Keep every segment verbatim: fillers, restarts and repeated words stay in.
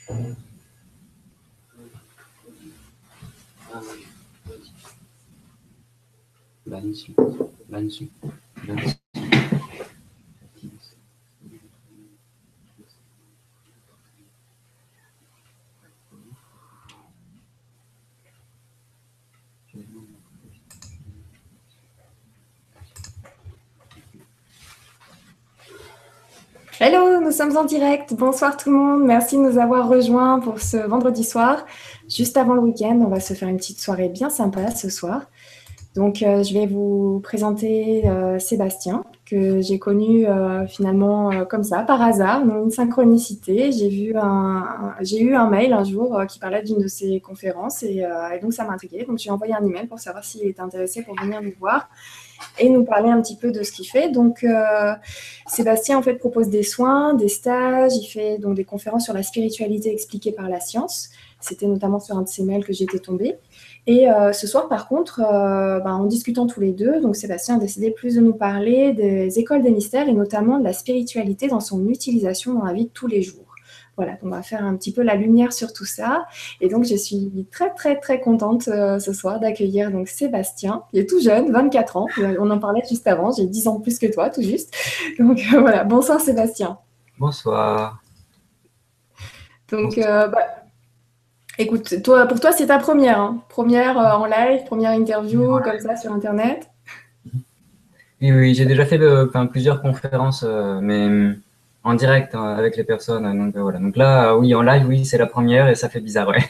Là-dessus. Là-dessus. Là-dessus. Hello, nous sommes en direct. Bonsoir tout le monde. Merci de nous avoir rejoints pour ce vendredi soir. Juste avant le week-end, on va se faire une petite soirée bien sympa ce soir. Donc, euh, je vais vous présenter euh, Sébastien, que j'ai connu euh, finalement euh, comme ça, par hasard, dans une synchronicité. J'ai vu un, un- j'ai eu un mail un jour euh, qui parlait d'une de ses conférences et, euh, et donc ça m'a intriguée. Donc, j'ai envoyé un email pour savoir s'il était intéressé pour venir nous voir et nous parler un petit peu de ce qu'il fait. Donc, euh, Sébastien, en fait, propose des soins, des stages, il fait donc des conférences sur la spiritualité expliquée par la science. C'était notamment sur un de ses mails que j'étais tombée. Et euh, ce soir, par contre, euh, ben, en discutant tous les deux, donc Sébastien a décidé plus de nous parler des écoles des mystères et notamment de la spiritualité dans son utilisation dans la vie de tous les jours. Voilà, donc on va faire un petit peu la lumière sur tout ça. Et donc, je suis très, très, très contente euh, ce soir d'accueillir donc Sébastien, qui est tout jeune, vingt-quatre ans. On en parlait juste avant, j'ai dix ans plus que toi, tout juste. Donc, euh, voilà, bonsoir Sébastien. Bonsoir. Donc, Bonsoir. euh, bah, écoute, toi, pour toi, c'est ta première, hein. Première euh, en live, première interview, comme ça, sur Internet. Oui, oui, j'ai déjà fait euh, enfin, plusieurs conférences, euh, mais euh, en direct hein, avec les personnes. euh, Donc, euh, voilà. Donc là, euh, oui, en live, oui, c'est la première et ça fait bizarre, ouais.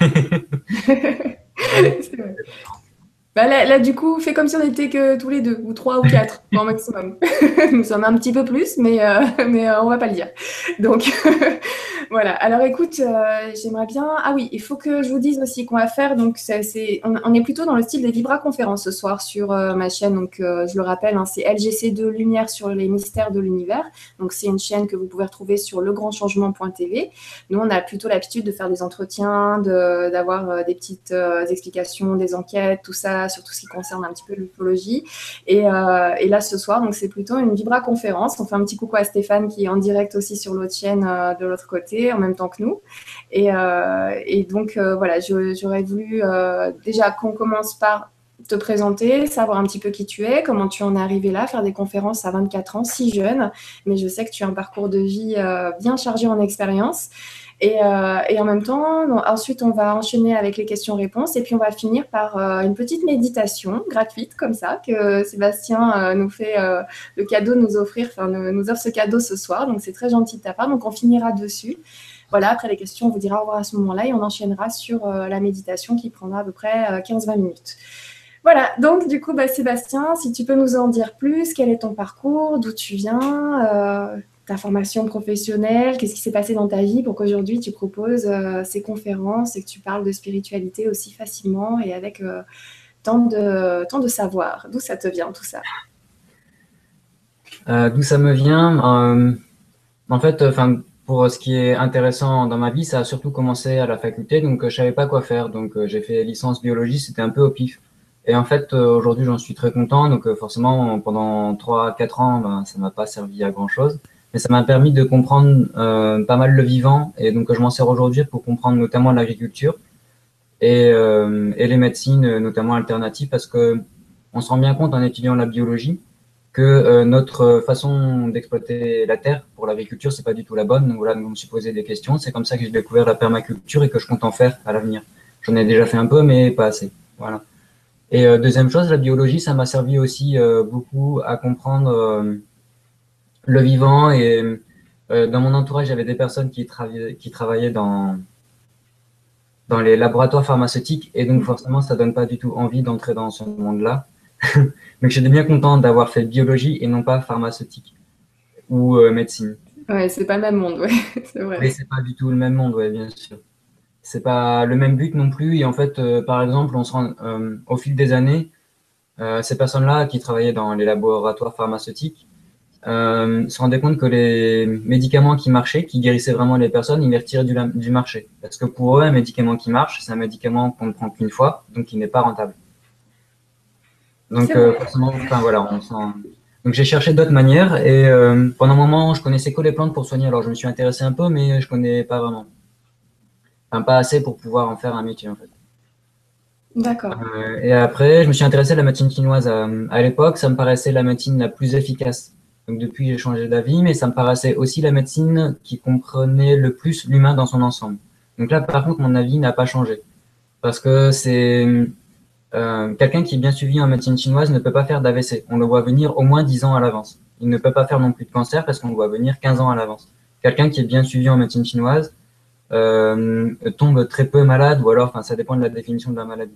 C'est vrai. Bah là, là, du coup, fais comme si on était que tous les deux, ou trois ou quatre, grand maximum. Nous sommes un petit peu plus, mais, euh, mais euh, on va pas le dire. Donc, voilà. Alors, écoute, euh, j'aimerais bien. Ah oui, il faut que je vous dise aussi qu'on va faire. Donc, c'est, c'est- on, on est plutôt dans le style des vibra-conférences ce soir sur euh, ma chaîne. Donc, euh, je le rappelle, hein, c'est L G C deux Lumière sur les mystères de l'univers. Donc, c'est une chaîne que vous pouvez retrouver sur legrandchangement point t v. Nous, on a plutôt l'habitude de faire des entretiens, de, d'avoir euh, des petites euh, explications, des enquêtes, tout ça, sur tout ce qui concerne un petit peu l'ufologie. Et, euh, et là, ce soir, donc c'est plutôt une vibra-conférence. On fait un petit coucou à Stéphane qui est en direct aussi sur l'autre chaîne euh, de l'autre côté, en même temps que nous. Et, euh, et donc, euh, voilà, je, j'aurais voulu euh, déjà qu'on commence par te présenter, savoir un petit peu qui tu es, comment tu en es arrivé là, faire des conférences à vingt-quatre ans, si jeune, mais je sais que tu as un parcours de vie euh, bien chargé en expérience. Et, euh, et en même temps, donc, ensuite, on va enchaîner avec les questions-réponses et puis on va finir par euh, une petite méditation gratuite comme ça que Sébastien euh, nous fait euh, le cadeau de nous offrir, enfin nous, nous offre ce cadeau ce soir. Donc c'est très gentil de ta part. Donc on finira dessus. Voilà, après les questions, on vous dira au revoir à ce moment-là et on enchaînera sur euh, la méditation qui prendra à peu près euh, quinze vingt minutes. Voilà, donc du coup, bah, Sébastien, si tu peux nous en dire plus, quel est ton parcours, d'où tu viens, euh, ta formation professionnelle, qu'est-ce qui s'est passé dans ta vie pour qu'aujourd'hui tu proposes euh, ces conférences et que tu parles de spiritualité aussi facilement et avec euh, tant, de, tant de savoir. D'où ça te vient tout ça? Euh, d'où ça me vient? euh, En fait, enfin, pour ce qui est intéressant dans ma vie, ça a surtout commencé à la faculté, donc euh, je savais pas quoi faire. Donc euh, j'ai fait licence biologie, c'était un peu au pif. Et en fait, euh, aujourd'hui, j'en suis très content. Donc euh, forcément, pendant trois, quatre ans, ben, ça m'a pas servi à grand-chose. Mais ça m'a permis de comprendre euh, pas mal le vivant. Et donc, euh, je m'en sers aujourd'hui pour comprendre notamment l'agriculture et, euh, et les médecines, euh, notamment alternatives, parce que on se rend bien compte en étudiant la biologie que euh, notre façon d'exploiter la terre pour l'agriculture, c'est pas du tout la bonne. Donc voilà, donc je me suis posé des questions. C'est comme ça que j'ai découvert la permaculture et que je compte en faire à l'avenir. J'en ai déjà fait un peu, mais pas assez. Voilà. Et euh, deuxième chose, la biologie, ça m'a servi aussi euh, beaucoup à comprendre euh, le vivant. Et euh, dans mon entourage, j'avais des personnes qui, travaillaient, qui travaillaient dans, dans les laboratoires pharmaceutiques. Et donc forcément, ça donne pas du tout envie d'entrer dans ce monde-là. Donc j'étais bien content d'avoir fait biologie et non pas pharmaceutique ou euh, médecine. Ouais, c'est pas le même monde, ouais, c'est vrai. Oui, c'est pas du tout le même monde, ouais, bien sûr. C'est pas le même but non plus. Et en fait, euh, par exemple, on se rend, euh, au fil des années, euh, ces personnes-là qui travaillaient dans les laboratoires pharmaceutiques euh, se rendaient compte que les médicaments qui marchaient, qui guérissaient vraiment les personnes, ils les retiraient du, du marché. Parce que pour eux, un médicament qui marche, c'est un médicament qu'on ne prend qu'une fois, donc qui n'est pas rentable. C'est Donc euh, vrai. forcément, enfin voilà, on sent. Donc j'ai cherché d'autres manières et euh, pendant un moment, je connaissais que les plantes pour soigner. Alors je me suis intéressé un peu, mais je connais pas vraiment. enfin, pas assez pour pouvoir en faire un métier en fait. D'accord. Euh, et après, je me suis intéressé à la médecine chinoise. À, à l'époque, ça me paraissait la médecine la plus efficace. Donc depuis, j'ai changé d'avis, mais ça me paraissait aussi la médecine qui comprenait le plus l'humain dans son ensemble. Donc là, par contre, mon avis n'a pas changé. Parce que c'est euh, quelqu'un qui est bien suivi en médecine chinoise ne peut pas faire d'A V C. On le voit venir au moins dix ans à l'avance. Il ne peut pas faire non plus de cancer parce qu'on le voit venir quinze ans à l'avance. Quelqu'un qui est bien suivi en médecine chinoise euh, tombe très peu malade, ou alors, enfin, ça dépend de la définition de la maladie.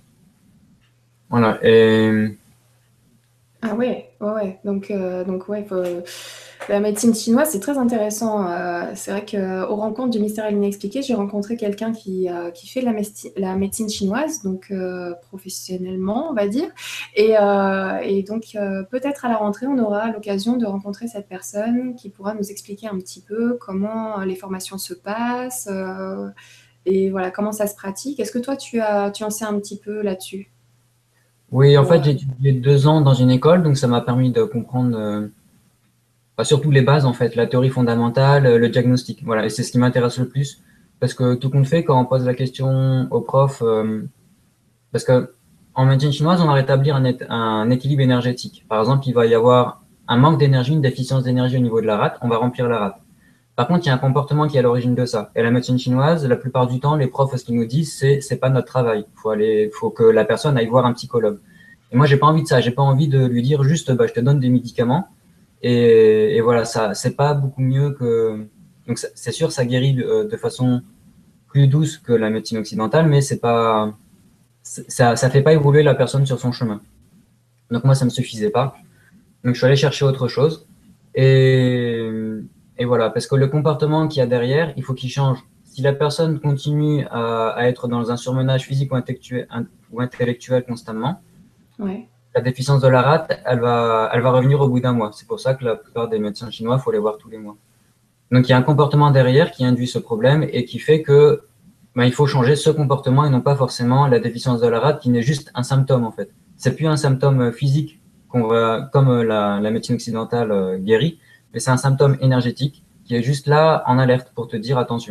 Voilà. Et Ah ouais, ouais, ouais. Donc, euh, donc ouais, faut- la médecine chinoise, c'est très intéressant. Euh, c'est vrai qu'aux rencontres du mystère et l'inexpliqué, j'ai rencontré quelqu'un qui, euh, qui fait de la, mesti- la médecine chinoise, donc euh, professionnellement, on va dire. Et, euh, et donc, euh, peut-être à la rentrée, on aura l'occasion de rencontrer cette personne qui pourra nous expliquer un petit peu comment les formations se passent, euh, et voilà, comment ça se pratique. Est-ce que toi, tu as, tu en sais un petit peu là-dessus? oui, en Ou, euh, fait, j'ai étudié deux ans dans une école, donc ça m'a permis de comprendre euh, bah, surtout les bases, en fait, la théorie fondamentale, euh, le diagnostic. Voilà, et c'est ce qui m'intéresse le plus, parce que tout compte fait, quand on pose la question au prof, euh, parce que en médecine chinoise, on va rétablir un, é- un équilibre énergétique. Par exemple, il va y avoir un manque d'énergie, une déficience d'énergie au niveau de la rate, on va remplir la rate. Par contre, il y a un comportement qui est à l'origine de ça. Et la médecine chinoise, la plupart du temps, les profs, ce qu'ils nous disent, c'est c'est pas notre travail. Faut aller, faut que la personne aille voir un psychologue. Et moi, j'ai pas envie de ça. J'ai pas envie de lui dire juste, bah, je te donne des médicaments. Et, et voilà, ça, c'est pas beaucoup mieux que. Donc, ça- c'est sûr, ça guérit euh, de façon plus douce que la médecine occidentale, mais c'est pas, c'est- ça, ça fait pas évoluer la personne sur son chemin. Donc moi, ça me suffisait pas. Donc je suis allé chercher autre chose. Et, et voilà, parce que le comportement qu'il y a derrière, il faut qu'il change. Si la personne continue à, à être dans un surmenage physique ou intellectuel, ou intellectuel constamment, ouais. la déficience de la rate, elle va, elle va revenir au bout d'un mois. C'est pour ça que la plupart des médecins chinois, il faut les voir tous les mois. Donc il y a un comportement derrière qui induit ce problème et qui fait que ben, il faut changer ce comportement et non pas forcément la déficience de la rate qui n'est juste un symptôme en fait. C'est plus un symptôme physique qu'on va, comme la, la médecine occidentale euh, guérit, mais c'est un symptôme énergétique qui est juste là en alerte pour te dire attention.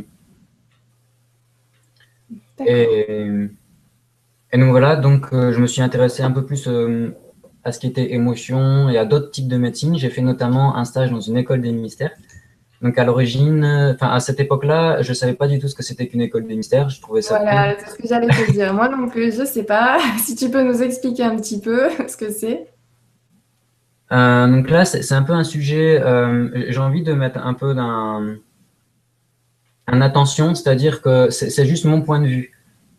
D'accord. Et, et donc voilà, donc euh, je me suis intéressé un peu plus euh, à ce qui était émotion et à d'autres types de médecine. J'ai fait notamment un stage dans une école des mystères. Donc à l'origine, euh, enfin à cette époque-là, je savais pas du tout ce que c'était qu'une école des mystères. Je trouvais ça cool. Voilà, c'est ce que j'allais te dire. Moi non plus, je sais pas. Si tu peux nous expliquer un petit peu ce que c'est. Euh, donc là, c'est c'est un peu un sujet. Euh, j'ai envie de mettre un peu d'un un attention, c'est-à-dire que c'est c'est juste mon point de vue.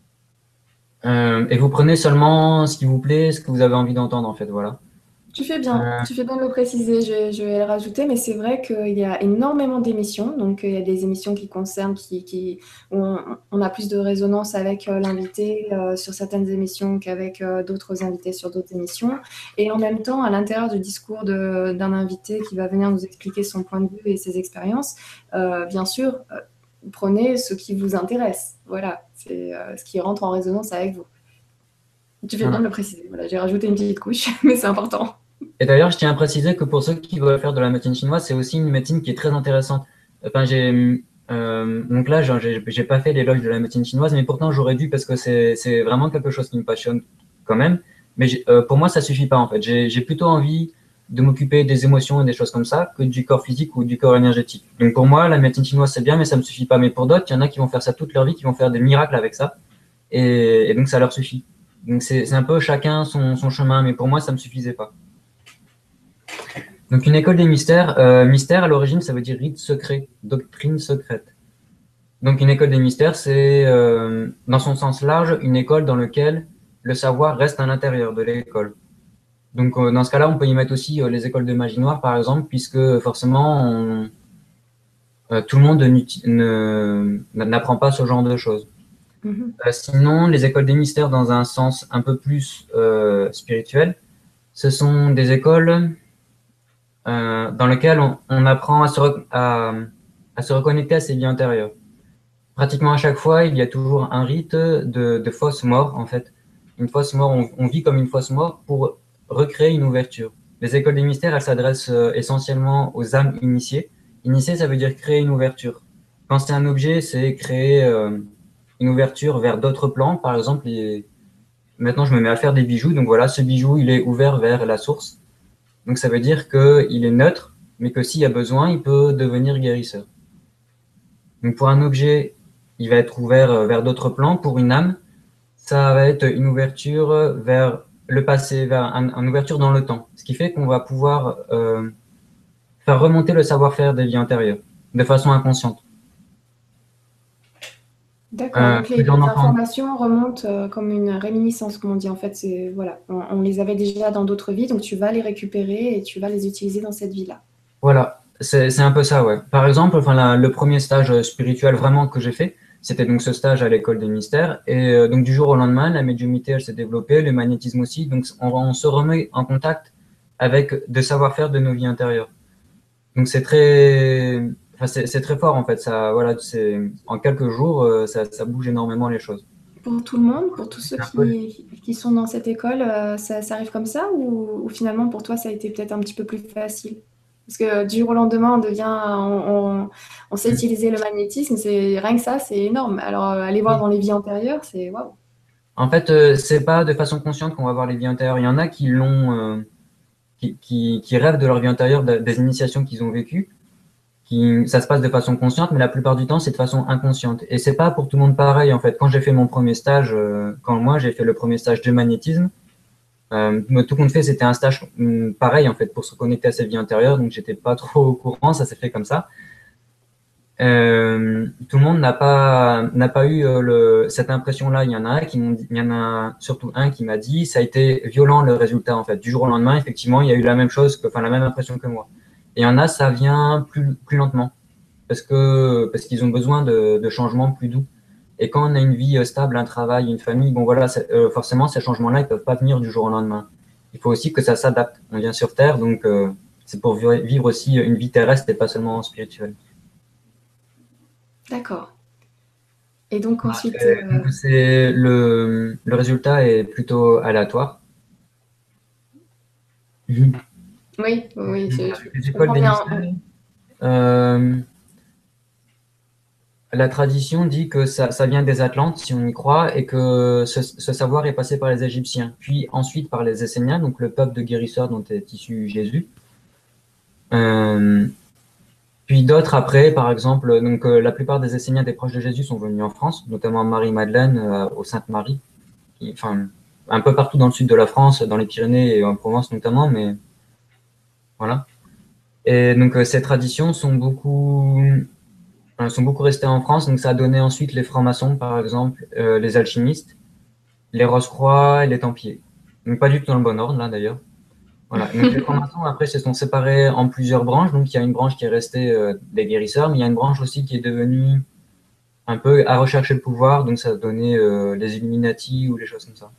Euh, et vous prenez seulement ce qui vous plaît, ce que vous avez envie d'entendre en fait, voilà. Tu fais bien, Euh, tu fais bien de le préciser, je, vais je vais le rajouter, mais c'est vrai qu'il y a énormément d'émissions. Donc, il y a des émissions qui concernent, qui, qui, où on, on a plus de résonance avec euh, l'invité euh, sur certaines émissions qu'avec euh, d'autres invités sur d'autres émissions. Et en même temps, à l'intérieur du discours de- d'un invité qui va venir nous expliquer son point de vue et ses expériences, euh, bien sûr, euh, prenez ce qui vous intéresse. Voilà, c'est euh, ce qui rentre en résonance avec vous. Tu fais bien de voilà. le préciser. Voilà, j'ai rajouté une petite couche, mais c'est important. Et d'ailleurs, je tiens à préciser que pour ceux qui veulent faire de la médecine chinoise, c'est aussi une médecine qui est très intéressante. Enfin, j'ai euh, donc là, genre, j'ai j'ai pas fait l'éloge de la médecine chinoise, mais pourtant j'aurais dû parce que c'est c'est vraiment quelque chose qui me passionne quand même. Mais j'ai- euh, pour moi, ça suffit pas en fait. J'ai j'ai plutôt envie de m'occuper des émotions et des choses comme ça que du corps physique ou du corps énergétique. Donc pour moi, la médecine chinoise c'est bien, mais ça me suffit pas. Mais pour d'autres, il y en a qui vont faire ça toute leur vie, qui vont faire des miracles avec ça, et, et donc ça leur suffit. Donc c'est c'est un peu chacun son son chemin, mais pour moi, ça me suffisait pas. Donc une école des mystères, euh, mystère à l'origine ça veut dire rite secret, doctrine secrète. Donc une école des mystères c'est euh, dans son sens large une école dans laquelle le savoir reste à l'intérieur de l'école. Donc euh, dans ce cas-là on peut y mettre aussi euh, les écoles de magie noire par exemple puisque forcément on- euh, tout le monde n'uti- ne- n'apprend pas ce genre de choses. Mhm. Euh, sinon les écoles des mystères dans un sens un peu plus euh, spirituel, ce sont des écoles euh, dans lequel on, on apprend à se, re- à, à se reconnecter à ses vies antérieures. Pratiquement à chaque fois, il y a toujours un rite de, de fausse mort, en fait. Une fausse mort, on, on vit comme une fausse mort pour recréer une ouverture. Les écoles des mystères, elles s'adressent euh, essentiellement aux âmes initiées. Initiées, ça veut dire créer une ouverture. Quand c'est un objet, c'est créer, euh, une ouverture vers d'autres plans. Par exemple, il- maintenant je me mets à faire des bijoux. Donc voilà, ce bijou, il est ouvert vers la source. Donc ça veut dire qu'il est neutre, mais que s'il y a besoin, il peut devenir guérisseur. Donc pour un objet, il va être ouvert euh, vers d'autres plans. Pour une âme, ça va être une ouverture vers le passé, vers un, une ouverture dans le temps. Ce qui fait qu'on va pouvoir euh, faire remonter le savoir-faire des vies antérieures de façon inconsciente. D'accord, Euh, donc les, que j'en les entends. informations remontent euh, comme une réminiscence, comme on dit. En fait, c'est voilà, on, on les avait déjà dans d'autres vies, donc tu vas les récupérer et tu vas les utiliser dans cette vie-là. Voilà, c'est c'est un peu ça, ouais. Par exemple, enfin, la- le premier stage spirituel vraiment que j'ai fait, c'était donc ce stage à l'école des mystères. Et euh, donc du jour au lendemain, la médiumnité, elle s'est développée, le magnétisme aussi. Donc on, on se remet en contact avec des savoir-faire de nos vies intérieures. Donc c'est très, enfin, c'est c'est très fort en fait. Ça, voilà, c'est en quelques jours, euh, ça, ça bouge énormément les choses. Pour tout le monde, pour tous ceux C'est un peu- qui, qui sont dans cette école, euh, ça, ça arrive comme ça ou, ou finalement pour toi ça a été peut-être un petit peu plus facile? Parce que du jour au lendemain, on devient, on, on- on sait utiliser le magnétisme, c'est rien que ça, c'est énorme. Alors euh, aller voir dans les vies antérieures, c'est waouh. En fait, euh, c'est pas de façon consciente qu'on va voir les vies intérieures. Il y en a qui l'ont, euh, qui, qui, qui rêvent de leur vie intérieure, de- des initiations qu'ils ont vécues. Qui, ça se passe de façon consciente, mais la plupart du temps, c'est de façon inconsciente. Et c'est pas pour tout le monde pareil, en fait. Quand j'ai fait mon premier stage, euh, quand moi j'ai fait le premier stage de magnétisme, euh, tout compte fait, c'était un stage hum, pareil, en fait, pour se connecter à sa vie intérieure, donc j'étais pas trop au courant, ça s'est fait comme ça. Euh, tout le monde n'a pas n'a pas eu euh, le, cette impression-là. Il y en a un qui m'ont dit- il y en a surtout un qui m'a dit, ça a été violent le résultat, en fait. Du jour au lendemain, effectivement, il y a eu la même chose, que, enfin la même impression que moi. Et il y en a, ça vient plus plus lentement parce que parce qu'ils ont besoin de, de changements plus doux. Et quand on a une vie euh, stable, un travail, une famille, bon voilà, euh, forcément ces changements-là, ils peuvent pas venir du jour au lendemain. Il faut aussi que ça s'adapte. On vient sur Terre, donc euh, c'est pour vivre aussi une vie terrestre et pas seulement spirituelle. D'accord. Et donc ensuite, Euh, euh, donc c'est le le résultat est plutôt aléatoire. Mhm. oui, oui, je, je- Avec les je écoles comprends des bien. mystères, euh, la tradition dit que ça, ça vient des Atlantes, si on y croit, et que ce, ce savoir est passé par les Égyptiens, puis ensuite par les Esséniens, donc le peuple de guérisseurs dont est issu Jésus. Euh, Puis d'autres après, par exemple, donc euh, la plupart des Esséniens des proches de Jésus sont venus en France, notamment Marie-Madeleine, euh, au Sainte-Marie, qui- enfin un peu partout dans le sud de la France, dans les Pyrénées et en Provence notamment, mais voilà. Et donc euh, ces traditions sont beaucoup euh, sont beaucoup restées en France, donc ça a donné ensuite les francs-maçons, par exemple, euh, les alchimistes, les Rose-Croix et les Templiers. Donc pas du tout dans le bon ordre là d'ailleurs. Voilà. Donc les francs-maçons après se sont séparés en plusieurs branches. Donc il y a une branche qui est restée euh, des guérisseurs, mais il y a une branche aussi qui est devenue un peu à rechercher le pouvoir. Donc ça a donné euh, les Illuminati ou les choses comme ça.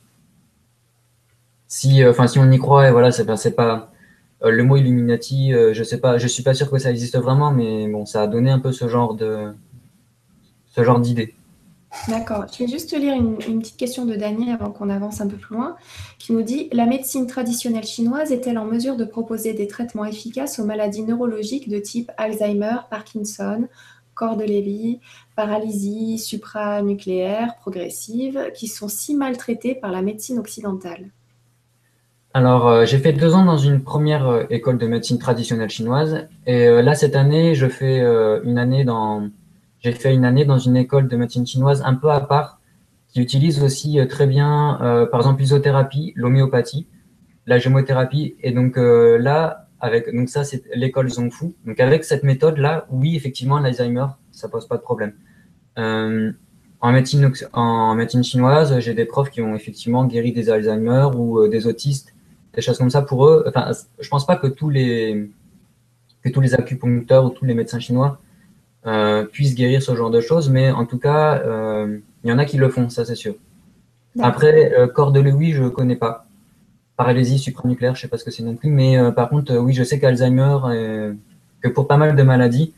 Si, euh, enfin si on y croit, et voilà, c'est ben, c'est pas euh, le mot Illuminati. Euh, je sais pas, je suis pas sûr que ça existe vraiment, mais bon, ça a donné un peu ce genre de ce genre d'idée. D'accord. Je vais juste te lire une, une petite question de Daniel avant qu'on avance un peu plus loin, qui nous dit: la médecine traditionnelle chinoise est-elle en mesure de proposer des traitements efficaces aux maladies neurologiques de type Alzheimer, Parkinson, corps de Lévy, paralysie supranucléaire progressive, qui sont si maltraitées par la médecine occidentale? Alors, euh, j'ai fait deux ans dans une première euh, école de médecine traditionnelle chinoise, et euh, là cette année, je fais euh, une année dans, j'ai fait une année dans une école de médecine chinoise un peu à part, qui utilise aussi euh, très bien, euh, par exemple, l'isothérapie, l'homéopathie, la gémothérapie, et donc euh, là, avec, donc ça c'est l'école Zongfu. Donc avec cette méthode-là, oui, effectivement, l'Alzheimer, ça pose pas de problème. Euh, en médecine, ox- en médecine chinoise, j'ai des profs qui ont effectivement guéri des Alzheimer ou euh, des autistes, des choses comme ça pour eux. Enfin, je pense pas que tous les que tous les acupuncteurs ou tous les médecins chinois euh, puissent guérir ce genre de choses, mais en tout cas, euh, il y en a qui le font, ça c'est sûr. D'accord. Après, euh, corps de Lewy, je connais pas. Paralysie supranucléaire, je sais pas ce que c'est non plus, mais euh, par contre, euh, oui, je sais qu'Alzheimer, euh, que pour pas mal de maladies,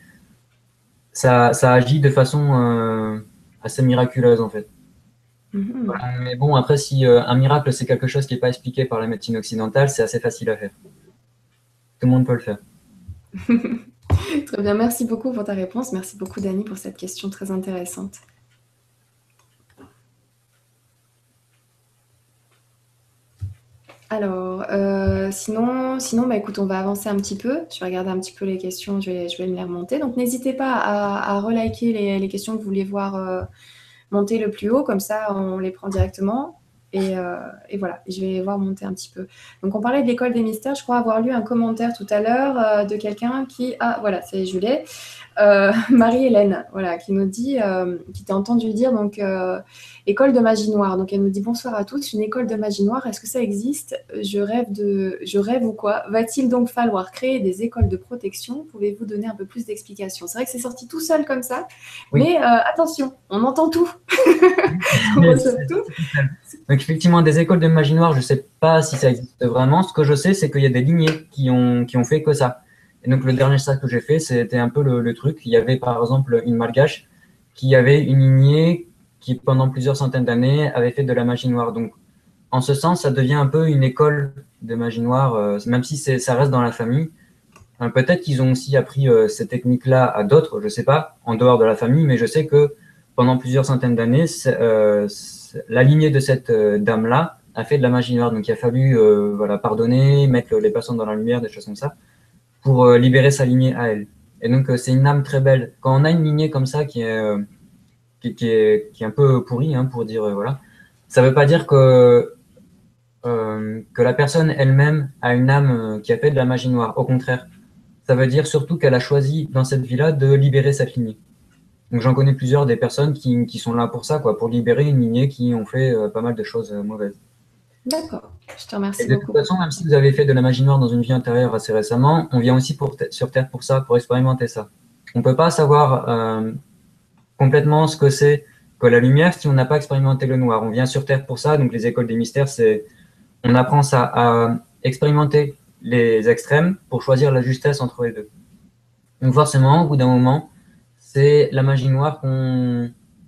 ça, ça agit de façon euh, assez miraculeuse en fait. Mhm. Voilà. Mais bon, après, si euh, un miracle, c'est quelque chose qui n'est pas expliqué par la médecine occidentale, c'est assez facile à faire. Tout le monde peut le faire. Très bien, merci beaucoup pour ta réponse. Merci beaucoup, Dani, pour cette question très intéressante. Alors, euh, sinon, sinon bah, écoute, on va avancer un petit peu. Je vais regarder un petit peu les questions, je vais, je vais me les remonter. Donc, n'hésitez pas à, à reliker les, les questions que vous voulez voir euh, monter le plus haut, comme ça, on les prend directement. Et, euh, et voilà, je vais voir monter un petit peu. Donc, on parlait de l'école des mystères. Je crois avoir lu un commentaire tout à l'heure euh, de quelqu'un qui... Ah, voilà, c'est Julie. Euh, Marie-Hélène, voilà, qui nous dit, euh, qui t'a entendu dire, donc, euh, école de magie noire. Donc, elle nous dit bonsoir à tous, une école de magie noire, est-ce que ça existe? Je rêve de, je rêve ou quoi? Va-t-il donc falloir créer des écoles de protection? Pouvez-vous donner un peu plus d'explications? C'est vrai que c'est sorti tout seul comme ça, Oui. mais euh, attention, on entend tout. On Mais reçoit c'est- tout. Donc effectivement, des écoles de magie noire, je ne sais pas si ça existe vraiment. Ce que je sais, c'est qu'il y a des lignées qui ont, qui ont fait que ça. Et donc le dernier stage que j'ai fait, c'était un peu le, le truc. Il y avait par exemple une malgache qui avait une lignée qui pendant plusieurs centaines d'années avait fait de la magie noire. Donc en ce sens, ça devient un peu une école de magie noire, euh, même si c'est, ça reste dans la famille. Hein, peut-être qu'ils ont aussi appris euh, ces techniques-là à d'autres, je ne sais pas, en dehors de la famille, mais je sais que pendant plusieurs centaines d'années, euh, la lignée de cette euh, dame-là a fait de la magie noire. Donc il a fallu euh, voilà, pardonner, mettre les personnes dans la lumière, des choses comme ça, pour euh, libérer sa lignée à elle. Et donc euh, c'est une âme très belle. Quand on a une lignée comme ça qui est, euh, qui, qui, est, qui est un peu pourrie, hein, pour dire, euh, voilà, ça ne veut pas dire que, euh, que la personne elle-même a une âme euh, qui a fait de la magie noire. Au contraire, ça veut dire surtout qu'elle a choisi dans cette vie-là de libérer cette lignée. Donc j'en connais plusieurs des personnes qui, qui sont là pour ça, quoi, pour libérer une lignée qui ont fait euh, pas mal de choses euh, mauvaises. D'accord, je te Et remercie de toute beaucoup. façon, même si vous avez fait de la magie noire dans une vie antérieure assez récemment, on vient aussi pour sur Terre pour ça, pour expérimenter ça. On ne peut pas savoir euh, complètement ce que c'est que la lumière si on n'a pas expérimenté le noir. On vient sur Terre pour ça, donc les écoles des mystères, c'est on apprend ça à expérimenter les extrêmes pour choisir la justesse entre les deux. Donc forcément, au bout d'un moment, c'est la magie noire qu'on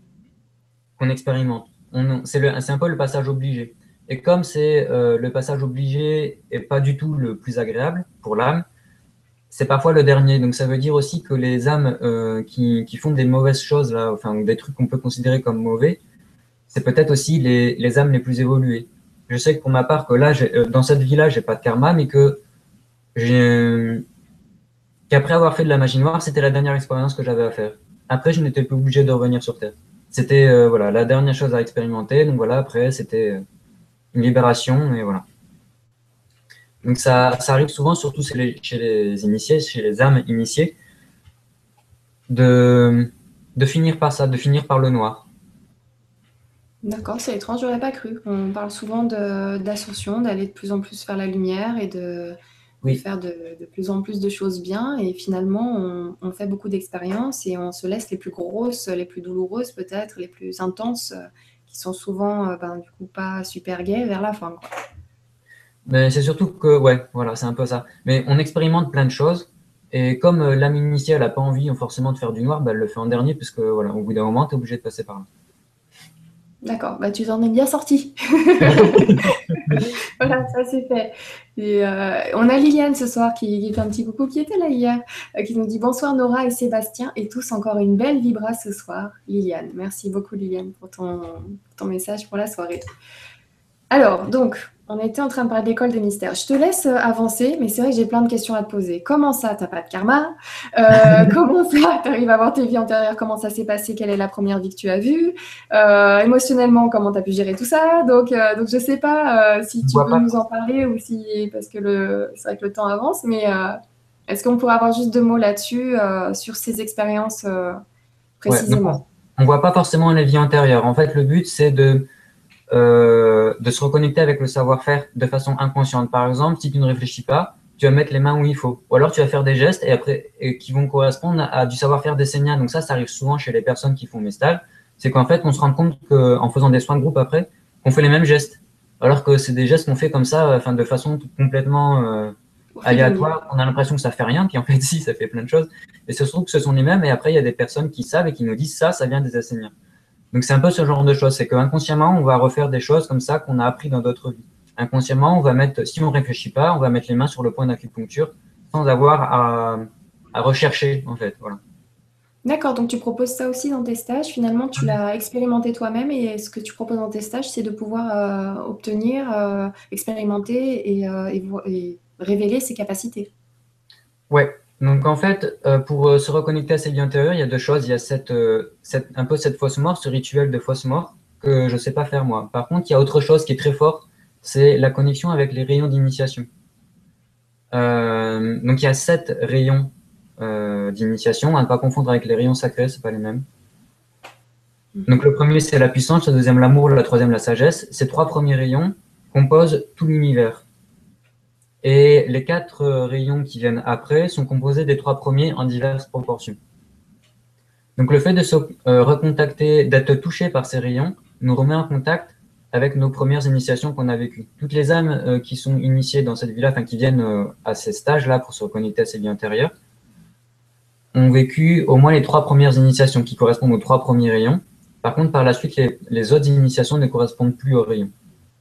qu'on expérimente. C'est un peu le passage obligé. Et comme c'est euh, le passage obligé et pas du tout le plus agréable pour l'âme, c'est parfois le dernier. Donc ça veut dire aussi que les âmes euh, qui, qui, font des mauvaises choses, là, enfin des trucs qu'on peut considérer comme mauvais, c'est peut-être aussi les, les âmes les plus évoluées. Je sais que pour ma part, que là, euh, dans cette vie-là, j'ai pas de karma, mais que j'ai qu'après avoir fait de la magie noire, c'était la dernière expérience que j'avais à faire. Après, je n'étais plus obligé de revenir sur Terre. C'était euh, voilà, la dernière chose à expérimenter. Donc voilà, après, c'était euh, une libération et voilà. Donc ça, ça arrive souvent, surtout chez les, chez les initiés, chez les âmes initiées, de, de finir par ça, de finir par le noir. D'accord, c'est étrange, j'aurais pas cru. On parle souvent de- d'ascension, d'aller de plus en plus vers la lumière et de, de Oui, faire de, de plus en plus de choses bien. Et finalement, on, on fait beaucoup d'expériences et on se laisse les plus grosses, les plus douloureuses peut-être, les plus intenses, euh, qui sont souvent euh, ben, du coup pas super gaies vers la fin, quoi. mais c'est surtout que, ouais, voilà, c'est un peu ça. Mais on expérimente plein de choses. Et comme euh, l'âme initiée, elle n'a pas envie forcément de faire du noir, bah, elle le fait en dernier, puisque voilà, au bout d'un moment, tu es obligé de passer par là. D'accord, bah, tu t'en es bien sorti. Voilà, ça c'est fait. Et, euh, on a Liliane ce soir qui, qui fait un petit coucou, qui était là hier, euh, qui nous dit bonsoir Nora et Sébastien et tous encore une belle vibra ce soir. Liliane, merci beaucoup Liliane pour ton, pour ton message pour la soirée. Alors, donc, on était en train de parler de l'école des mystères. Je te laisse euh, avancer, mais c'est vrai que j'ai plein de questions à te poser. Comment ça, t'as pas de karma? Euh, comment ça, t'arrives à voir tes vies antérieures? Comment ça s'est passé? Quelle est la première vie que tu as vue? Euh, émotionnellement, comment tu as pu gérer tout ça? Donc, euh, donc je sais pas euh, si On tu voit peux pas. nous en parler ou si, parce que le, c'est vrai que le temps avance, mais euh, est-ce qu'on pourrait avoir juste deux mots là-dessus, euh, sur ces expériences euh, Ouais, donc on, précisément? on voit pas forcément la vie antérieure. En fait, le but, c'est de, euh, de se reconnecter avec le savoir-faire de façon inconsciente. Par exemple, si tu ne réfléchis pas, tu vas mettre les mains où il faut. Ou alors, tu vas faire des gestes et après, et qui vont correspondre à, à du savoir-faire d'Essénia. Donc ça, ça arrive souvent chez les personnes qui font mes stages. C'est qu'en fait, on se rend compte qu'en faisant des soins de groupe après, qu'on fait les mêmes gestes. Alors que c'est des gestes qu'on fait comme ça, enfin, de façon complètement euh, Pour fredonner. aléatoire. On a l'impression que ça fait rien, puis en fait, si, ça fait plein de choses. Et se trouve que ce sont les mêmes. Et après, il y a des personnes qui savent et qui nous disent ça, ça vient des Esséniens. Donc c'est un peu ce genre de choses, c'est qu'inconsciemment, on va refaire des choses comme ça qu'on a appris dans d'autres vies. Inconsciemment, on va mettre, si on ne réfléchit pas, on va mettre les mains sur le point d'acupuncture sans avoir à, à rechercher, en fait. Voilà. D'accord, donc tu proposes ça aussi dans tes stages. Finalement, tu l'as expérimenté toi-même et ce que tu proposes dans tes stages, c'est de pouvoir euh, obtenir, euh, expérimenter et, euh, et vo- et révéler ses capacités. Ouais. Donc en fait, euh, pour euh, se reconnecter à ses vies antérieures, il y a deux choses. Il y a cette, euh, cette, un peu cette fausse mort, ce rituel de fausse mort que je sais pas faire moi. Par contre, il y a autre chose qui est très fort, c'est la connexion avec les rayons d'initiation. Euh, donc il y a sept rayons euh, d'initiation, à ne pas confondre avec les rayons sacrés, c'est pas les mêmes. Donc Mhm. le premier c'est la puissance, le deuxième l'amour, le troisième la sagesse. Ces trois premiers rayons composent tout l'univers. Et les quatre euh, rayons qui viennent après sont composés des trois premiers en diverses proportions. Donc le fait de se euh, recontacter, d'être touché par ces rayons, nous remet en contact avec nos premières initiations qu'on a vécues. Toutes les âmes euh, qui sont initiées dans cette vie-là, enfin qui viennent euh, à ces stages-là pour se reconnecter à ces vies antérieures, ont vécu au moins les trois premières initiations qui correspondent aux trois premiers rayons. Par contre, par la suite, les, les autres initiations ne correspondent plus aux rayons.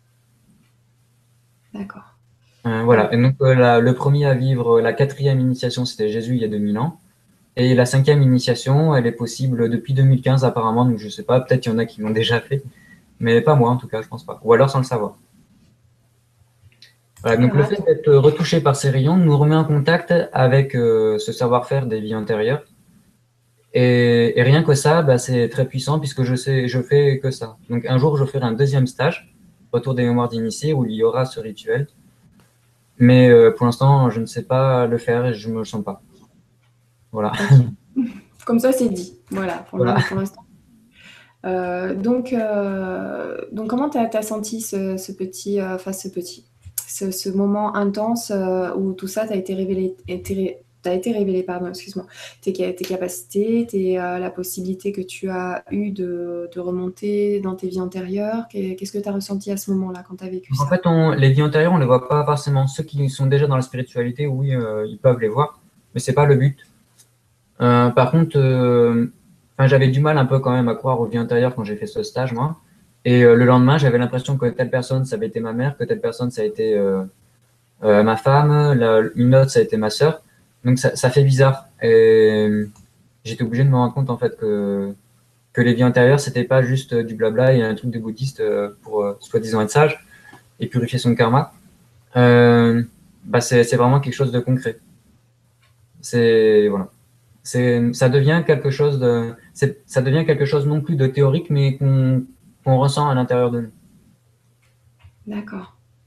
D'accord. Euh, Donc, voilà. Et donc, euh, la- le premier à vivre la quatrième initiation, c'était Jésus il y a deux mille ans. Et la cinquième initiation, elle est possible depuis deux mille quinze apparemment. Donc, je sais pas, peut-être il y en a qui l'ont déjà fait. Mais pas moi, en tout cas, je pense pas. Ou alors sans le savoir. Voilà, donc alors le fait attends. d'être retouché par ces rayons nous remet en contact avec euh, ce savoir-faire des vies antérieures. Et, et rien que ça, bah, c'est très puissant puisque je sais, je fais que ça. Donc un jour, je ferai un deuxième stage, retour des mémoires d'initiés, où il y aura ce rituel. Mais euh, pour l'instant, je ne sais pas le faire et je me le sens pas. Voilà. Ok. Comme ça, c'est dit. Voilà, pour Voilà. l'in- pour l'instant. Euh, donc, euh, donc, comment tu as senti ce, ce petit, euh, enfin, ce petit, ce, ce moment intense euh, où tout ça t'a été révélé, été, t'as été révélé, pardon, excuse-moi, tes, ca- tes capacités, tes, euh, la possibilité que tu as eue de, de remonter dans tes vies antérieures. Qu'est- Qu'est-ce que tu as ressenti à ce moment-là quand tu as vécu Donc, en ça? fait, on, les vies antérieures, on les voit pas forcément. Ceux qui sont déjà dans la spiritualité, oui, euh, ils peuvent les voir, mais c'est pas le but. Euh, par contre, euh, enfin, j'avais du mal un peu quand même à croire aux vies antérieures quand j'ai fait ce stage, moi. Et euh, le lendemain, j'avais l'impression que telle personne, ça avait été ma mère, que telle personne, ça a été euh, euh, ma femme, la- une autre, ça a été ma sœur. Donc ça, ça fait bizarre. Et j'étais obligé de me rendre compte en fait que, que les vies antérieures, c'était pas juste euh, du blabla et un truc de bouddhiste euh, pour euh, soi-disant être sage et purifier son karma. Euh, bah c'est c'est vraiment quelque chose de concret. C'est voilà. C'est ça devient quelque chose de c'est ça devient quelque chose non plus de théorique, mais qu'on qu'on ressent à l'intérieur de nous. D'accord.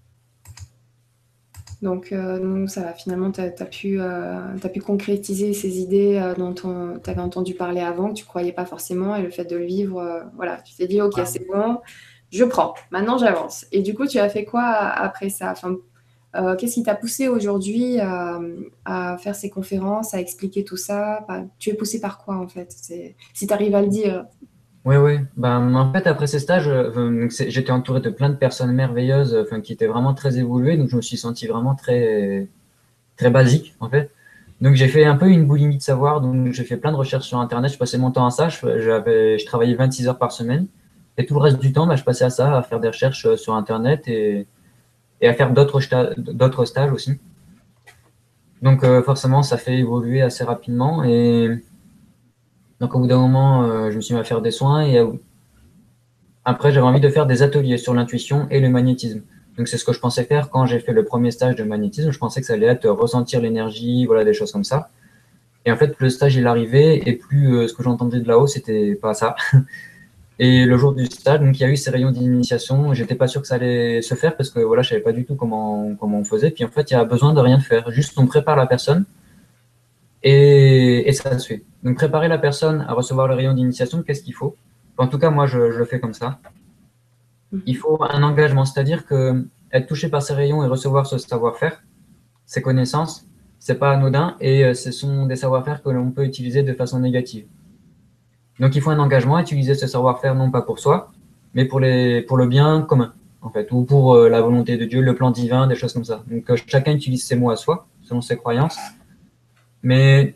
Donc, euh, donc ça va, finalement, tu as, pu, euh, t'as pu concrétiser ces idées euh, dont tu avais entendu parler avant, que tu ne croyais pas forcément, et le fait de le vivre, euh, voilà, tu t'es dit, ok, Voilà. c'est bon, je prends, maintenant j'avance. Et du coup, tu as fait quoi après ça? Enfin, euh, qu'est-ce qui t'a poussé aujourd'hui à, à faire ces conférences, à expliquer tout ça? Enfin, tu es poussé par quoi en fait? C'est- Si tu arrives à le dire. Oui, oui. Ben, en fait, après ces stages, euh, donc, c'est- j'étais entouré de plein de personnes merveilleuses, euh, enfin, qui étaient vraiment très évoluées, donc je me suis senti vraiment très, très basique, en fait. Donc j'ai fait un peu une boulimie de savoir, donc j'ai fait plein de recherches sur Internet, je passais mon temps à ça, je, j'avais, je travaillais vingt-six heures par semaine, et tout le reste du temps, bah, je passais à ça, à faire des recherches euh, sur Internet et, et à faire d'autres sta- d'autres stages aussi. Donc euh, forcément, ça fait évoluer assez rapidement, et donc au bout d'un moment, euh, je me suis mis à faire des soins, et euh, après, j'avais envie de faire des ateliers sur l'intuition et le magnétisme. Donc, c'est ce que je pensais faire quand j'ai fait le premier stage de magnétisme. Je pensais que ça allait être ressentir l'énergie, voilà, des choses comme ça. Et en fait, plus le stage il arrivait, et plus euh, ce que j'entendais de là-haut, c'était pas ça. Et le jour du stage, donc il y a eu ces rayons d'initiation. J'étais pas sûr que ça allait se faire parce que voilà, je savais pas du tout comment comment on faisait. Puis en fait, il y a besoin de rien faire. Juste on prépare la personne et, et ça se fait. Donc préparer la personne à recevoir le rayon d'initiation, qu'est-ce qu'il faut? En tout cas, moi, je, je le fais comme ça. Il Mhm. faut un engagement, c'est-à-dire que être touché par ces rayons et recevoir ce savoir-faire, ces connaissances, c'est pas anodin et euh, ce sont des savoir-faire que l'on peut utiliser de façon négative. Donc il faut un engagement, utiliser ce savoir-faire non pas pour soi, mais pour les pour le bien commun en fait, ou pour euh, la volonté de Dieu, le plan divin, des choses comme ça. Donc euh, chacun utilise ses mots à soi, selon ses croyances, mais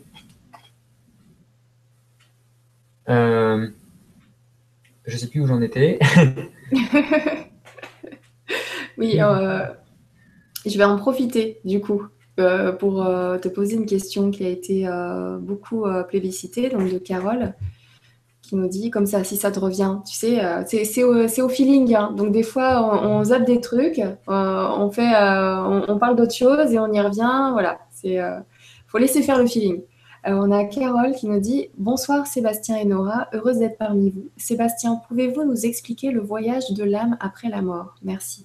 euh, je sais plus où j'en étais. Oui, euh, je vais en profiter du coup. euh, pour euh, te poser une question qui a été euh, beaucoup euh, plébiscitée, donc de Carole, qui nous dit comme ça, si ça te revient, tu sais, euh, c'est c'est au, c'est au feeling, hein. Donc des fois, on, on zappe des trucs, euh, on fait, euh, on, on parle d'autre chose et on y revient. Voilà, c'est, euh, faut laisser faire le feeling. Euh, on a Carole qui nous dit bonsoir Sébastien et Nora, heureuse d'être parmi vous. Sébastien, pouvez-vous nous expliquer le voyage de l'âme après la mort? Merci.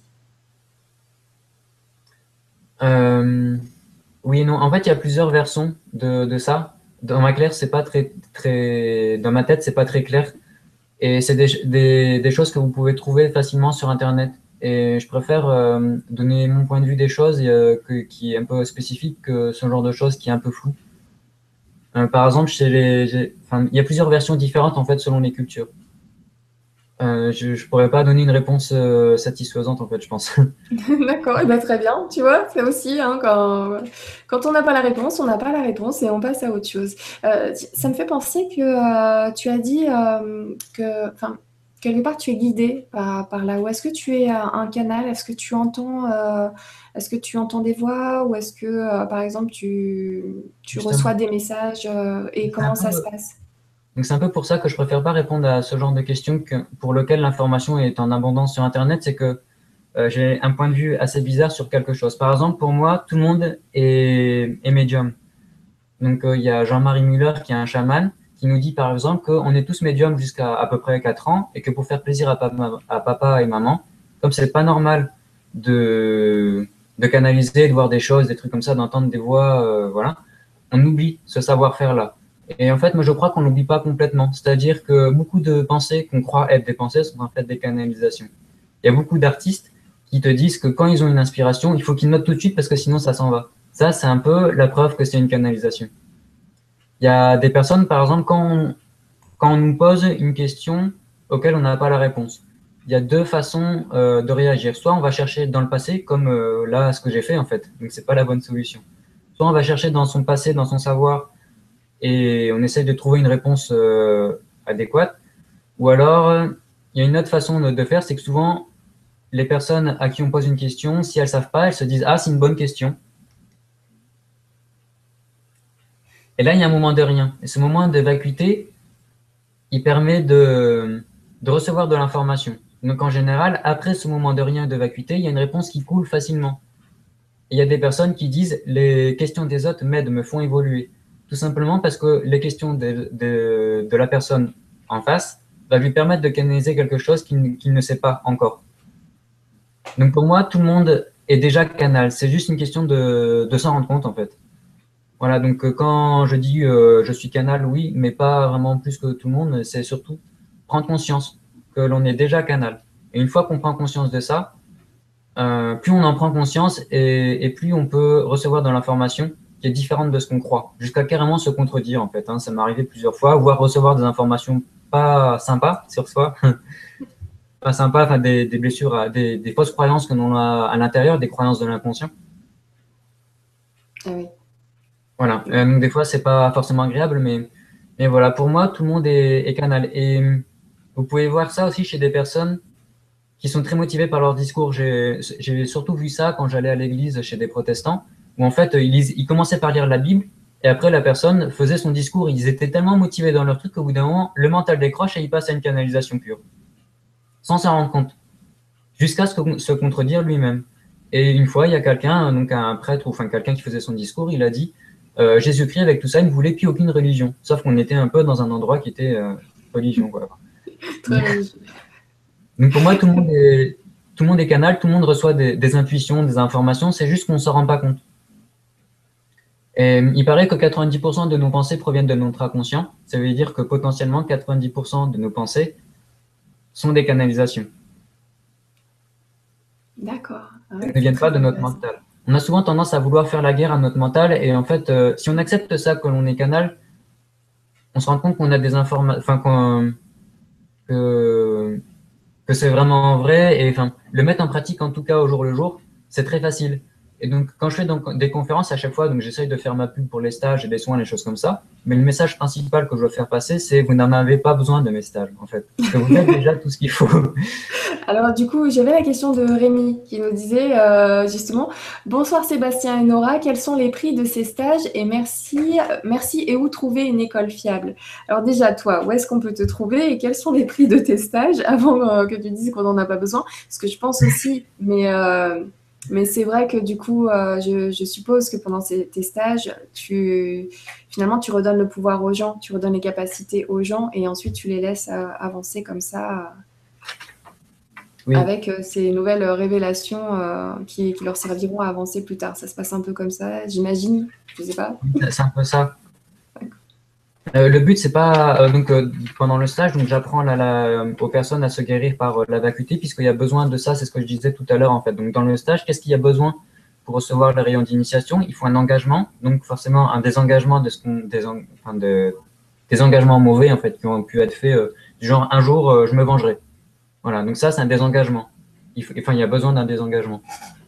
Euh, oui et non. En fait, il y a plusieurs versions de, de ça. Dans ma claire, c'est pas très, très, dans ma tête, c'est pas très clair. Et c'est des, des, des choses que vous pouvez trouver facilement sur Internet. Et je préfère euh, donner mon point de vue des choses euh, que, qui est un peu spécifique que ce genre de choses qui est un peu flou. Euh, par exemple, chez les, j'ai- enfin, il y a plusieurs versions différentes en fait selon les cultures. Euh, je, je pourrais pas donner une réponse euh, satisfaisante en fait, je pense. D'accord, eh ben, très bien. Tu vois, c'est aussi, hein, quand, quand on n'a pas la réponse, on n'a pas la réponse et on passe à autre chose. Euh, ça me fait penser que euh, tu as dit euh, que, enfin, quelque part, tu es guidé par, par là. Ou est-ce que tu es un, un canal? Est-ce que tu entends, euh, est-ce que tu entends des voix? Ou est-ce que, euh, par exemple, tu, tu reçois Justement. des messages euh, et C'est un comment ça se peu, passe? donc c'est un peu pour ça que je préfère pas répondre à ce genre de questions que, pour lequel l'information est en abondance sur Internet, c'est que euh, j'ai un point de vue assez bizarre sur quelque chose. Par exemple, pour moi, tout le monde est, est médium. Donc euh, il y a Jean-Marie Muller qui est un chaman qui nous dit par exemple qu'on est tous médiums jusqu'à à peu près quatre ans et que pour faire plaisir à papa, à papa et maman, comme c'est pas normal de, de canaliser, de voir des choses, des trucs comme ça, d'entendre des voix, euh, voilà, on oublie ce savoir-faire-là. Et en fait, moi je crois qu'on l'oublie pas complètement. C'est-à-dire que beaucoup de pensées qu'on croit être des pensées sont en fait des canalisations. Il y a beaucoup d'artistes qui te disent que quand ils ont une inspiration, il faut qu'ils notent tout de suite parce que sinon ça s'en va. Ça, c'est un peu la preuve que c'est une canalisation. Il y a des personnes, par exemple, quand on, quand on nous pose une question auquel on n'a pas la réponse, il y a deux façons euh, de réagir. Soit on va chercher dans le passé, comme euh, là, ce que j'ai fait en fait, donc c'est pas la bonne solution. Soit on va chercher dans son passé, dans son savoir, et on essaie de trouver une réponse euh, adéquate. Ou alors, euh, il y a une autre façon de, de faire, c'est que souvent, les personnes à qui on pose une question, si elles savent pas, elles se disent ah c'est une bonne question. Et là, il y a un moment de rien. Et ce moment de vacuité, il permet de, de recevoir de l'information. Donc en général, après ce moment de rien de vacuité, il y a une réponse qui coule facilement. Et il y a des personnes qui disent les questions des autres m'aident, me font évoluer. Tout simplement parce que les questions de, de, de la personne en face va lui permettre de canaliser quelque chose qu'il qu'il ne sait pas encore. Donc pour moi, tout le monde est déjà canal. C'est juste une question de, de s'en rendre compte en fait. Voilà, donc euh, quand je dis euh, je suis canal, oui, mais pas vraiment plus que tout le monde, c'est surtout prendre conscience que l'on est déjà canal. Et une fois qu'on prend conscience de ça, euh, plus on en prend conscience et, et plus on peut recevoir de l'information qui est différente de ce qu'on croit, jusqu'à carrément se contredire en fait. Hein. Ça m'est arrivé plusieurs fois, voire recevoir des informations pas sympas sur soi, pas sympas, enfin des, des blessures, des, des fausses croyances que l'on a à l'intérieur, des croyances de l'inconscient. Ah oui. Voilà. Euh, donc des fois, c'est pas forcément agréable, mais, mais voilà, pour moi, tout le monde est, est canal. Et euh, vous pouvez voir ça aussi chez des personnes qui sont très motivées par leur discours. J'ai j'ai surtout vu ça quand j'allais à l'église chez des protestants, où en fait, ils, lisent- ils commençaient par lire la Bible, et après, la personne faisait son discours. Ils étaient tellement motivés dans leur truc qu'au bout d'un moment, le mental décroche et ils passent à une canalisation pure, sans s'en rendre compte, jusqu'à se, se contredire lui-même. Et une fois, il y a quelqu'un, donc un prêtre ou enfin quelqu'un qui faisait son discours, il a dit euh, Jésus-Christ avec tout ça, il ne voulait plus aucune religion. Sauf qu'on était un peu dans un endroit qui était euh, religion. Quoi. Très religieux. Donc pour moi, tout le monde est, tout le monde est canal, tout le monde reçoit des, des intuitions, des informations. C'est juste qu'on ne s'en rend pas compte. Et il paraît que quatre-vingt-dix pour cent de nos pensées proviennent de notre inconscient. Ça veut dire que potentiellement quatre-vingt-dix pour cent de nos pensées sont des canalisations. D'accord. Ah Elles ouais, ne c'est viennent pas très de notre intéressant. mental. On a souvent tendance à vouloir faire la guerre à notre mental, et en fait, euh, si on accepte ça, que l'on est canal, on se rend compte qu'on a des informations, enfin, qu'on- que, que c'est vraiment vrai, et enfin, le mettre en pratique, en tout cas au jour le jour, c'est très facile. Et donc, quand je fais donc des conférences à chaque fois, donc j'essaye de faire ma pub pour les stages et les soins, les choses comme ça. Mais le message principal que je dois faire passer, c'est vous n'en avez pas besoin de mes stages, en fait. Parce que vous faites déjà tout ce qu'il faut. Alors du coup, j'avais la question de Rémi qui nous disait euh, justement, bonsoir Sébastien et Nora, quels sont les prix de ces stages et merci, merci et où trouver une école fiable? Alors déjà, toi, où est-ce qu'on peut te trouver et quels sont les prix de tes stages avant euh, que tu dises qu'on n'en a pas besoin? Parce que je pense aussi, mais, euh, mais c'est vrai que du coup, euh, je, je suppose que pendant ces, tes stages, tu, finalement, tu redonnes le pouvoir aux gens, tu redonnes les capacités aux gens et ensuite tu les laisses euh, avancer comme ça. Oui, Avec euh, ces nouvelles révélations euh, qui, qui leur serviront à avancer plus tard. Ça se passe un peu comme ça, j'imagine. Je sais pas. c'est un peu ça. Euh, le but, c'est pas euh, donc euh, pendant le stage, donc j'apprends la, la- aux personnes à se guérir par euh, la vacuité, puisqu'il y a besoin de ça. C'est ce que je disais tout à l'heure en fait. Donc dans le stage, qu'est-ce qu'il y a besoin pour recevoir les rayons d'initiation? Il faut un engagement, donc forcément un désengagement de ce qu'on, des, en- enfin de, des engagements mauvais en fait qui ont pu être faits, euh, du genre un jour euh, je me vengerai. Voilà. Donc ça, c'est un désengagement. Il faut, enfin, il y a besoin d'un désengagement.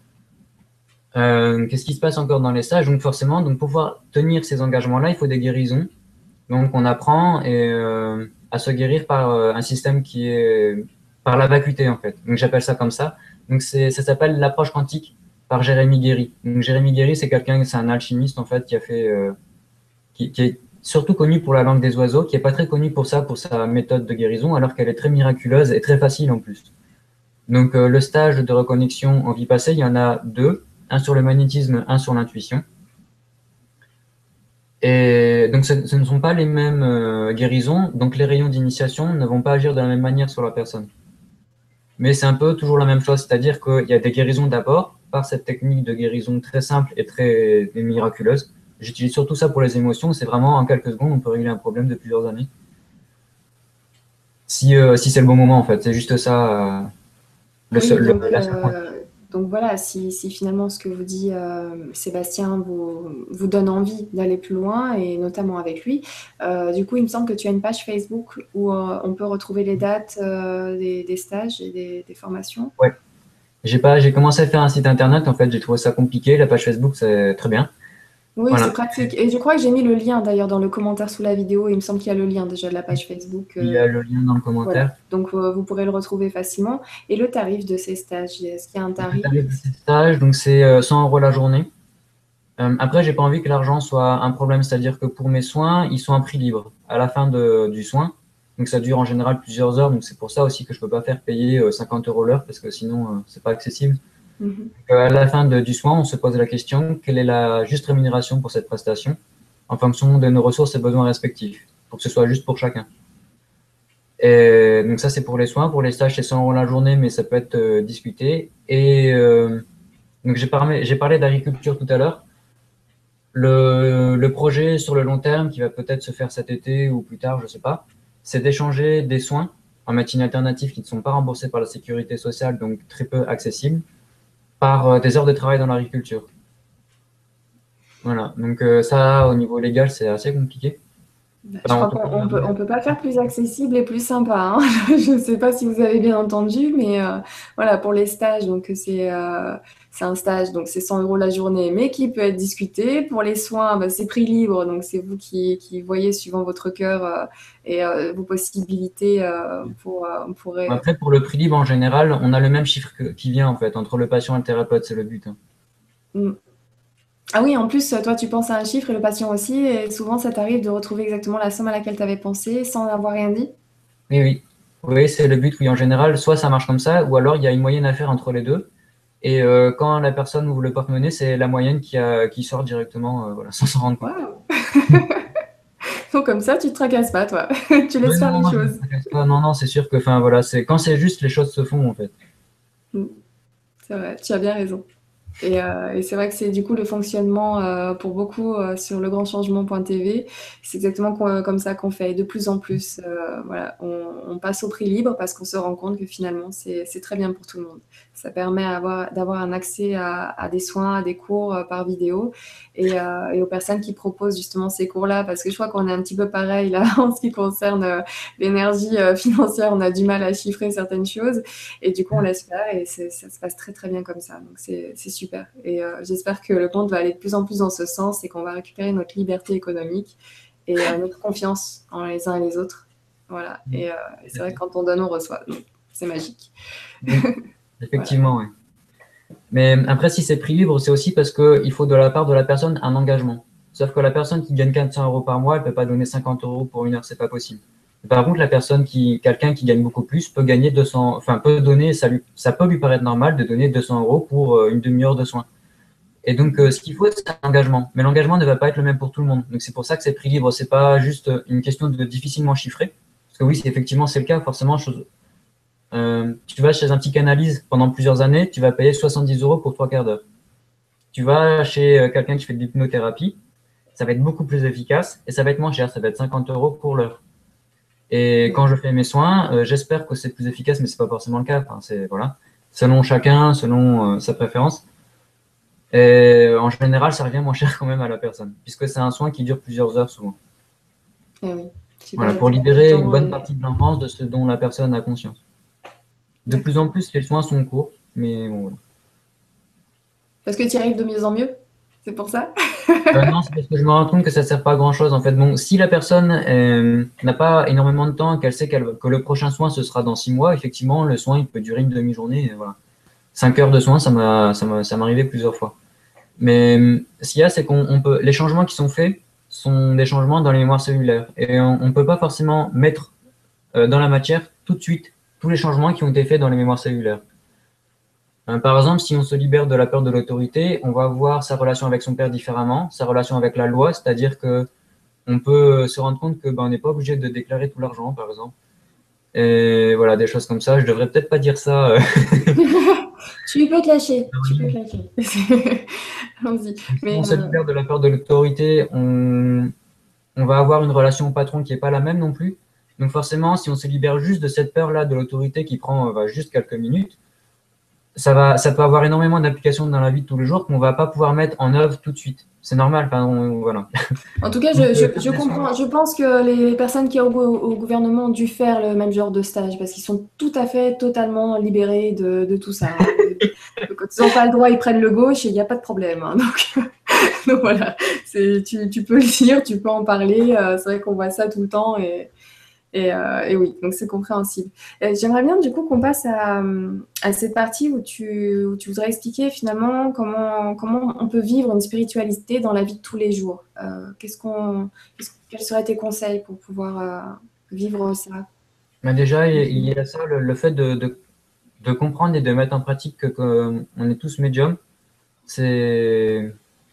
Euh, qu'est-ce qui se passe encore dans les stages? Donc forcément, donc pour pouvoir tenir ces engagements-là, il faut des guérisons. Donc, on apprend et, euh, à se guérir par euh, un système qui est par la vacuité, en fait. Donc, j'appelle ça comme ça. Donc, c'est, ça s'appelle l'approche quantique par Jérémy Guéry. Donc, Jérémy Guéry, c'est quelqu'un, c'est un alchimiste, en fait, qui a fait, euh, qui, qui est surtout connu pour la langue des oiseaux, qui est pas très connu pour ça, pour sa méthode de guérison, alors qu'elle est très miraculeuse et très facile en plus. Donc, euh, le stage de reconnexion en vie passée, il y en a deux, un sur le magnétisme, un sur l'intuition. Et donc, ce, ce ne sont pas les mêmes euh, guérisons, donc les rayons d'initiation ne vont pas agir de la même manière sur la personne. Mais c'est un peu toujours la même chose, c'est-à-dire qu'il y a des guérisons d'abord, par cette technique de guérison très simple et très et miraculeuse. J'utilise surtout ça pour les émotions, c'est vraiment en quelques secondes, on peut régler un problème de plusieurs années. Si, euh, si c'est le bon moment, en fait, c'est juste ça, euh, le Oui, seul, le- donc, la seule point. euh, donc voilà, si, si finalement ce que vous dit euh, Sébastien vous, vous donne envie d'aller plus loin, et notamment avec lui, euh, du coup, il me semble que tu as une page Facebook où euh, on peut retrouver les dates euh, des, des stages et des, des formations. Ouais. J'ai pas, j'ai commencé à faire un site internet, en fait, j'ai trouvé ça compliqué, la page Facebook, c'est très bien. Oui, c'est Voilà. pratique. Et je crois que j'ai mis le lien d'ailleurs dans le commentaire sous la vidéo. Il me semble qu'il y a le lien déjà de la page Facebook. Il y euh, a le lien dans le Voilà, commentaire. donc euh, vous pourrez le retrouver facilement. Et le tarif de ces stages, est-ce qu'il y a un Le tarif de tarif? ces stages, donc c'est euh, cent euros la journée. Euh, après, j'ai pas envie que l'argent soit un problème, c'est-à-dire que pour mes soins, ils sont à prix libre à la fin de, du soin. Donc ça dure en général plusieurs heures, donc c'est pour ça aussi que je peux pas faire payer euh, cinquante euros l'heure parce que sinon euh, c'est pas accessible. Mhm. Donc, euh, à la fin de- du soin, on se pose la question quelle est la juste rémunération pour cette prestation en fonction de nos ressources et besoins respectifs, pour que ce soit juste pour chacun. Et donc ça c'est pour les soins, pour les stages c'est cent euros la journée, mais ça peut être euh, discuté. Et euh, donc j'ai parlé, j'ai parlé d'agriculture tout à l'heure. Le, le projet sur le long terme, qui va peut-être se faire cet été ou plus tard, je ne sais pas, c'est d'échanger des soins en médecine alternative qui ne sont pas remboursés par la sécurité sociale, donc très peu accessibles, par euh, des heures de travail dans l'agriculture. Voilà, donc euh, ça, au niveau légal, c'est assez compliqué. Je Enfin, en crois tout cas, qu'on on peut, on peut pas faire plus accessible et plus sympa, hein. Je ne sais pas si vous avez bien entendu, mais euh, voilà, pour les stages, donc c'est euh, c'est un stage, donc c'est cent euros la journée, mais qui peut être discuté. Pour les soins, bah, c'est prix libre, donc c'est vous qui, qui voyez suivant votre cœur euh, et euh, vos possibilités euh, pour, euh, pour... après, pour le prix libre, en général, on a le même chiffre que- qui vient, en fait, entre le patient et le thérapeute, c'est le but, hein. Mm. Ah oui, en plus, toi, tu penses à un chiffre et le patient aussi, et souvent, ça t'arrive de retrouver exactement la somme à laquelle tu avais pensé sans avoir rien dit. Oui, oui. Oui, c'est le but, oui, en général, soit ça marche comme ça, ou alors il y a une moyenne à faire entre les deux. Et euh, quand la personne ouvre le porte-monnaie, c'est la moyenne qui, a, qui sort directement, euh, voilà, sans s'en rendre compte. Waouh! Donc comme ça, tu te tracasses pas, toi. Tu Ouais, laisses faire non, les non, je me choses. tracasse pas. Non, non, c'est sûr que, enfin, voilà, c'est quand c'est juste, les choses se font, en fait. Mm. C'est vrai, tu as bien raison. Et, euh, et c'est vrai que c'est du coup le fonctionnement euh, pour beaucoup euh, sur legrandchangement point t v. C'est exactement co- comme ça qu'on fait. Et de plus en plus, euh, voilà, on, on passe au prix libre parce qu'on se rend compte que finalement, c'est c'est très bien pour tout le monde. Ça permet avoir, d'avoir un accès à, à des soins, à des cours euh, par vidéo et, euh, et aux personnes qui proposent justement ces cours-là, parce que je crois qu'on est un petit peu pareil là en ce qui concerne euh, l'énergie euh, financière, on a du mal à chiffrer certaines choses et du coup on laisse faire et ça se passe très très bien comme ça, donc c'est super. Et euh, j'espère que le monde va aller de plus en plus dans ce sens et qu'on va récupérer notre liberté économique et euh, notre confiance en les uns et les autres. Voilà, et, euh, et c'est vrai que quand on donne, on reçoit, c'est magique. Oui, effectivement, voilà. Oui. Mais après, si c'est prix libre, c'est aussi parce qu'il faut de la part de la personne un engagement. Sauf que la personne qui gagne quatre cents euros par mois, elle ne peut pas donner cinquante euros pour une heure, c'est pas possible. Par contre, la personne qui, quelqu'un qui gagne beaucoup plus peut gagner deux cents, enfin peut donner, ça, lui, ça peut lui paraître normal de donner deux cents euros pour une demi-heure de soins. Et donc, euh, ce qu'il faut, c'est un engagement. Mais l'engagement ne va pas être le même pour tout le monde. Donc, c'est pour ça que c'est prix libre. C'est pas juste une question de difficilement chiffrer. Parce que oui, effectivement, c'est le cas. Forcément, chose, euh, tu vas chez un psychanalyse pendant plusieurs années, tu vas payer soixante-dix euros pour trois quarts d'heure. Tu vas chez quelqu'un qui fait de l'hypnothérapie, ça va être beaucoup plus efficace et ça va être moins cher. Ça va être cinquante euros pour l'heure. Et quand je fais mes soins, euh, j'espère que c'est plus efficace, mais c'est pas forcément le cas. Enfin, c'est voilà, selon chacun, selon euh, sa préférence. Et en général, ça revient moins cher quand même à la personne, puisque c'est un soin qui dure plusieurs heures souvent. Eh oui, voilà, pour libérer une bonne partie de l'enfance de ce dont la personne a conscience. De plus en plus, les soins sont courts, mais bon. Voilà. Parce que tu y arrives de mieux en mieux, c'est pour ça. euh, Non, c'est parce que je me rends compte que ça ne sert pas à grand-chose. En fait, bon, si la personne euh, n'a pas énormément de temps, qu'elle sait qu'elle, que le prochain soin, ce sera dans six mois, effectivement, le soin, il peut durer une demi-journée. Voilà. Cinq heures de soin, ça m'est arrivé plusieurs fois. Mais ce qu'il y a, c'est qu'on peut, les changements qui sont faits sont des changements dans les mémoires cellulaires. Et on ne peut pas forcément mettre euh, dans la matière tout de suite tous les changements qui ont été faits dans les mémoires cellulaires. Euh, par exemple, si on se libère de la peur de l'autorité, on va voir sa relation avec son père différemment, sa relation avec la loi, c'est-à-dire que on peut se rendre compte que ben, on n'est pas obligé de déclarer tout l'argent, par exemple. Et voilà, des choses comme ça. Je devrais peut-être pas dire ça. Euh... Tu peux te lâcher. Tu peux te lâcher. Si Mais on euh... se libère de la peur de l'autorité, on... on va avoir une relation au patron qui n'est pas la même non plus. Donc forcément, si on se libère juste de cette peur-là de l'autorité qui prend bah, juste quelques minutes, ça, va, ça peut avoir énormément d'applications dans la vie de tous les jours qu'on ne va pas pouvoir mettre en œuvre tout de suite. C'est normal. Enfin, on, voilà. En tout cas, je, je, je comprends. Je pense que les personnes qui au, au gouvernement ont dû faire le même genre de stage parce qu'ils sont tout à fait, totalement libérés de, de tout ça. Quand ils n'ont pas le droit, ils prennent le gauche et il n'y a pas de problème. Hein. Donc, donc voilà, tu, tu peux le dire, tu peux en parler. C'est vrai qu'on voit ça tout le temps et, et, euh, et oui, donc c'est compréhensible. J'aimerais bien du coup qu'on passe à, à cette partie où tu, où tu voudrais expliquer finalement comment, comment on peut vivre une spiritualité dans la vie de tous les jours. Euh, qu'est-ce qu'on, qu'est-ce, quels seraient tes conseils pour pouvoir euh, vivre ça? Mais déjà, il y a ça, le, le fait de, de, de comprendre et de mettre en pratique que, que on est tous médiums, c'est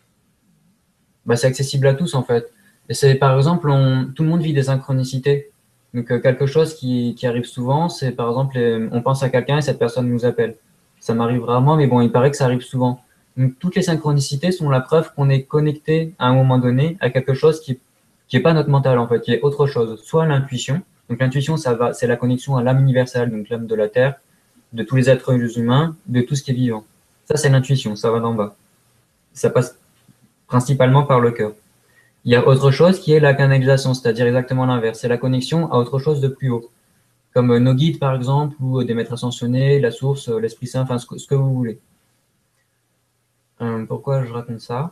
bah, c'est accessible à tous en fait. Et c'est par exemple, on, tout le monde vit des synchronicités. Donc euh, quelque chose qui, qui arrive souvent, c'est par exemple, les, on pense à quelqu'un et cette personne nous appelle. Ça m'arrive rarement, mais bon, il paraît que ça arrive souvent. Donc toutes les synchronicités sont la preuve qu'on est connecté à un moment donné à quelque chose qui qui est pas notre mental en fait, qui est autre chose. Soit l'intuition. Donc l'intuition, ça va, c'est la connexion à l'âme universelle, donc l'âme de la terre, de tous les êtres humains, de tout ce qui est vivant. Ça, c'est l'intuition, ça va d'en bas. Ça passe principalement par le cœur. Il y a autre chose qui est la canalisation, c'est-à-dire exactement l'inverse. C'est la connexion à autre chose de plus haut, comme nos guides par exemple, ou des maîtres ascensionnés, la source, l'Esprit Saint, enfin ce que, ce que vous voulez. Euh, pourquoi je raconte ça?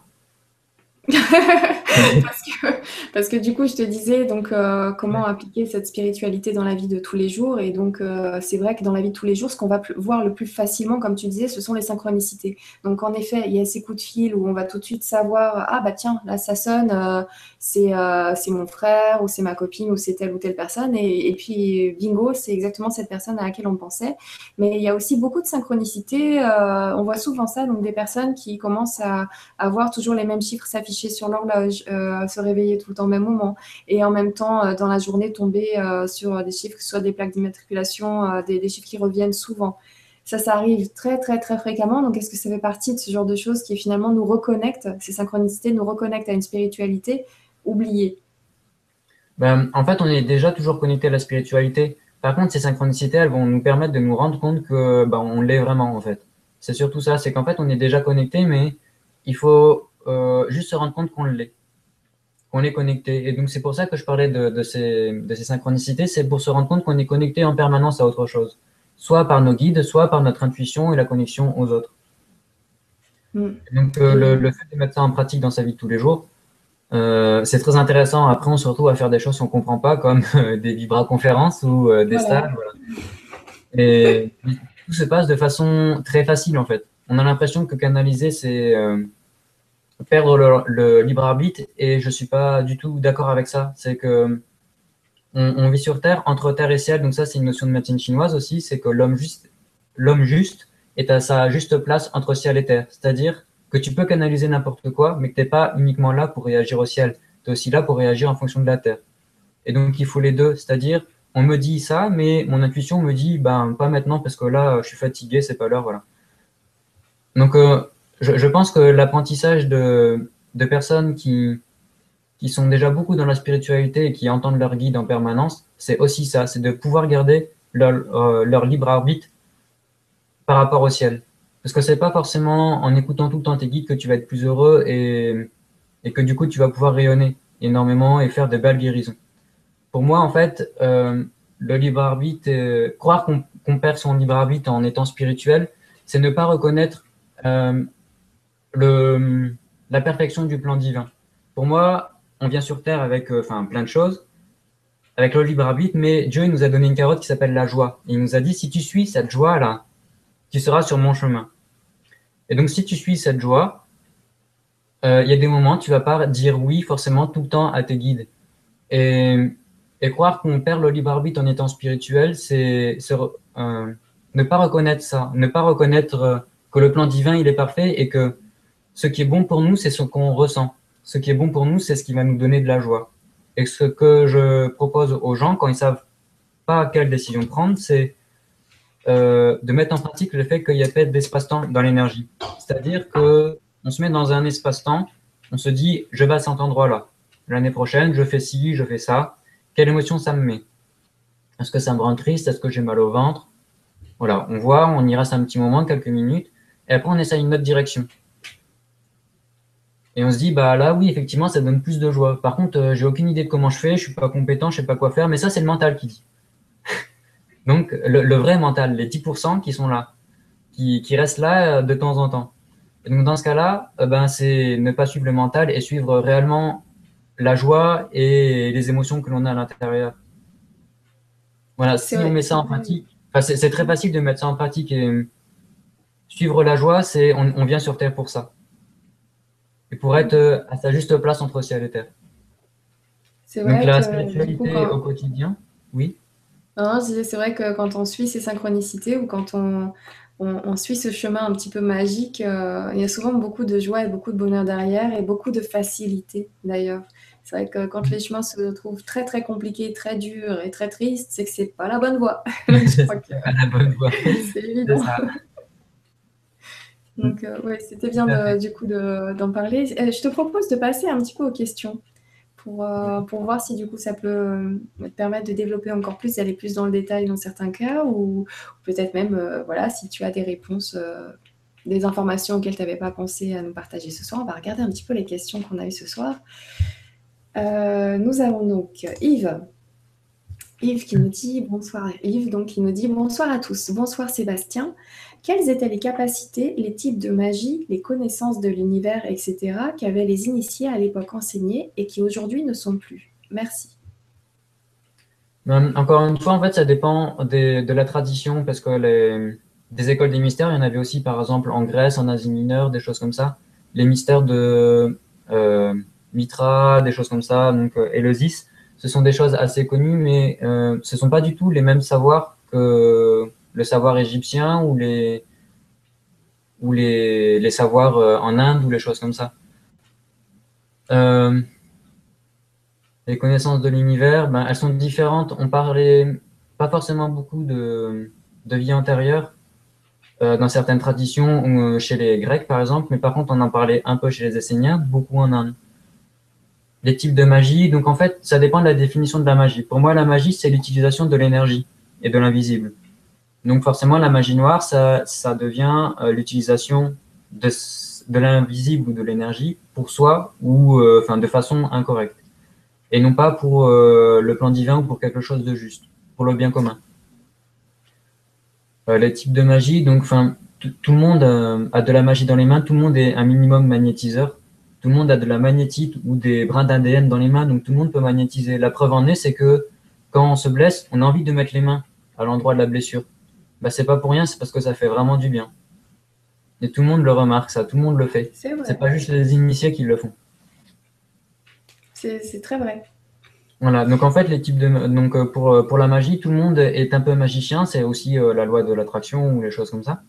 parce, que, parce que du coup, je te disais donc euh, comment ouais. appliquer cette spiritualité dans la vie de tous les jours. Et donc, euh, c'est vrai que dans la vie de tous les jours, ce qu'on va voir le plus facilement, comme tu disais, ce sont les synchronicités. Donc, en effet, il y a ces coups de fil où on va tout de suite savoir, ah bah tiens, là, ça sonne, euh, c'est euh, mon frère, ou c'est ma copine, ou c'est telle ou telle personne. Et, et puis, bingo, c'est exactement cette personne à laquelle on pensait. Mais il y a aussi beaucoup de synchronicités. Euh, on voit souvent ça, donc des personnes qui commencent à, à voir toujours les mêmes chiffres s'afficher sur l'horloge, euh, se réveiller tout le temps au même moment et en même temps, euh, dans la journée, tomber euh, sur des chiffres, que ce soit des plaques d'immatriculation, euh, des, des chiffres qui reviennent souvent. Ça, ça arrive très, très, très fréquemment. Donc, est-ce que ça fait partie de ce genre de choses qui finalement nous reconnectent, ces synchronicités nous reconnectent à une spiritualité oubliée? Ben, en fait, on est déjà toujours connecté à la spiritualité Par contre, ces synchronicités, elles vont nous permettre de nous rendre compte que bah, on l'est vraiment, en fait. C'est surtout ça, c'est qu'en fait, on est déjà connecté, mais il faut euh, juste se rendre compte qu'on l'est, qu'on est connecté. Et donc, c'est pour ça que je parlais de, de, ces, de ces synchronicités, c'est pour se rendre compte qu'on est connecté en permanence à autre chose, soit par nos guides, soit par notre intuition et la connexion aux autres. Mm. Donc, euh, le, le fait de mettre ça en pratique dans sa vie de tous les jours, euh, c'est très intéressant. Après, on se retrouve à faire des choses qu'on ne comprend pas, comme euh, des vibra-conférences ou euh, des Voilà. stages. Voilà. Et tout se passe de façon très facile, en fait. On a l'impression que canaliser, c'est euh, perdre le, le libre arbitre, et je ne suis pas du tout d'accord avec ça. C'est que on, on vit sur Terre, entre Terre et ciel, donc ça, c'est une notion de médecine chinoise aussi, c'est que l'homme juste, l'homme juste est à sa juste place entre ciel et terre. C'est-à-dire que tu peux canaliser n'importe quoi, mais que tu n'es pas uniquement là pour réagir au ciel. Tu es aussi là pour réagir en fonction de la terre. Et donc, il faut les deux. C'est-à-dire, on me dit ça, mais mon intuition me dit, ben, pas maintenant parce que là, je suis fatigué, c'est pas l'heure, voilà. Donc, euh, je, je pense que l'apprentissage de, de personnes qui, qui sont déjà beaucoup dans la spiritualité et qui entendent leur guide en permanence, c'est aussi ça, c'est de pouvoir garder leur, euh, leur libre arbitre par rapport au ciel. Parce que c'est pas forcément en écoutant tout le temps tes guides que tu vas être plus heureux et, et que du coup tu vas pouvoir rayonner énormément et faire de belles guérisons. Pour moi, en fait, euh, le libre arbitre, euh, croire qu'on qu'on perd son libre arbitre en étant spirituel, c'est ne pas reconnaître euh, le, la perfection du plan divin. Pour moi, on vient sur Terre avec euh, enfin, plein de choses, avec le libre arbitre, mais Dieu il nous a donné une carotte qui s'appelle la joie. Il nous a dit, si tu suis cette joie-là, tu seras sur mon chemin. Et donc, si tu suis cette joie, euh, il y a des moments, tu vas pas dire oui forcément tout le temps à tes guides. Et, et croire qu'on perd le libre arbitre en étant spirituel, c'est euh, ne pas reconnaître ça, ne pas reconnaître euh, que le plan divin, il est parfait et que ce qui est bon pour nous, c'est ce qu'on ressent. Ce qui est bon pour nous, c'est ce qui va nous donner de la joie. Et ce que je propose aux gens, quand ils savent pas quelle décision prendre, c'est euh, de mettre en pratique le fait qu'il n'y a pas d'espace-temps dans l'énergie. C'est-à-dire que on se met dans un espace-temps, on se dit, je vais à cet endroit-là. L'année prochaine, je fais ci, je fais ça. Quelle émotion ça me met? Est-ce que ça me rend triste? Est-ce que j'ai mal au ventre? Voilà, on voit, on y reste un petit moment, quelques minutes, et après on essaye une autre direction. Et on se dit, bah là, oui, effectivement, ça donne plus de joie. Par contre, euh, j'ai aucune idée de comment je fais, je suis pas compétent, je sais pas quoi faire, mais ça, c'est le mental qui dit. Donc, le, le vrai mental, les dix pour cent qui sont là, qui, qui restent là euh, de temps en temps. Et donc, dans ce cas-là, euh, ben, c'est ne pas suivre le mental et suivre réellement la joie et les émotions que l'on a à l'intérieur. Voilà, si on met ça en pratique, enfin, c'est très facile de mettre ça en pratique et euh, suivre la joie, c'est on, on vient sur Terre pour ça. Et pour être euh, à sa juste place entre ciel et terre. Donc la spiritualité coup, quand... au quotidien, oui. C'est vrai que quand on suit ces synchronicités ou quand on, on, on suit ce chemin un petit peu magique, euh, il y a souvent beaucoup de joie et beaucoup de bonheur derrière et beaucoup de facilité d'ailleurs. C'est vrai que quand les chemins se trouvent très très compliqués, très durs et très tristes, c'est que c'est pas la bonne voie. Je crois que pas la bonne voie. C'est évident. Donc euh, ouais, c'était bien de, du coup d'en parler. Je te propose de passer un petit peu aux questions pour, euh, pour voir si du coup ça peut te permettre de développer encore plus, d'aller plus dans le détail dans certains cas, ou, ou peut-être même euh, voilà, si tu as des réponses, euh, des informations auxquelles tu n'avais pas pensé à nous partager ce soir. On va regarder un petit peu les questions qu'on a eues ce soir. Euh, nous avons donc Yves. Yves qui nous dit bonsoir Yves, donc qui nous dit bonsoir à tous. Bonsoir Sébastien. Quelles étaient les capacités, les types de magie, les connaissances de l'univers, et cetera qu'avaient les initiés à l'époque enseignés et qui aujourd'hui ne sont plus? Merci. Encore une fois, en fait, ça dépend des, de la tradition parce que les, des écoles des mystères, il y en avait aussi par exemple en Grèce, en Asie mineure, des choses comme ça. Les mystères de euh, Mitra, des choses comme ça, donc euh, Éleusis. Ce sont des choses assez connues, mais euh, ce ne sont pas du tout les mêmes savoirs que le savoir égyptien ou les, ou les, les savoirs euh, en Inde ou les choses comme ça. Euh, les connaissances de l'univers, ben, elles sont différentes. On parlait pas forcément beaucoup de, de vie antérieure euh, dans certaines traditions, ou euh, chez les Grecs par exemple, mais par contre on en parlait un peu chez les Esséniens, beaucoup en Inde. Les types de magie. Donc en fait, ça dépend de la définition de la magie. Pour moi, la magie, c'est l'utilisation de l'énergie. et de l'invisible. Donc forcément, la magie noire, ça, ça devient euh, l'utilisation de, de l'invisible ou de l'énergie pour soi ou euh, enfin, de façon incorrecte. Et non pas pour euh, le plan divin ou pour quelque chose de juste, pour le bien commun. Euh, les types de magie, donc enfin, tout le monde euh, a de la magie dans les mains, tout le monde est un minimum magnétiseur, tout le monde a de la magnétite ou des brins d'A D N dans les mains, donc tout le monde peut magnétiser. La preuve en est, c'est que quand on se blesse, on a envie de mettre les mains à l'endroit de la blessure. Bah, c'est pas pour rien, c'est parce que ça fait vraiment du bien. Et tout le monde le remarque, ça, tout le monde le fait. C'est vrai. C'est pas juste les initiés qui le font. C'est très vrai. Voilà, donc en fait, les types de, donc pour, pour la magie, tout le monde est un peu magicien, c'est aussi euh, la loi de l'attraction ou les choses comme ça.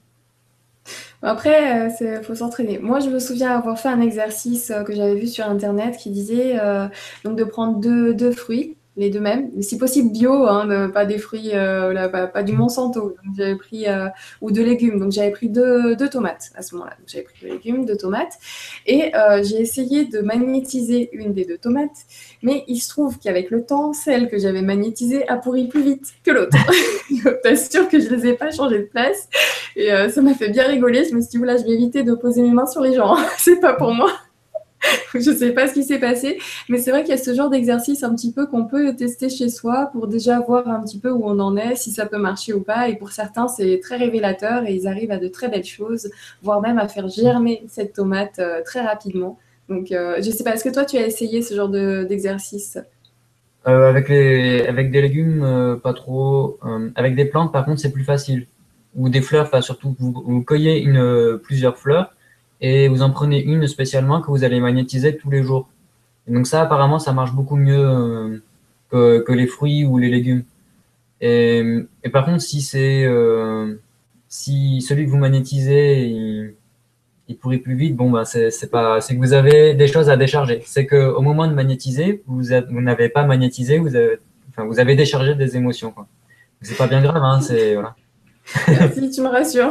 Après, il faut s'entraîner. Moi, je me souviens avoir fait un exercice euh, que j'avais vu sur Internet qui disait euh, donc de prendre deux, deux fruits, les deux mêmes, si possible bio, hein, de- pas des fruits, euh, là, pas, pas du Monsanto. Donc, j'avais pris, euh, ou de légumes. Donc, j'avais pris deux, deux tomates à ce moment-là. Donc, j'avais pris deux légumes, deux tomates. Et euh, j'ai essayé de magnétiser une des deux tomates. Mais il se trouve qu'avec le temps, celle que j'avais magnétisée a pourri plus vite que l'autre. Je t'assure que je ne les ai pas changées de place. Et euh, ça m'a fait bien rigoler. Je me suis dit, oula, je vais éviter de poser mes mains sur les gens. C'est pas pour moi. Je sais pas ce qui s'est passé. Mais c'est vrai qu'il y a ce genre d'exercice un petit peu qu'on peut tester chez soi pour déjà voir un petit peu où on en est, si ça peut marcher ou pas. Et pour certains, c'est très révélateur et ils arrivent à de très belles choses, voire même à faire germer cette tomate euh, très rapidement. Donc, euh, je sais pas, est-ce que toi, tu as essayé ce genre d'exercice? Euh, avec, les, avec des légumes, euh, pas trop. Euh, avec des plantes, par contre, c'est plus facile. Ou des fleurs, enfin, surtout, vous, vous cueillez une, euh, plusieurs fleurs et vous en prenez une spécialement que vous allez magnétiser tous les jours. Et donc ça, apparemment, ça marche beaucoup mieux euh, que, que les fruits ou les légumes. Et, et par contre, si c'est euh, si celui que vous magnétisez, il, il pourrit plus vite, bon bah c'est c'est pas c'est que vous avez des choses à décharger. C'est que au moment de magnétiser, vous avez- vous n'avez pas magnétisé, vous avez enfin vous avez déchargé des émotions quoi. C'est pas bien grave, hein, c'est voilà. Merci, tu me rassures.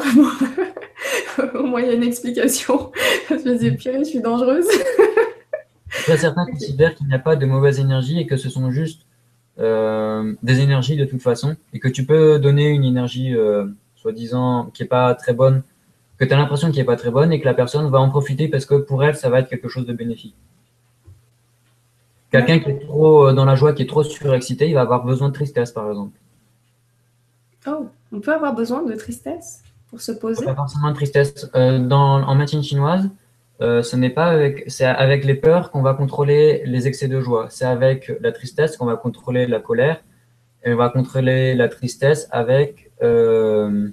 Au moins, il y a une explication. Je me disais, purée, je suis dangereuse. Après, certains considèrent qu'il n'y a pas de mauvaise énergie et que ce sont juste euh, des énergies de toute façon et que tu peux donner une énergie euh, soi-disant qui est pas très bonne, que tu as l'impression qui est pas très bonne et que la personne va en profiter parce que pour elle, ça va être quelque chose de bénéfique. Quelqu'un qui est trop euh, dans la joie, qui est trop surexcité, il va avoir besoin de tristesse, par exemple. Oh, on peut avoir besoin de tristesse pour se poser? Pas forcément de tristesse. Euh, dans, en médecine chinoise, euh, ce n'est pas avec, c'est avec les peurs qu'on va contrôler les excès de joie. C'est avec la tristesse qu'on va contrôler la colère. Et on va contrôler la tristesse avec, euh,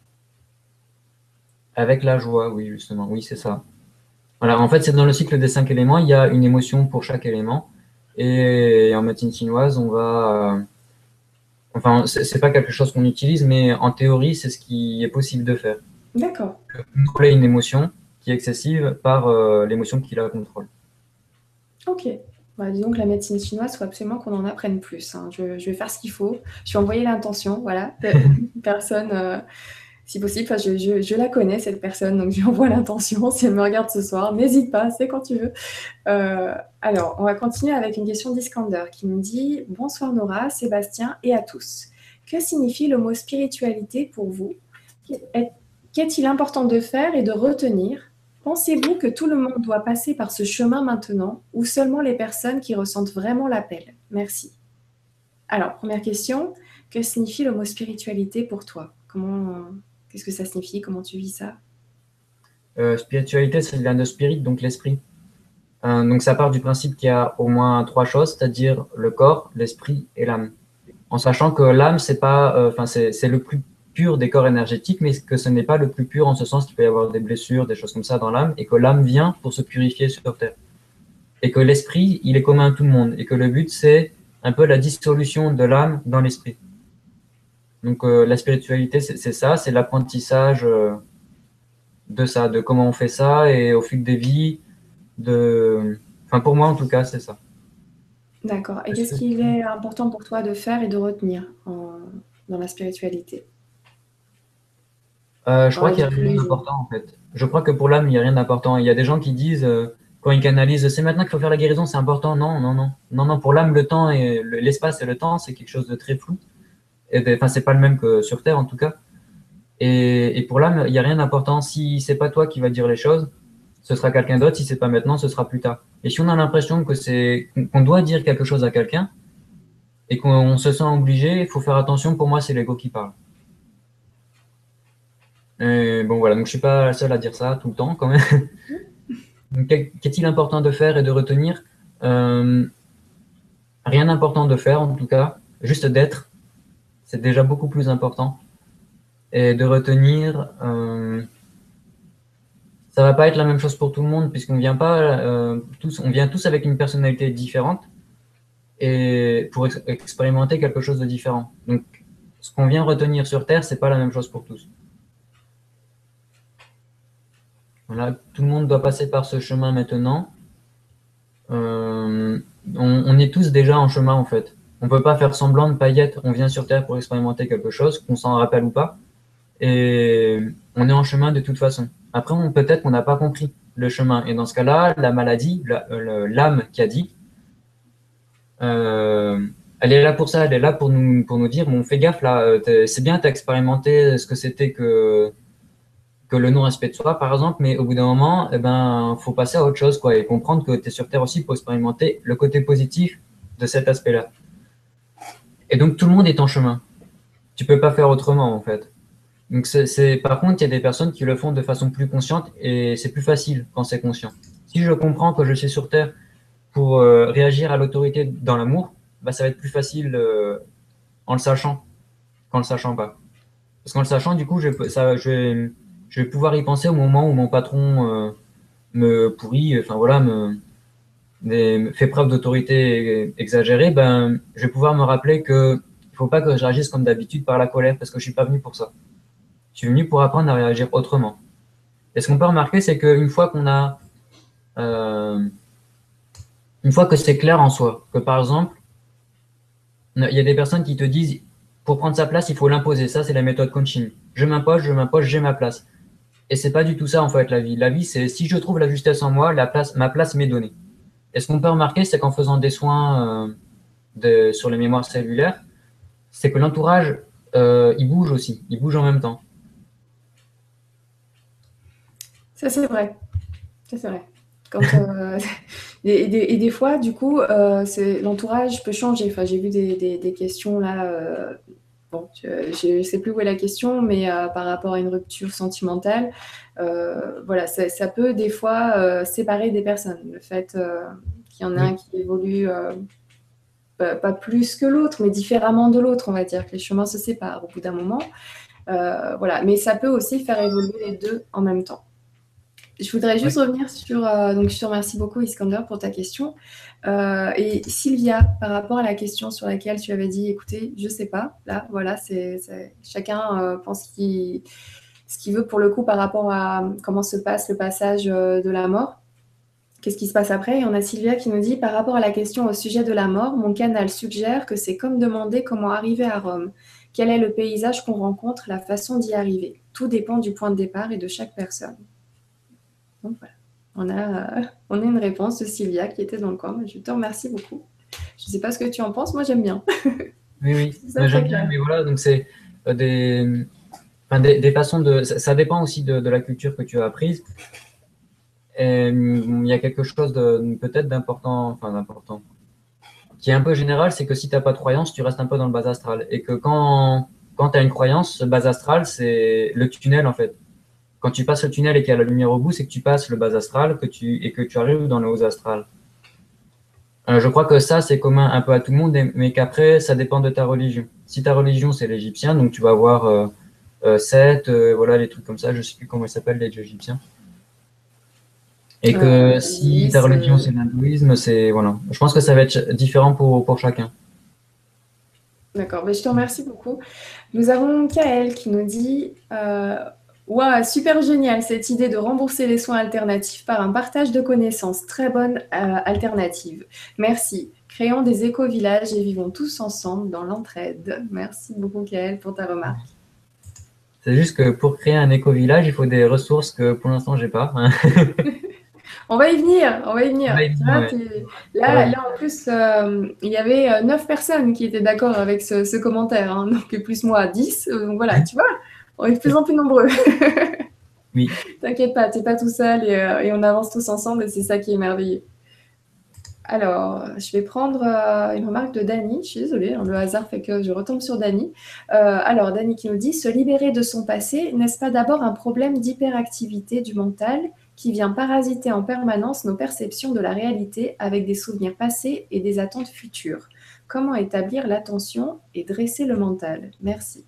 avec la joie, oui, justement. Oui, c'est ça. Voilà, en fait, c'est dans le cycle des cinq éléments, il y a une émotion pour chaque élément. Et en médecine chinoise, on va. Euh, enfin, c'est c'est pas quelque chose qu'on utilise, mais en théorie, c'est ce qui est possible de faire. D'accord. Contrôler une émotion qui est excessive par euh, l'émotion qui la contrôle. Ok. Bah, disons que la médecine chinoise, il faut absolument qu'on en apprenne plus, hein. Je, je vais faire ce qu'il faut. Je vais envoyer l'intention, voilà. Personne, euh, si possible, enfin, je, je, je la connais, cette personne, donc je lui envoie l'intention. Si elle me regarde ce soir, n'hésite pas, c'est quand tu veux. Euh, alors, on va continuer avec une question d'Iskander qui me dit « Bonsoir Nora, Sébastien et à tous. Que signifie le mot spiritualité pour vous? Qu'est-il important de faire et de retenir? Pensez-vous que tout le monde doit passer par ce chemin maintenant ou seulement les personnes qui ressentent vraiment l'appel? Merci. » Alors, première question, que signifie le mot spiritualité pour toi? Comment, qu'est-ce que ça signifie? Comment tu vis ça? Euh, spiritualité, c'est vient de spirit, donc l'esprit. Euh, donc ça part du principe qu'il y a au moins trois choses, c'est-à-dire le corps, l'esprit et l'âme. En sachant que l'âme, c'est pas, euh, enfin c'est c'est le plus pur des corps énergétiques, mais que ce n'est pas le plus pur en ce sens qu'il peut y avoir des blessures, des choses comme ça dans l'âme, et que l'âme vient pour se purifier sur Terre. Et que l'esprit, il est commun à tout le monde, et que le but, c'est un peu la dissolution de l'âme dans l'esprit. Donc euh, la spiritualité, c'est ça, c'est l'apprentissage euh, de ça, de comment on fait ça, et au fil des vies, de... Enfin pour moi en tout cas, c'est ça. D'accord. Et qu'est-ce qu'il est important pour toi de faire et de retenir en, dans la spiritualité? Euh, je crois qu'il n'y a rien d'important en fait. Je crois que pour l'âme, il n'y a rien d'important. Il y a des gens qui disent, euh, quand ils canalisent, c'est maintenant qu'il faut faire la guérison, c'est important. Non, non, non. Non, non, pour l'âme, le temps et l'espace et le temps, c'est quelque chose de très flou. Enfin, c'est pas le même que sur Terre, en tout cas. Et, et pour l'âme, il n'y a rien d'important. Si c'est pas toi qui va dire les choses, ce sera quelqu'un d'autre. Si c'est pas maintenant, ce sera plus tard. Et si on a l'impression que c'est qu'on doit dire quelque chose à quelqu'un et qu'on se sent obligé, il faut faire attention. Pour moi, c'est l'ego qui parle. Et bon, voilà. Donc, je suis pas seul à dire ça tout le temps, quand même. Qu'est-il important de faire et de retenir? euh, Rien d'important de faire, en tout cas. Juste d'être. C'est déjà beaucoup plus important. Et de retenir... Euh, ça va pas être la même chose pour tout le monde, puisqu'on vient pas euh, tous, on vient tous avec une personnalité différente et pour ex expérimenter quelque chose de différent. Donc, ce qu'on vient retenir sur Terre, c'est pas la même chose pour tous. Voilà, tout le monde doit passer par ce chemin maintenant. Euh, on, on est tous déjà en chemin en fait. On peut pas faire semblant de pas y être. On vient sur Terre pour expérimenter quelque chose, qu'on s'en rappelle ou pas, et on est en chemin de toute façon. Après, peut-être qu'on n'a pas compris le chemin. Et dans ce cas-là, la maladie, l'âme qui a dit, euh, elle est là pour ça, elle est là pour nous, pour nous dire, bon, fais gaffe là, c'est bien, tu as expérimenté ce que c'était que, que le non-respect de soi, par exemple, mais au bout d'un moment, eh ben, faut passer à autre chose, quoi, et comprendre que tu es sur Terre aussi pour expérimenter le côté positif de cet aspect-là. Et donc, tout le monde est en chemin. Tu peux pas faire autrement, en fait. Donc c'est, par contre, il y a des personnes qui le font de façon plus consciente et c'est plus facile quand c'est conscient. Si je comprends que je suis sur Terre pour euh, réagir à l'autorité dans l'amour, bah, ça va être plus facile euh, en le sachant qu'en le sachant pas. Parce qu'en le sachant, du coup, je, ça, je, vais, je vais pouvoir y penser au moment où mon patron euh, me pourrit, enfin voilà, me, me fait preuve d'autorité exagérée, ben, je vais pouvoir me rappeler que il faut pas que je réagisse comme d'habitude par la colère parce que je suis pas venu pour ça. Je suis venu pour apprendre à réagir autrement. Et ce qu'on peut remarquer, c'est qu'une fois qu'on a, euh, une fois que c'est clair en soi, que par exemple, il y a des personnes qui te disent, pour prendre sa place, il faut l'imposer. Ça, c'est la méthode coaching. Je m'impose, je m'impose, j'ai ma place. Et c'est pas du tout ça en fait la vie. La vie, c'est si je trouve la justesse en moi, la place, ma place m'est donnée. Et ce qu'on peut remarquer, c'est qu'en faisant des soins euh, de, sur les mémoires cellulaires, c'est que l'entourage, euh, il bouge aussi, il bouge en même temps. Ça, c'est vrai. Ça, c'est vrai. Quand, euh, et, et, des, et, des fois, du coup, euh, l'entourage peut changer. Enfin, j'ai vu des, des, des questions là. Euh, bon, je ne sais plus où est la question, mais euh, par rapport à une rupture sentimentale, euh, voilà, ça, ça peut des fois euh, séparer des personnes. Le fait euh, qu'il y en a oui. un qui évolue euh, pas, pas plus que l'autre, mais différemment de l'autre, on va dire que les chemins se séparent au bout d'un moment. Euh, voilà, mais ça peut aussi faire évoluer les deux en même temps. Je voudrais juste oui. revenir sur, euh, donc je te remercie beaucoup Iskander pour ta question. Euh, et Sylvia, par rapport à la question sur laquelle tu avais dit, écoutez, je sais pas, là, voilà, c'est chacun euh, pense qu'il, ce qu'il veut pour le coup par rapport à comment se passe le passage euh, de la mort. Qu'est-ce qui se passe après? Et on a Sylvia qui nous dit, par rapport à la question au sujet de la mort, mon canal suggère que c'est comme demander comment arriver à Rome. Quel est le paysage qu'on rencontre, la façon d'y arriver? Tout dépend du point de départ et de chaque personne. Donc voilà, on a, euh, on a une réponse de Sylvia qui était dans le coin. Je te remercie beaucoup. Je ne sais pas ce que tu en penses, moi j'aime bien. Oui, oui, j'aime bien, mais voilà, donc c'est euh, des, enfin, des, des façons de... Ça, ça dépend aussi de, de la culture que tu as apprise. Et, il y a quelque chose de peut-être d'important, enfin d'important, qui est un peu général, c'est que si tu n'as pas de croyance, tu restes un peu dans le bas astral. Et que quand, quand tu as une croyance, ce bas astral, c'est le tunnel en fait. Quand tu passes le tunnel et qu'il y a la lumière au bout, c'est que tu passes le bas astral que tu, et que tu arrives dans le haut astral. Euh, je crois que ça, c'est commun un peu à tout le monde, mais qu'après, ça dépend de ta religion. Si ta religion, c'est l'égyptien, donc tu vas avoir euh, euh, Seth, euh, voilà, les trucs comme ça, je ne sais plus comment ils s'appellent, les dieux égyptiens. Et que euh, si oui, ta religion, c'est l'hindouisme, c'est... Voilà. Je pense que ça va être différent pour, pour chacun. D'accord, je te remercie beaucoup. Nous avons Kael qui nous dit... Euh... Waouh, super génial cette idée de rembourser les soins alternatifs par un partage de connaissances. Très bonne euh, alternative. Merci. Créons des éco-villages et vivons tous ensemble dans l'entraide. Merci beaucoup, Kael, pour ta remarque. C'est juste que pour créer un éco-village, il faut des ressources que pour l'instant, je n'ai pas. On va y venir, on va y venir. Ouais, Tu vois, ouais. t'es- là, Euh, là, en plus, euh, il y avait euh, neuf personnes qui étaient d'accord avec ce, ce commentaire, hein, donc plus moi, dix. Euh, donc voilà, tu vois, on est de plus en plus nombreux. oui. T'inquiète pas, t'es pas tout seul et, euh, et on avance tous ensemble et c'est ça qui est merveilleux. Alors, je vais prendre euh, une remarque de Dany. Je suis désolée, hein, le hasard fait que je retombe sur Dany. Euh, alors, Dany qui nous dit, se libérer de son passé, n'est-ce pas d'abord un problème d'hyperactivité du mental qui vient parasiter en permanence nos perceptions de la réalité avec des souvenirs passés et des attentes futures? Comment établir l'attention et dresser le mental? Merci.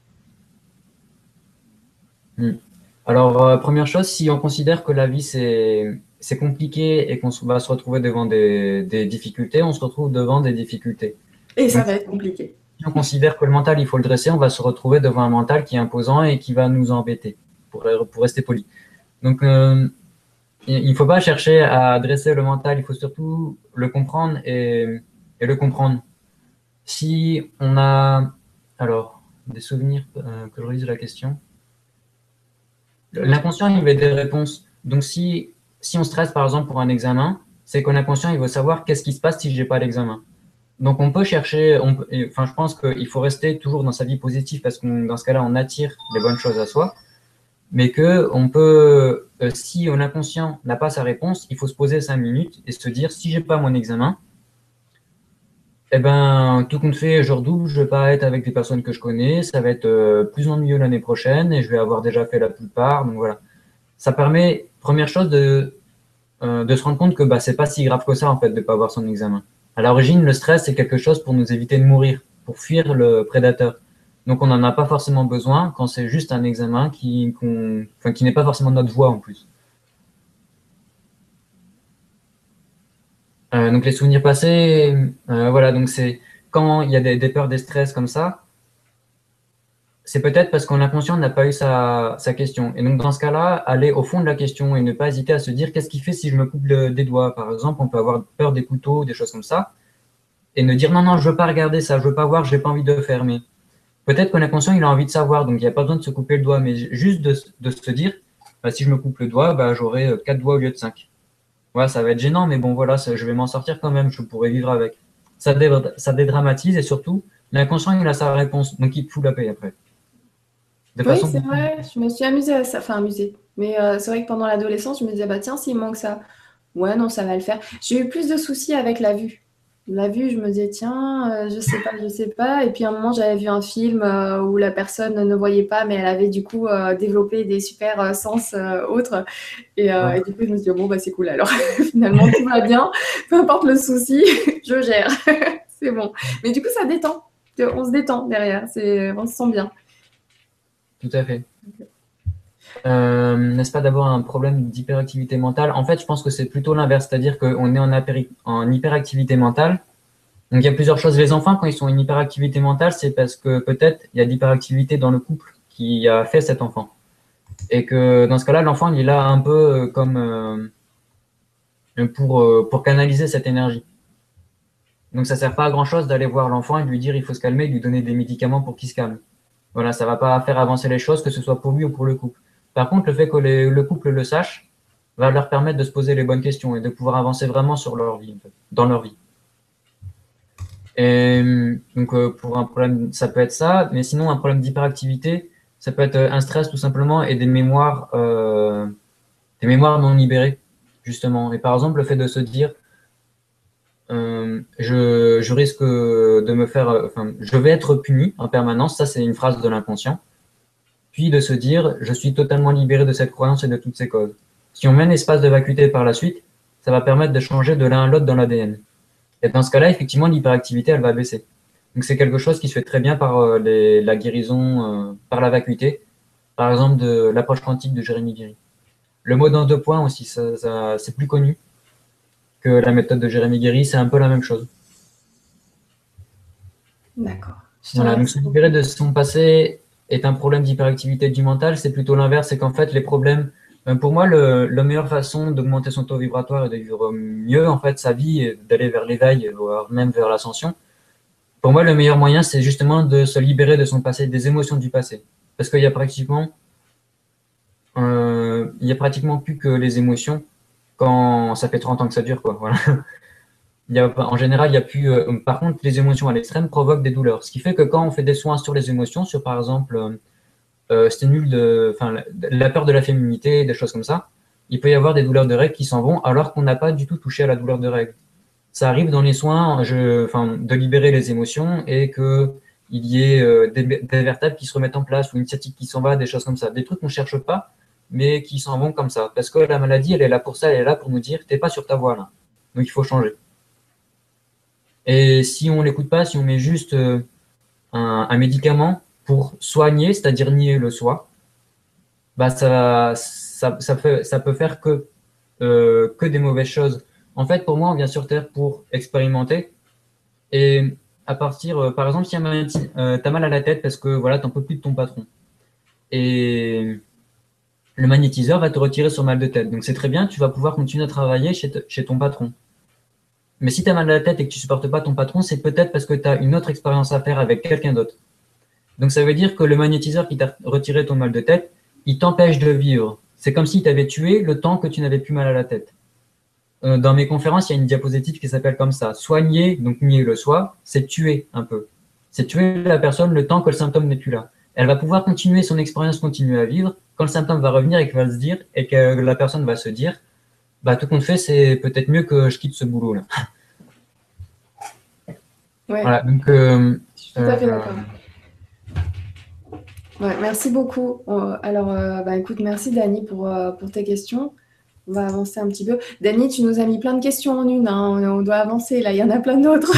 Mm. Alors, euh, première chose, si on considère que la vie, c'est c'est compliqué et qu'on se- va se retrouver devant des, des difficultés, on se retrouve devant des difficultés. Et ça Donc, va être compliqué. si on considère que le mental, il faut le dresser, on va se retrouver devant un mental qui est imposant et qui va nous embêter, pour, pour rester poli. Donc, euh, il ne faut pas chercher à dresser le mental, il faut surtout le comprendre et, et le comprendre. Si on a, alors, des souvenirs, euh, que je relise la question. L'inconscient, il veut des réponses. Donc, si, si on stresse, par exemple, pour un examen, c'est que l'inconscient, il veut savoir qu'est-ce qui se passe si j'ai pas l'examen. Donc, on peut chercher, on peut- et, enfin, je pense qu'il faut rester toujours dans sa vie positive parce que dans ce cas-là, on attire les bonnes choses à soi. Mais que on peut, euh, si un inconscient n'a pas sa réponse, il faut se poser cinq minutes et se dire, si j'ai pas mon examen, eh ben, tout compte fait, je redouble, je vais pas être avec des personnes que je connais, ça va être euh, plus ennuyeux l'année prochaine et je vais avoir déjà fait la plupart. Donc voilà. Ça permet, première chose, de, euh, de se rendre compte que bah, c'est pas si grave que ça, en fait, de pas avoir son examen. À l'origine, le stress, c'est quelque chose pour nous éviter de mourir, pour fuir le prédateur. Donc, on n'en a pas forcément besoin quand c'est juste un examen qui, qu'on, enfin, qui n'est pas forcément notre voie, en plus. Euh, donc, les souvenirs passés, euh, voilà, donc c'est quand il y a des, des peurs, des stress comme ça, c'est peut-être parce qu'on inconscient n'a pas eu sa, sa question. Et donc, dans ce cas-là, aller au fond de la question et ne pas hésiter à se dire qu'est-ce qui fait si je me coupe le- des doigts, par exemple. On peut avoir peur des couteaux, des choses comme ça, et ne dire non, non, je veux pas regarder ça, je veux pas voir, j'ai pas envie de faire. Mais peut-être que l'inconscient, il a envie de savoir, donc il n'y a pas besoin de se couper le doigt, mais juste de, de se dire bah, si je me coupe le doigt, bah, j'aurai euh, quatre doigts au lieu de cinq. Voilà, ça va être gênant, mais bon, voilà, ça- je vais m'en sortir quand même, je pourrais vivre avec. Ça, dé- ça dédramatise et surtout, l'inconscient, il a sa réponse, donc il te fout la paix après. De Oui, façon c'est beaucoup. vrai, je me suis amusée à ça, enfin amusée. Mais euh, c'est vrai que pendant l'adolescence, je me disais, bah tiens, s'il manque ça, ouais, non, ça va le faire. J'ai eu plus de soucis avec la vue. La vue, je me disais, tiens, euh, je sais pas, je sais pas. Et puis à un moment, j'avais vu un film euh, où la personne ne voyait pas, mais elle avait du coup euh, développé des super euh, sens euh, autres. Et, euh, et du coup, je me suis dit, bon, bah c'est cool alors. Finalement, tout va bien, peu importe le souci, je gère. C'est bon. Mais du coup, ça détend. On se détend derrière, c'est, on se sent bien. Tout à fait. Euh, n'est-ce pas d'abord un problème d'hyperactivité mentale? En fait, je pense que c'est plutôt l'inverse, c'est-à-dire qu'on est en, apéri- en hyperactivité mentale. Donc, il y a plusieurs choses. Les enfants, quand ils sont en hyperactivité mentale, c'est parce que peut-être il y a de l'hyperactivité dans le couple qui a fait cet enfant. Et que dans ce cas-là, l'enfant, il est là un peu euh, comme euh, pour, euh, pour canaliser cette énergie. Donc, ça sert pas à grand-chose d'aller voir l'enfant et lui dire il faut se calmer, et lui donner des médicaments pour qu'il se calme. Voilà, ça va pas faire avancer les choses, que ce soit pour lui ou pour le couple. Par contre, le fait que les- le couple le sache va leur permettre de se poser les bonnes questions et de pouvoir avancer vraiment sur leur vie, en fait, dans leur vie. Et donc, euh, pour un problème, ça peut être ça, mais sinon, un problème d'hyperactivité, ça peut être un stress tout simplement et des mémoires, euh, des mémoires non libérées, justement. Et par exemple, le fait de se dire, euh, je, je risque de me faire, euh, enfin, je vais être puni en permanence, ça c'est une phrase de l'inconscient. Puis de se dire, je suis totalement libéré de cette croyance et de toutes ces causes. Si on met un espace de vacuité par la suite, ça va permettre de changer de l'un à l'autre dans l'A D N. Et dans ce cas-là, effectivement, l'hyperactivité, elle va baisser. Donc c'est quelque chose qui se fait très bien par euh, les, la guérison, euh, par la vacuité, par exemple de l'approche quantique de Jérémy Guéry. Le mot dans deux points aussi, ça, ça, c'est plus connu que la méthode de Jérémy Guéry, c'est un peu la même chose. D'accord. Je te Voilà, donc se remercie libérer beaucoup. de son passé est un problème d'hyperactivité du mental, c'est plutôt l'inverse, c'est qu'en fait les problèmes, euh, pour moi, le, la meilleure façon d'augmenter son taux vibratoire et de vivre mieux en fait sa vie, et d'aller vers l'éveil, voire même vers l'ascension, pour moi le meilleur moyen c'est justement de se libérer de son passé, des émotions du passé. Parce qu'il y a pratiquement, euh, il y a pratiquement plus que les émotions. quand ça fait trente ans que ça dure, quoi. Voilà. Il y a, en général, il y a plus. Euh, par contre, les émotions à l'extrême provoquent des douleurs. Ce qui fait que quand on fait des soins sur les émotions, sur par exemple, euh, euh, c'était nul de, enfin, la, la peur de la féminité, des choses comme ça, il peut y avoir des douleurs de règles qui s'en vont alors qu'on n'a pas du tout touché à la douleur de règles. Ça arrive dans les soins, je, enfin, de libérer les émotions et que il y ait euh, des, des vertèbres qui se remettent en place ou une sciatique qui s'en va, des choses comme ça, des trucs qu'on cherche pas, mais qui s'en vont comme ça. Parce que la maladie, elle est là pour ça, elle est là pour nous dire, t'es pas sur ta voie là, donc il faut changer. Et si on l'écoute pas, si on met juste euh, un, un médicament pour soigner, c'est-à-dire nier le soi, bah ça, ça, ça, fait, ça peut faire que, euh, que des mauvaises choses. En fait, pour moi, on vient sur Terre pour expérimenter. Et à partir, euh, par exemple, si euh, tu as mal à la tête parce que voilà, tu n'en peux plus de ton patron. Et le magnétiseur va te retirer son mal de tête. Donc c'est très bien, tu vas pouvoir continuer à travailler chez, te, chez ton patron. Mais si tu as mal à la tête et que tu supportes pas ton patron, c'est peut-être parce que tu as une autre expérience à faire avec quelqu'un d'autre. Donc ça veut dire que le magnétiseur qui t'a retiré ton mal de tête, il t'empêche de vivre. C'est comme s'il t'avait tué le temps que tu n'avais plus mal à la tête. Euh, dans mes conférences, il y a une diapositive qui s'appelle comme ça. Soigner, donc nier le soi, c'est tuer un peu. C'est tuer la personne le temps que le symptôme n'est plus là. Elle va pouvoir continuer son expérience, continuer à vivre. Quand le symptôme va revenir et qu'il va se dire, et que la personne va se dire, bah tout compte fait, c'est peut-être mieux que je quitte ce boulot-là. Ouais. Voilà, donc, euh, je suis tout à fait euh, d'accord. Ouais, merci beaucoup. Alors, euh, bah, écoute, merci Dani pour, euh, pour tes questions. On va avancer un petit peu. Dani, tu nous as mis plein de questions en une. Hein. On doit avancer, là. Il y en a plein d'autres.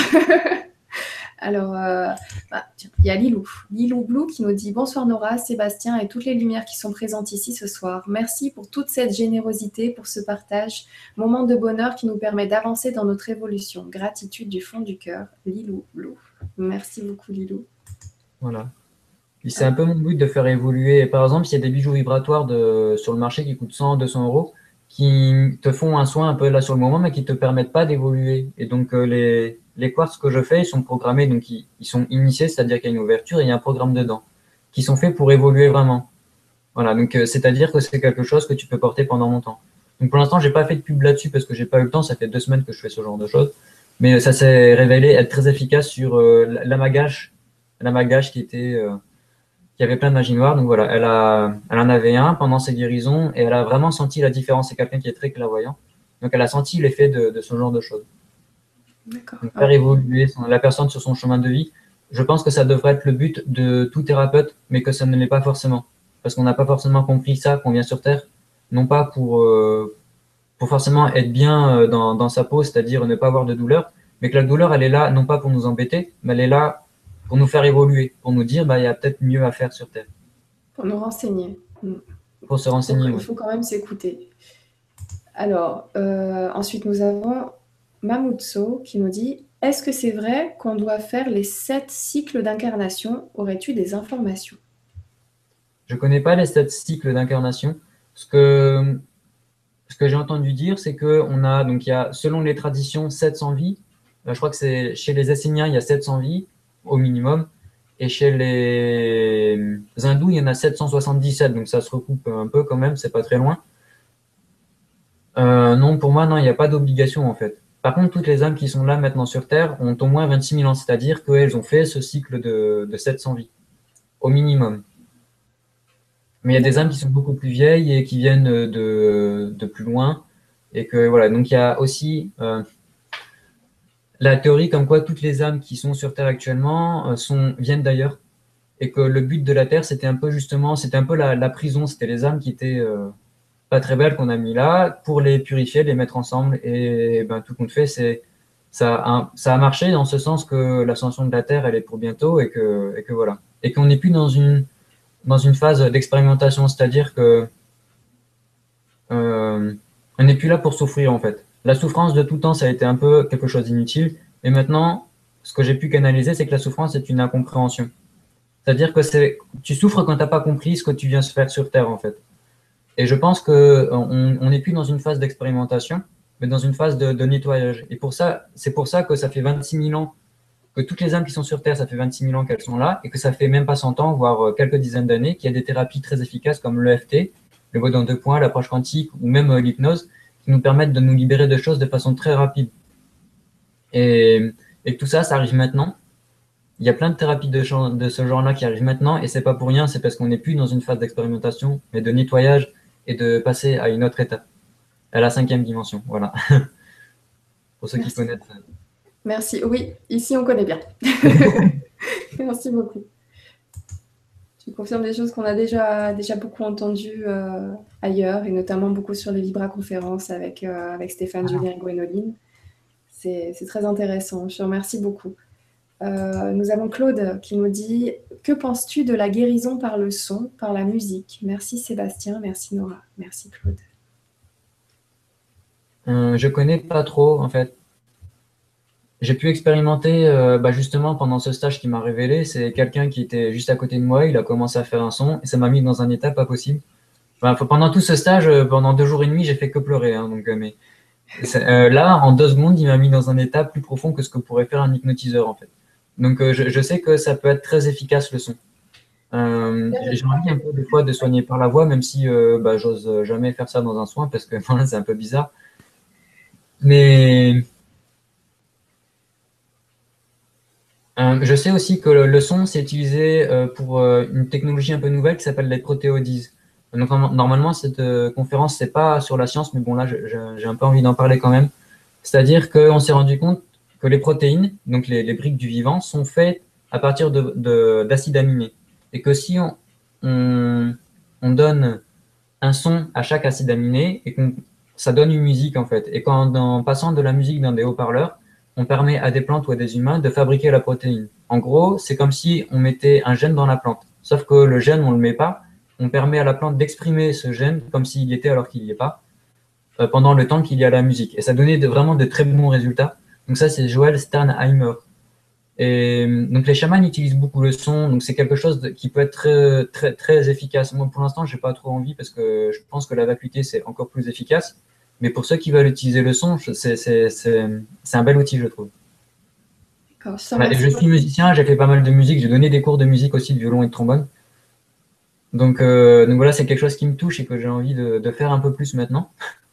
Alors, euh, bah, tiens, il y a Lilou. Lilou Blue qui nous dit « Bonsoir Nora, Sébastien et toutes les lumières qui sont présentes ici ce soir. Merci pour toute cette générosité, pour ce partage. Moment de bonheur qui nous permet d'avancer dans notre évolution. Gratitude du fond du cœur. Lilou Blue. » Merci beaucoup, Lilou. Voilà. C'est un peu mon but de faire évoluer. Par exemple, s'il y a des bijoux vibratoires de, sur le marché qui coûtent cent, deux cents euros, qui te font un soin un peu là sur le moment, mais qui ne te permettent pas d'évoluer. Et donc, euh, les, les quartz que je fais, ils sont programmés, donc ils, ils sont initiés, c'est-à-dire qu'il y a une ouverture et il y a un programme dedans, qui sont faits pour évoluer vraiment. Voilà, donc euh, c'est-à-dire que c'est quelque chose que tu peux porter pendant longtemps. Donc pour l'instant, j'ai pas fait de pub là-dessus parce que j'ai pas eu le temps, ça fait deux semaines que je fais ce genre de choses. Mais ça s'est révélé être très efficace sur euh, l'amagage, l'amagage qui était... Euh, qui avait plein de magie noire. Donc voilà, elle, a, elle en avait un pendant ses guérisons et elle a vraiment senti la différence. C'est quelqu'un qui est très clairvoyant. Donc elle a senti l'effet de, de ce genre de choses. D'accord. Donc, faire évoluer son, la personne sur son chemin de vie, je pense que ça devrait être le but de tout thérapeute, mais que ça ne l'est pas forcément. Parce qu'on n'a pas forcément compris ça, qu'on vient sur Terre, non pas pour, euh, pour forcément être bien dans, dans sa peau, c'est-à-dire ne pas avoir de douleur, mais que la douleur, elle est là, non pas pour nous embêter, mais elle est là pour nous faire évoluer, pour nous dire, bah, il y a peut-être mieux à faire sur Terre. Pour nous renseigner. Pour se renseigner, Donc, oui. Il faut quand même s'écouter. Alors, euh, ensuite, nous avons Mamutso qui nous dit « Est-ce que c'est vrai qu'on doit faire les sept cycles d'incarnation? Aurais-tu des informations ?» Je ne connais pas les sept cycles d'incarnation. Ce que, ce que j'ai entendu dire, c'est qu'on a, donc il y a, selon les traditions, sept cents vies. Je crois que c'est chez les Esséniens, il y a sept cents vies au minimum. Et chez les hindous, il y en a sept cent soixante-dix-sept. Donc ça se recoupe un peu quand même, c'est pas très loin. Euh, non, pour moi, non, il n'y a pas d'obligation en fait. Par contre, toutes les âmes qui sont là maintenant sur Terre ont au moins vingt-six mille ans, c'est-à-dire qu'elles ont fait ce cycle de, de sept cents vies, au minimum. Mais il y a des âmes qui sont beaucoup plus vieilles et qui viennent de, de plus loin. Et que voilà, donc il y a aussi euh, la théorie comme quoi toutes les âmes qui sont sur Terre actuellement euh, sont, viennent d'ailleurs. Et que le but de la Terre, c'était un peu justement, c'était un peu la, la prison, c'était les âmes qui étaient euh, pas très belles qu'on a mis là pour les purifier, les mettre ensemble. Et ben, tout compte fait, c'est, ça, a, ça a marché dans ce sens que l'ascension de la Terre, elle est pour bientôt et que, et que voilà. Et qu'on n'est plus dans une dans une phase d'expérimentation, c'est-à-dire que euh, on n'est plus là pour souffrir en fait. La souffrance de tout temps, ça a été un peu quelque chose d'inutile, et maintenant, ce que j'ai pu canaliser, c'est que la souffrance est une incompréhension. C'est-à-dire que c'est, tu souffres quand tu n'as pas compris ce que tu viens se faire sur Terre en fait. Et je pense que on n'est plus dans une phase d'expérimentation, mais dans une phase de, de nettoyage. Et pour ça, c'est pour ça que ça fait vingt-six mille ans que toutes les âmes qui sont sur Terre, ça fait vingt-six mille ans qu'elles sont là, et que ça fait même pas cent ans, voire quelques dizaines d'années, qu'il y a des thérapies très efficaces comme l'E F T, le vote en deux points, l'approche quantique, ou même l'hypnose, qui nous permettent de nous libérer de choses de façon très rapide. Et, et tout ça, ça arrive maintenant. Il y a plein de thérapies de, genre, de ce genre-là qui arrivent maintenant, et c'est pas pour rien, c'est parce qu'on n'est plus dans une phase d'expérimentation, mais de nettoyage et de passer à une autre étape, à la cinquième dimension. Voilà. Pour ceux Merci. qui connaissent. Merci. Oui, ici on connaît bien. Merci beaucoup. Tu confirmes des choses qu'on a déjà, déjà beaucoup entendues euh, ailleurs, et notamment beaucoup sur les Vibra-conférences avec, euh, avec Stéphane, ah. Julien et Gwénoline. C'est très intéressant. Je te remercie beaucoup. Euh, nous avons Claude qui nous dit « Que penses-tu de la guérison par le son, par la musique ?» Merci Sébastien, merci Nora. Merci Claude. Euh, je connais pas trop, en fait. J'ai pu expérimenter, euh, bah justement, pendant ce stage qui m'a révélé, c'est quelqu'un qui était juste à côté de moi, il a commencé à faire un son, et ça m'a mis dans un état pas possible. Enfin, pendant tout ce stage, pendant deux jours et demi, j'ai fait que pleurer. Hein, donc, mais euh, là, en deux secondes, il m'a mis dans un état plus profond que ce que pourrait faire un hypnotiseur, en fait. Donc, euh, je, je sais que ça peut être très efficace, le son. Euh, j'ai envie un peu des fois de soigner par la voix, même si euh, bah, j'ose jamais faire ça dans un soin, parce que voilà, c'est un peu bizarre. Mais... Euh, je sais aussi que le, le son, c'est utilisé euh, pour euh, une technologie un peu nouvelle qui s'appelle les protéodyses. Donc, normalement, cette euh, conférence, c'est pas sur la science, mais bon, là, j'ai un peu envie d'en parler quand même. C'est-à-dire qu'on s'est rendu compte que les protéines, donc les, les briques du vivant, sont faites à partir d'acides aminés. Et que si on, on, on donne un son à chaque acide aminé, et qu'on ça donne une musique, en fait. Et quand, en passant de la musique dans des haut-parleurs, on permet à des plantes ou à des humains de fabriquer la protéine. En gros, c'est comme si on mettait un gène dans la plante. Sauf que le gène, on ne le met pas. On permet à la plante d'exprimer ce gène comme s'il y était alors qu'il n'y est pas, euh, pendant le temps qu'il y a la musique. Et ça donnait de, vraiment de très bons résultats. Donc ça, c'est Joel Sternheimer. Et donc les chamans utilisent beaucoup le son. Donc c'est quelque chose de, qui peut être très, très, très efficace. Moi, pour l'instant, j'ai pas trop envie parce que je pense que la vacuité, c'est encore plus efficace. Mais pour ceux qui veulent utiliser le son, c'est un bel outil, je trouve. Voilà, je suis musicien, j'ai fait pas mal de musique, j'ai donné des cours de musique aussi, de violon et de trombone. Donc, euh, donc voilà, c'est quelque chose qui me touche et que j'ai envie de, de faire un peu plus maintenant.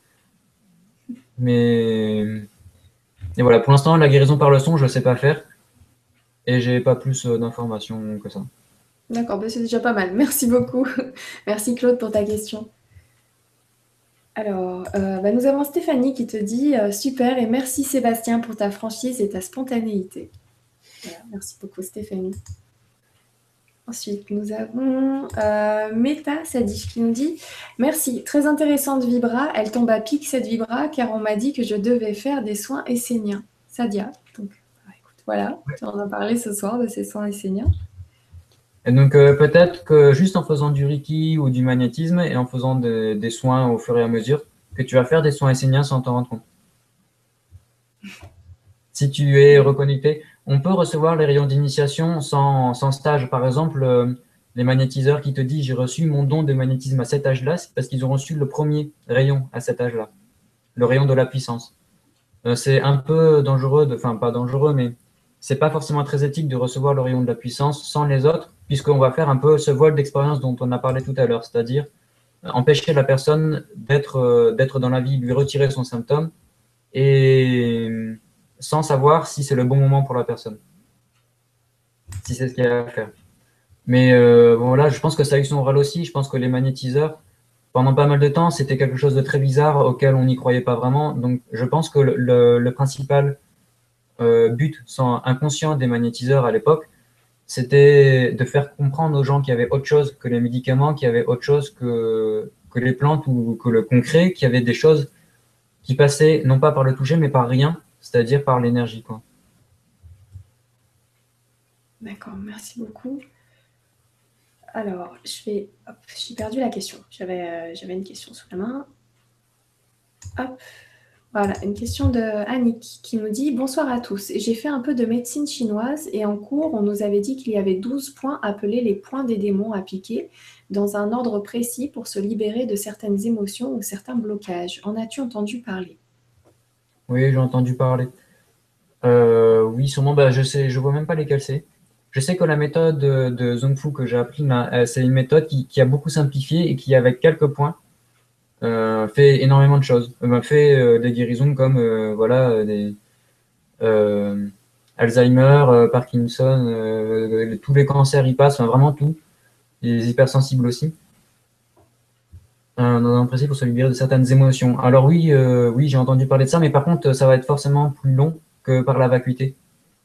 Mais et voilà, pour l'instant, la guérison par le son, je ne sais pas faire. Et j'ai pas plus d'informations que ça. D'accord, bah c'est déjà pas mal. Merci beaucoup. Merci Claude pour ta question. Alors, euh, bah nous avons Stéphanie qui te dit euh, « Super et merci Sébastien pour ta franchise et ta spontanéité. » Voilà, merci beaucoup Stéphanie. Ensuite, nous avons euh, Meta Sadich qui nous dit « Merci, très intéressante Vibra. Elle tombe à pic cette Vibra car on m'a dit que je devais faire des soins esséniens. » Sadia, donc bah, écoute, voilà, tu en as parlé ce soir de ces soins esséniens. Et donc euh, peut-être que juste en faisant du Reiki ou du magnétisme et en faisant de, des soins au fur et à mesure, que tu vas faire des soins esséniens sans t'en rendre compte. Si tu es reconnecté, on peut recevoir les rayons d'initiation sans, sans stage. Par exemple, euh, les magnétiseurs qui te disent « j'ai reçu mon don de magnétisme à cet âge-là », c'est parce qu'ils ont reçu le premier rayon à cet âge-là, le rayon de la puissance. Euh, c'est un peu dangereux, de, enfin pas dangereux, mais c'est pas forcément très éthique de recevoir le rayon de la puissance sans les autres, puisqu'on va faire un peu ce vol d'expérience dont on a parlé tout à l'heure, c'est-à-dire empêcher la personne d'être euh, d'être dans la vie, lui retirer son symptôme, et sans savoir si c'est le bon moment pour la personne, si c'est ce qu'il y a à faire. Mais euh, bon, là, je pense que ça a eu son rôle aussi. Je pense que les magnétiseurs, pendant pas mal de temps, c'était quelque chose de très bizarre auquel on n'y croyait pas vraiment. Donc, je pense que le, le, le principal euh, but sans inconscient des magnétiseurs à l'époque, c'était de faire comprendre aux gens qu'il y avait autre chose que les médicaments, qu'il y avait autre chose que, que les plantes ou que le concret, qu'il y avait des choses qui passaient non pas par le toucher, mais par rien, c'est-à-dire par l'énergie, quoi. D'accord, merci beaucoup. Alors, je vais... Hop, j'ai perdu la question. J'avais euh, j'avais une question sous la main. Hop. Voilà, une question de Annick qui nous dit « Bonsoir à tous. J'ai fait un peu de médecine chinoise et en cours, on nous avait dit qu'il y avait douze points appelés les points des démons à piquer dans un ordre précis pour se libérer de certaines émotions ou certains blocages. En as-tu entendu parler ?» Oui, j'ai entendu parler. Euh, oui, sûrement, bah, je sais, je vois même pas lesquels c'est. Je sais que la méthode de, de Zong Fu que j'ai appris, c'est une méthode qui, qui a beaucoup simplifié et qui, avec quelques points, euh, fait énormément de choses. Euh, fait euh, des guérisons comme euh, voilà, euh, des, euh, Alzheimer, euh, Parkinson, euh, tous les cancers y passent, enfin, vraiment tout. Les hypersensibles aussi. Euh, dans un principe pour se libérer de certaines émotions. Alors oui, euh, oui, j'ai entendu parler de ça, mais par contre, ça va être forcément plus long que par la vacuité.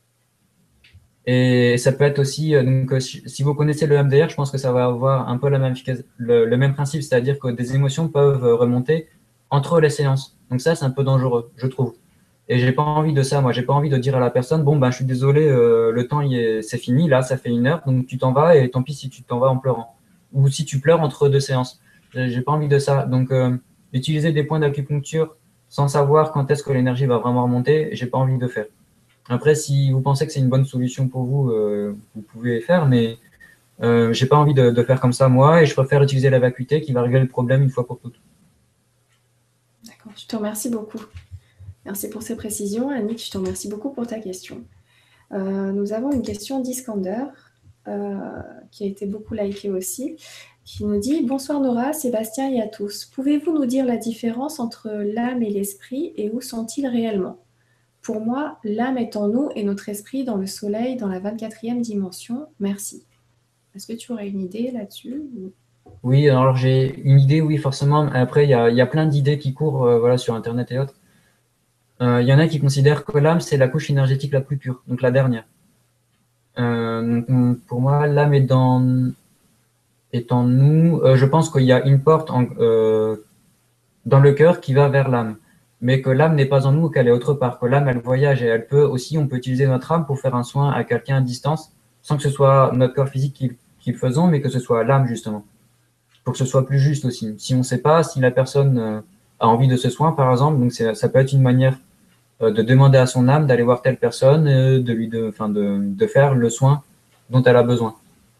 Et ça peut être aussi, euh, donc, euh, si si vous connaissez le M D R, je pense que ça va avoir un peu la même, efficace- le, le même principe, c'est-à-dire que des émotions peuvent euh, remonter entre les séances. Donc ça, c'est un peu dangereux, je trouve. Et j'ai pas envie de ça, moi. J'ai pas envie de dire à la personne, bon, ben, je suis désolé, euh, le temps, il est, c'est fini, là, ça fait une heure, donc tu t'en vas, et tant pis si tu t'en vas en pleurant. Ou si tu pleures entre deux séances. J'ai j'ai pas envie de ça. Donc, euh, utiliser des points d'acupuncture sans savoir quand est-ce que l'énergie va vraiment remonter, j'ai pas envie de faire. Après, si vous pensez que c'est une bonne solution pour vous, euh, vous pouvez faire, mais euh, j'ai pas envie de, de faire comme ça moi, et je préfère utiliser la vacuité qui va régler le problème une fois pour toutes. D'accord, je te remercie beaucoup. Merci pour ces précisions. Annick, je te remercie beaucoup pour ta question. Euh, nous avons une question d'Iskander, euh, qui a été beaucoup likée aussi, qui nous dit « Bonsoir Nora, Sébastien et à tous. Pouvez-vous nous dire la différence entre l'âme et l'esprit et où sont-ils réellement ? Pour moi, l'âme est en nous et notre esprit dans le soleil, dans la vingt-quatrième dimension. Merci. » Est-ce que tu aurais une idée là-dessus ? Oui, alors j'ai une idée, oui, forcément. Après, il y a, il y a plein d'idées qui courent euh, voilà, sur Internet et autres. Euh, Il y en a qui considèrent que l'âme, c'est la couche énergétique la plus pure, donc la dernière. Euh, donc, pour moi, l'âme est dans, est en nous. Euh, je pense qu'il y a une porte en, euh, dans le cœur qui va vers l'âme, mais que l'âme n'est pas en nous, qu'elle est autre part, que l'âme, elle voyage et elle peut aussi, on peut utiliser notre âme pour faire un soin à quelqu'un à distance, sans que ce soit notre corps physique qui, qui le faisons, mais que ce soit l'âme, justement, pour que ce soit plus juste aussi. Si on ne sait pas si la personne euh, a envie de ce soin, par exemple, donc ça peut être une manière euh, de demander à son âme d'aller voir telle personne, euh, de lui de, enfin de, de faire le soin dont elle a besoin.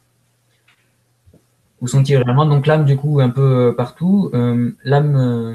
Où sont-ils réellement? Donc l'âme, du coup, un peu euh, partout. Euh, l'âme, euh,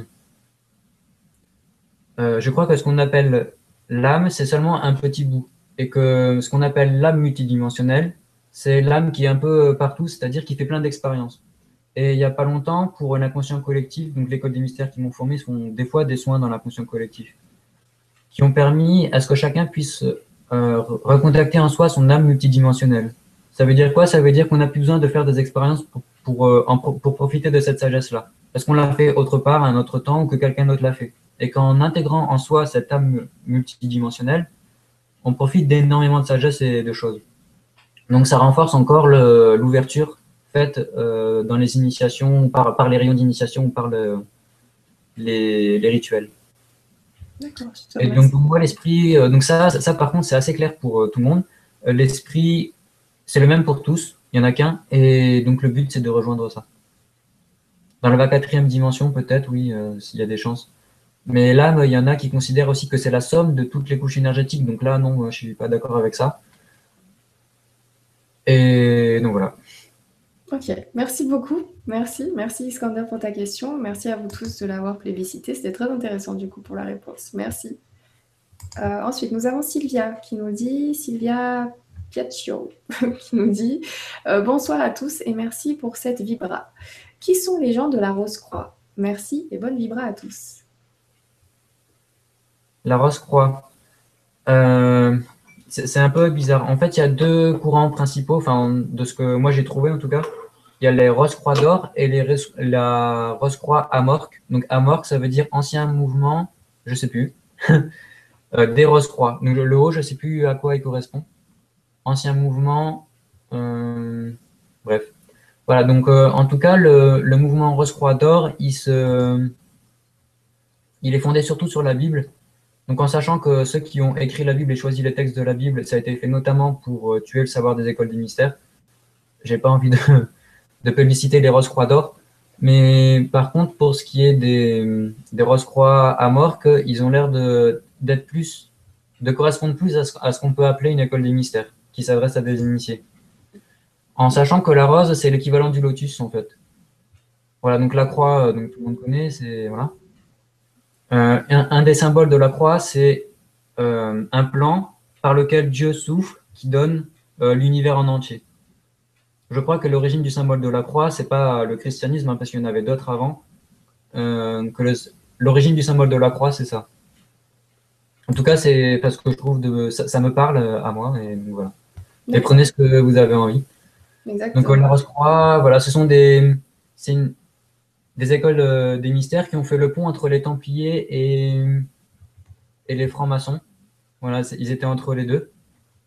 euh, je crois que ce qu'on appelle l'âme, c'est seulement un petit bout. Et que ce qu'on appelle l'âme multidimensionnelle, c'est l'âme qui est un peu euh, partout, c'est-à-dire qui fait plein d'expériences. Et il n'y a pas longtemps, pour l'inconscient collectif, donc l'école des mystères qui m'ont formé font des fois des soins dans l'inconscient collectif, qui ont permis à ce que chacun puisse euh, recontacter en soi son âme multidimensionnelle. Ça veut dire quoi? Ça veut dire qu'on n'a plus besoin de faire des expériences pour, pour, euh, en, pour profiter de cette sagesse-là. Parce qu'on l'a fait autre part, à un autre temps, ou que quelqu'un d'autre l'a fait. Et qu'en intégrant en soi cette âme multidimensionnelle, on profite d'énormément de sagesse et de choses. Donc ça renforce encore l'ouverture faite euh, dans les initiations, par, par les rayons d'initiation ou par le, les, les rituels. D'accord, je te Et donc, remercie. pour moi, l'esprit, euh, donc ça, ça, ça, par contre, c'est assez clair pour euh, tout le monde. Euh, l'esprit, c'est le même pour tous, il n'y en a qu'un, et donc le but, c'est de rejoindre ça. Dans la quatrième dimension, peut-être, oui, euh, s'il y a des chances. Mais là, il y en a qui considèrent aussi que c'est la somme de toutes les couches énergétiques, donc là, non, je suis pas d'accord avec ça. Et donc voilà. Ok, merci beaucoup. Merci, merci Iskander pour ta question. Merci à vous tous de l'avoir plébiscité. C'était très intéressant du coup pour la réponse. Merci. Euh, ensuite, nous avons Sylvia qui nous dit, Sylvia Piaccio, qui nous dit euh, bonsoir à tous et merci pour cette vibra. Qui sont les gens de la Rose-Croix? Merci et bonne vibra à tous. La Rose-Croix. Euh, c'est un peu bizarre. En fait, il y a deux courants principaux, enfin, de ce que moi j'ai trouvé en tout cas. Il y a les Rose-Croix d'or et les, la Rose-Croix Amorque. Donc Amorque, ça veut dire ancien mouvement, je sais plus, euh, des Rose-Croix. Donc le, le haut, je sais plus à quoi il correspond. Ancien mouvement, euh, bref. Voilà, donc euh, en tout cas, le, le mouvement Rose-Croix d'or, il, se, il est fondé surtout sur la Bible. Donc en sachant que ceux qui ont écrit la Bible et choisi les textes de la Bible, ça a été fait notamment pour euh, tuer le savoir des écoles des mystères. J'ai pas envie de, de publiciter les Rose-Croix d'or. Mais par contre, pour ce qui est des, des Rose-Croix à Morque, ils ont l'air de, d'être plus, de correspondre plus à ce, à ce qu'on peut appeler une école des mystères, qui s'adresse à des initiés. En sachant que la rose, c'est l'équivalent du lotus, en fait. Voilà, donc la croix, donc tout le monde connaît, c'est, voilà. Euh, un, un, des symboles de la croix, c'est euh, un plan par lequel Dieu souffle, qui donne euh, l'univers en entier. Je crois que l'origine du symbole de la croix, c'est pas le christianisme, hein, parce qu'il y en avait d'autres avant. euh, que le- l'origine du symbole de la croix, c'est ça. En tout cas, c'est parce que je trouve de ça, ça me parle euh, à moi et donc voilà. Et D'accord, prenez ce que vous avez envie. Donc euh, exactement. la Rose-Croix, voilà, ce sont des, c'est une- des écoles euh, des mystères qui ont fait le pont entre les Templiers et, et les francs-maçons. Voilà, c'est- ils étaient entre les deux.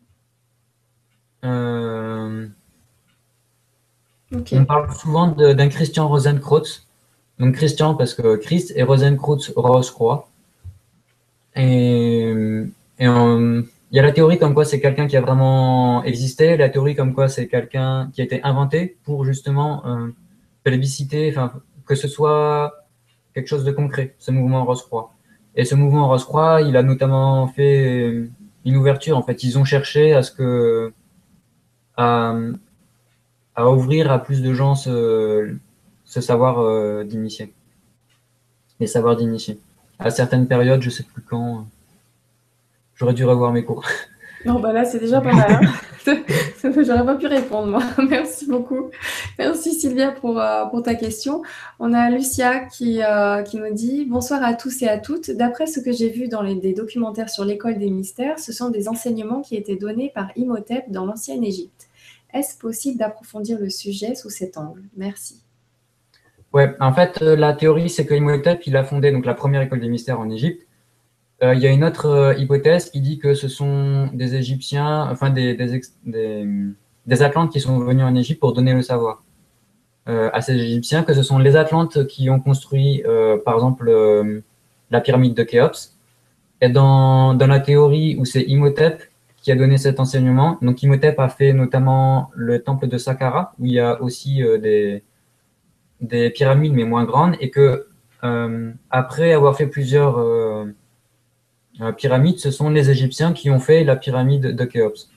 Euh, Ok, on parle souvent de- d'un Christian Rosenkreuz. Donc Christian parce que Christ et Rosenkreuz, Rose-Croix. Et, et on- il y a la théorie comme quoi c'est quelqu'un qui a vraiment existé, la théorie comme quoi c'est quelqu'un qui a été inventé pour justement euh, plébisciter, enfin que ce soit quelque chose de concret, ce mouvement Rose-Croix. Et ce mouvement Rose-Croix, il a notamment fait une ouverture. En fait, ils ont cherché à ce que à, à ouvrir à plus de gens ce, ce savoir euh, d'initié, les savoirs d'initié. À certaines périodes, je sais plus quand, j'aurais dû revoir mes cours. non, bah là, c'est déjà pas mal, hein. J'aurais pas pu répondre, moi. Merci beaucoup. Merci Sylvia pour, euh, pour ta question. On a Lucia qui, euh, qui nous dit: Bonsoir à tous et à toutes. D'après ce que j'ai vu dans les, des documentaires sur l'école des mystères, ce sont des enseignements qui étaient donnés par Imhotep dans l'ancienne Égypte. Est-ce possible d'approfondir le sujet sous cet angle? Merci. Ouais, en fait, euh, la théorie, c'est que Imhotep, il a fondé donc la première école des mystères en Égypte. Euh, il y a une autre euh, hypothèse qui dit que ce sont des Égyptiens, enfin des, des, ex- des, des Atlantes qui sont venus en Égypte pour donner le savoir euh, à ces Égyptiens, que ce sont les Atlantes qui ont construit, euh, par exemple, euh, la pyramide de Khéops. Et dans, dans la théorie où c'est Imhotep qui a donné cet enseignement, donc Imhotep a fait notamment le temple de Saqqara, où il y a aussi euh, des, des pyramides, mais moins grandes, et que euh, après avoir fait plusieurs euh, euh, pyramides, ce sont les Égyptiens qui ont fait la pyramide de Khéops.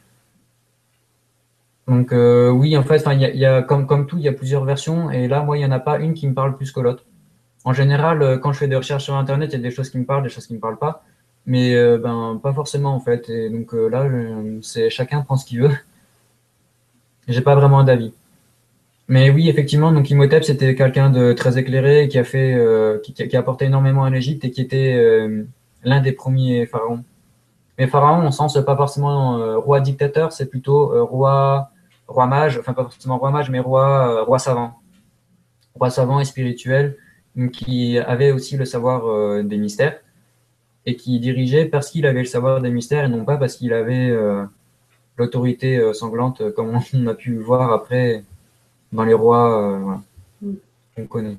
Donc euh, oui, en fait, il y a, il y a, comme, comme tout, il y a plusieurs versions, et là, moi, il n'y en a pas une qui me parle plus que l'autre. En général, euh, quand je fais des recherches sur Internet, il y a des choses qui me parlent, des choses qui me parlent pas, mais euh, ben pas forcément en fait. Et donc euh, là, je- c'est chacun prend ce qu'il veut. J'ai pas vraiment d'avis. Mais oui, effectivement, donc Imhotep, c'était quelqu'un de très éclairé qui a fait, euh, qui, qui a apporté énormément à l'Égypte et qui était euh, l'un des premiers pharaons. Mais pharaon, on sens pas forcément euh, roi dictateur, c'est plutôt euh, roi, roi mage, enfin pas forcément roi mage, mais roi, euh, roi savant, roi savant et spirituel, donc, qui avait aussi le savoir euh, des mystères et qui dirigeait parce qu'il avait le savoir des mystères et non pas parce qu'il avait euh, l'autorité euh, sanglante, euh, comme on a pu voir après dans les rois euh, voilà, Mm. qu'on connaît.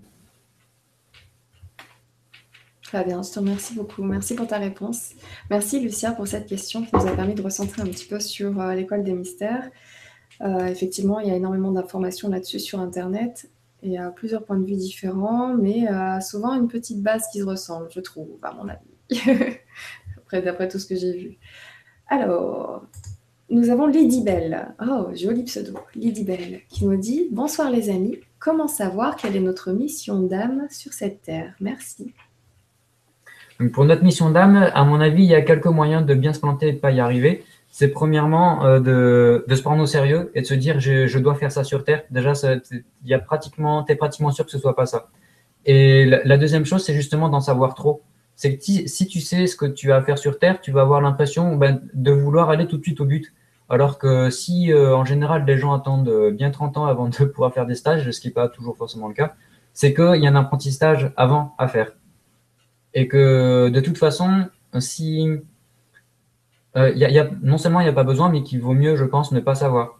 Très bien, je te remercie beaucoup. Merci pour ta réponse. Merci Lucia pour cette question qui nous a permis de recentrer un petit peu sur euh, l'école des mystères. Euh, effectivement, il y a énormément d'informations là-dessus sur Internet et à plusieurs points de vue différents, mais euh, souvent une petite base qui se ressemble, je trouve, à mon avis, après, d'après tout ce que j'ai vu. Alors, nous avons Lady Bell. Oh, joli pseudo. Lady Bell qui nous dit: Bonsoir les amis, comment savoir quelle est notre mission d'âme sur cette terre? Merci. Donc pour notre mission d'âme, à mon avis, il y a quelques moyens de bien se planter et de pas y arriver. C'est premièrement euh, de, de se prendre au sérieux et de se dire je, je dois faire ça sur Terre. Déjà, ça, il y a pratiquement, t'es pratiquement sûr que ce soit pas ça. Et la, la deuxième chose, c'est justement d'en savoir trop. C'est que si, si tu sais ce que tu as à faire sur Terre, tu vas avoir l'impression ben, de vouloir aller tout de suite au but. Alors que si, euh, en général, les gens attendent euh, bien trente ans avant de pouvoir faire des stages, ce qui n'est pas toujours forcément le cas, c'est qu'il y a un apprentissage avant à faire. Et que de toute façon, si euh, y a, y a, non seulement il n'y a pas besoin, mais qu'il vaut mieux, je pense, ne pas savoir.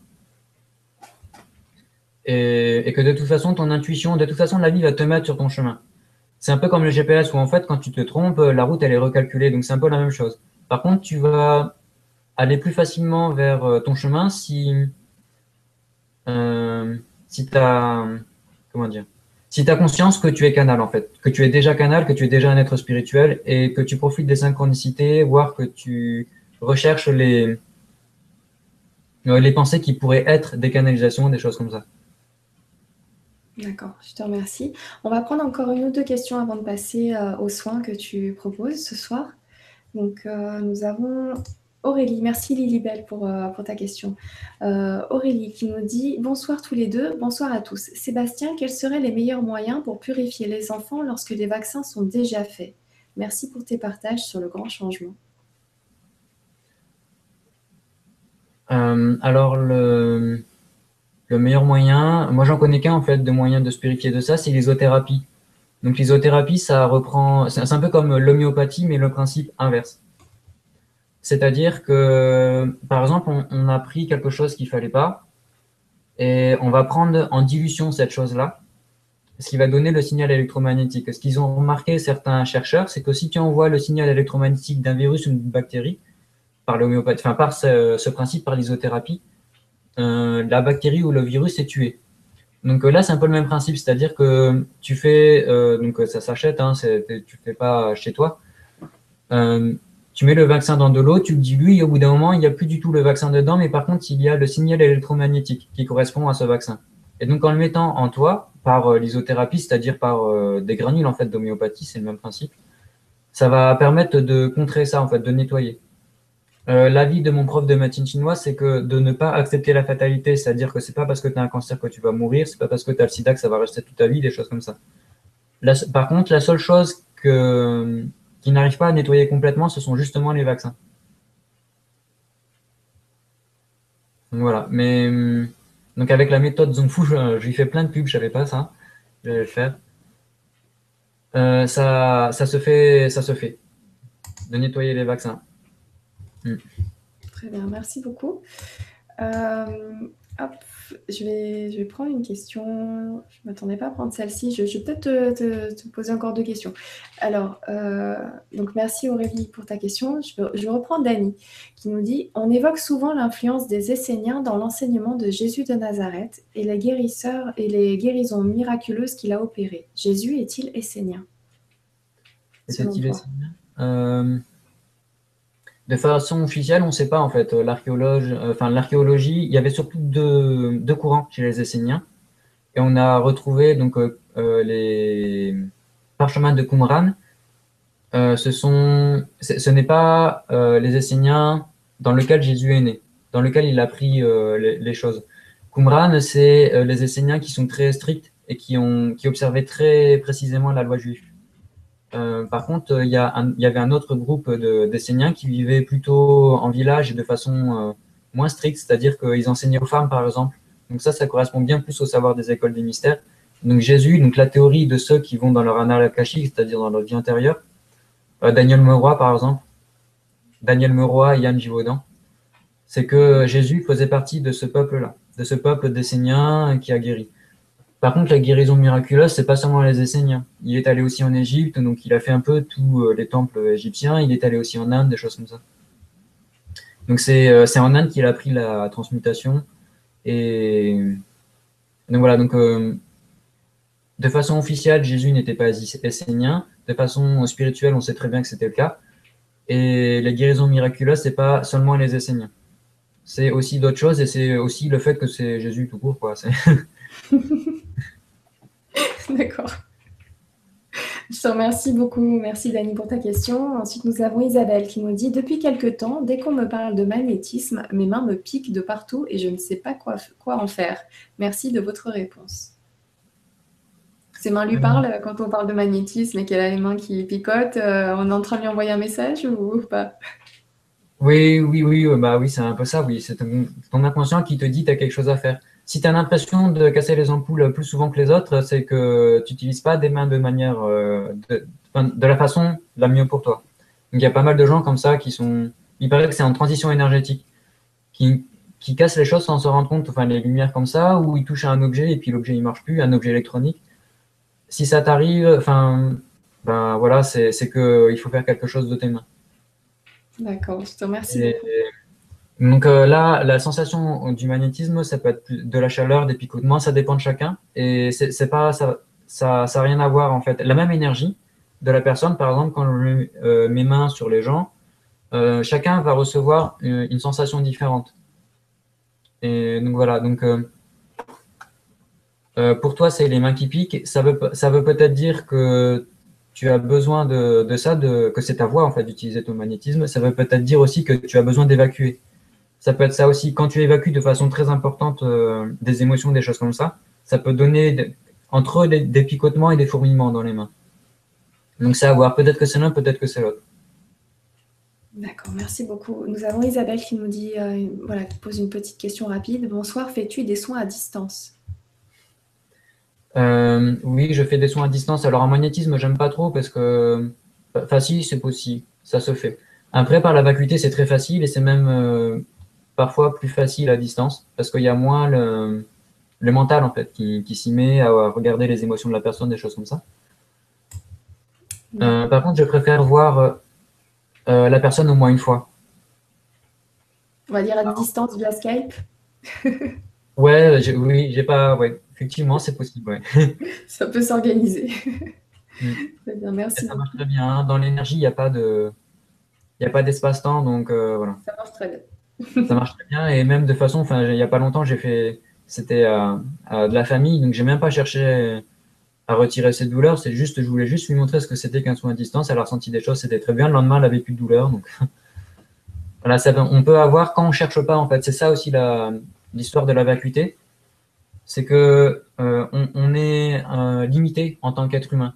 Et, et que de toute façon, ton intuition, de toute façon, la vie va te mettre sur ton chemin. C'est un peu comme le G P S où en fait, quand tu te trompes, la route elle est recalculée. Donc c'est un peu la même chose. Par contre, tu vas aller plus facilement vers euh, ton chemin si euh, si t'as comment dire, si t'as conscience que tu es canal en fait, que tu es déjà canal, que tu es déjà un être spirituel et que tu profites des synchronicités, voire que tu recherches les euh, les pensées qui pourraient être des canalisations, des choses comme ça. D'accord, je te remercie. On va prendre encore une ou deux questions avant de passer euh, aux soins que tu proposes ce soir. Donc, euh, nous avons Aurélie, merci Lilibelle pour, euh, pour ta question. Euh, Aurélie qui nous dit « Bonsoir tous les deux, bonsoir à tous. Sébastien, quels seraient les meilleurs moyens pour purifier les enfants lorsque les vaccins sont déjà faits? Merci pour tes partages sur le grand changement. » Euh, alors, le, le meilleur moyen, moi j'en connais qu'un en fait de moyen de se purifier de ça, c'est l'isothérapie. Donc l'isothérapie, ça reprend, c'est c'est un peu comme l'homéopathie, mais le principe inverse. C'est-à-dire que, par exemple, on, on a pris quelque chose qu'il fallait pas, et on va prendre en dilution cette chose-là, ce qui va donner le signal électromagnétique. Ce qu'ils ont remarqué, certains chercheurs, c'est que si tu envoies le signal électromagnétique d'un virus ou d'une bactérie, par l'homéopathie, enfin par ce, ce principe, par l'isothérapie, euh, la bactérie ou le virus est tué. Donc euh, là, c'est un peu le même principe, c'est-à-dire que tu fais, euh, donc ça s'achète, hein, tu fais pas chez toi. Euh, tu mets le vaccin dans de l'eau, tu le dilues, et au bout d'un moment, il n'y a plus du tout le vaccin dedans, mais par contre, il y a le signal électromagnétique qui correspond à ce vaccin. Et donc, en le mettant en toi, par euh, l'isothérapie, c'est-à-dire par euh, des granules en fait d'homéopathie, c'est le même principe, ça va permettre de contrer ça, en fait, de nettoyer. Euh, L'avis de mon prof de médecine chinoise, c'est que de ne pas accepter la fatalité, c'est-à-dire que c'est pas parce que tu as un cancer que tu vas mourir, c'est pas parce que tu as le sida que ça va rester toute ta vie, des choses comme ça. La, par contre, la seule chose que, qui n'arrive pas à nettoyer complètement, ce sont justement les vaccins. Donc voilà. Mais donc avec la méthode Zung Fu, je, je lui fais plein de pubs, je savais pas ça, je vais le faire. Euh, ça, ça se fait, ça se fait, de nettoyer les vaccins. Mm. Très bien, merci beaucoup. Euh, hop, je vais, je vais prendre une question. Je ne m'attendais pas à prendre celle-ci. Je, je vais peut-être te, te, te poser encore deux questions. Alors, euh, donc merci Aurélie pour ta question. Je, je reprends Dani qui nous dit « On évoque souvent l'influence des Esséniens dans l'enseignement de Jésus de Nazareth et les guérisseurs et les guérisons miraculeuses qu'il a opérées. Jésus est-il essénien, selon Était-il toi ?» euh, De façon officielle, on ne sait pas en fait. L'archéologe, euh, enfin l'archéologie, il y avait surtout deux, deux courants chez les Esséniens, et on a retrouvé donc euh, euh, les parchemins de Qumran. Euh, ce sont, ce n'est pas euh, les Esséniens dans lequel Jésus est né, dans lequel il a appris euh, les, les, choses. Qumran, c'est euh, les Esséniens qui sont très stricts et qui ont, qui observaient très précisément la loi juive. Euh, par contre, il y, a un, il y avait un autre groupe d'Esséniens qui vivaient plutôt en village et de façon euh, moins stricte, c'est-à-dire qu'ils enseignaient aux femmes, par exemple. Donc ça, ça correspond bien plus au savoir des écoles des mystères. Donc Jésus, donc la théorie de ceux qui vont dans leur annales akashique, c'est-à-dire dans leur vie intérieure. Euh, Daniel Meroy, par exemple. Daniel Meroy et Yann Givaudan. C'est que Jésus faisait partie de ce peuple-là, de ce peuple d'Esséniens qui a guéri. Par contre, la guérison miraculeuse, c'est pas seulement les Esséniens. Il est allé aussi en Égypte, donc il a fait un peu tous les temples égyptiens. Il est allé aussi en Inde, des choses comme ça. Donc c'est euh, c'est en Inde qu'il a appris la transmutation. Et donc voilà, donc euh, de façon officielle, Jésus n'était pas essénien. De façon spirituelle, on sait très bien que c'était le cas. Et les guérisons miraculeuses, c'est pas seulement les Esséniens. C'est aussi d'autres choses, et c'est aussi le fait que c'est Jésus tout court, quoi. D'accord. Je te remercie beaucoup. Merci Dani pour ta question. Ensuite, nous avons Isabelle qui nous dit « Depuis quelque temps, dès qu'on me parle de magnétisme, mes mains me piquent de partout et je ne sais pas quoi, quoi en faire. Merci de votre réponse. » Ses mains lui parlent quand on parle de magnétisme et qu'elle a les mains qui picotent. Euh, on est en train de lui envoyer un message ou pas? Oui, oui, oui, bah oui, c'est un peu ça, oui. C'est ton, ton inconscient qui te dit que tu as quelque chose à faire. Si tu as l'impression de casser les ampoules plus souvent que les autres, c'est que tu n'utilises pas des mains de manière euh, de, de la façon la mieux pour toi. Donc il y a pas mal de gens comme ça qui sont. Il paraît que c'est en transition énergétique, qui, qui cassent les choses sans se rendre compte, enfin les lumières comme ça, où ils touchent à un objet et puis l'objet il marche plus, un objet électronique. Si ça t'arrive, enfin, ben voilà, c'est que il faut faire quelque chose de tes mains. D'accord, je te remercie Et, beaucoup. Donc euh, là, la sensation du magnétisme, ça peut être de la chaleur, des picotements, ça dépend de chacun. Et c'est pas ça, ça, ça a rien à voir en fait. La même énergie de la personne, par exemple, quand je mets euh, mes mains sur les gens, euh, chacun va recevoir une, une sensation différente. Et donc voilà. Donc euh, euh, pour toi, c'est les mains qui piquent. Ça veut, ça veut peut-être dire que tu as besoin de, de ça, de, que c'est ta voie en fait d'utiliser ton magnétisme, ça veut peut-être dire aussi que tu as besoin d'évacuer. Ça peut être ça aussi. Quand tu évacues de façon très importante euh, des émotions, des choses comme ça, ça peut donner de- entre eux des, des picotements et des fourmillements dans les mains. Donc c'est à voir. Peut-être que c'est l'un, peut-être que c'est l'autre. D'accord, merci beaucoup. Nous avons Isabelle qui nous dit, euh, voilà, qui pose une petite question rapide. Bonsoir, fais-tu des soins à distance? Euh, oui, je fais des soins à distance. Alors en magnétisme, j'aime pas trop parce que, enfin si, c'est possible, ça se fait. Après, par la vacuité, c'est très facile et c'est même euh, parfois plus facile à distance parce qu'il y a moins le, le mental en fait qui, qui s'y met à regarder les émotions de la personne, des choses comme ça. Euh, par contre, je préfère voir euh, la personne au moins une fois. On va dire à distance via Skype. Ouais, j'ai- oui, j'ai pas, ouais, effectivement, c'est possible, ouais. Ça peut s'organiser. Mm. Très bien, Et merci ça marche beaucoup. très bien, hein. Dans l'énergie, il n'y a pas de, il y a pas d'espace-temps, donc euh, voilà. Ça marche très bien. Ça marche très bien. Et même de façon, enfin, il n'y a pas longtemps, j'ai fait, c'était euh, euh, de la famille, donc j'ai même pas cherché à retirer cette douleur. C'est juste, je voulais juste lui montrer ce que c'était qu'un soin à distance. Elle a ressenti des choses, c'était très bien. Le lendemain, elle avait plus de douleur. Donc voilà, ça, on peut avoir quand on cherche pas, en fait. C'est ça aussi la, l'histoire de la vacuité. C'est que euh, on, on est euh, limité en tant qu'être humain.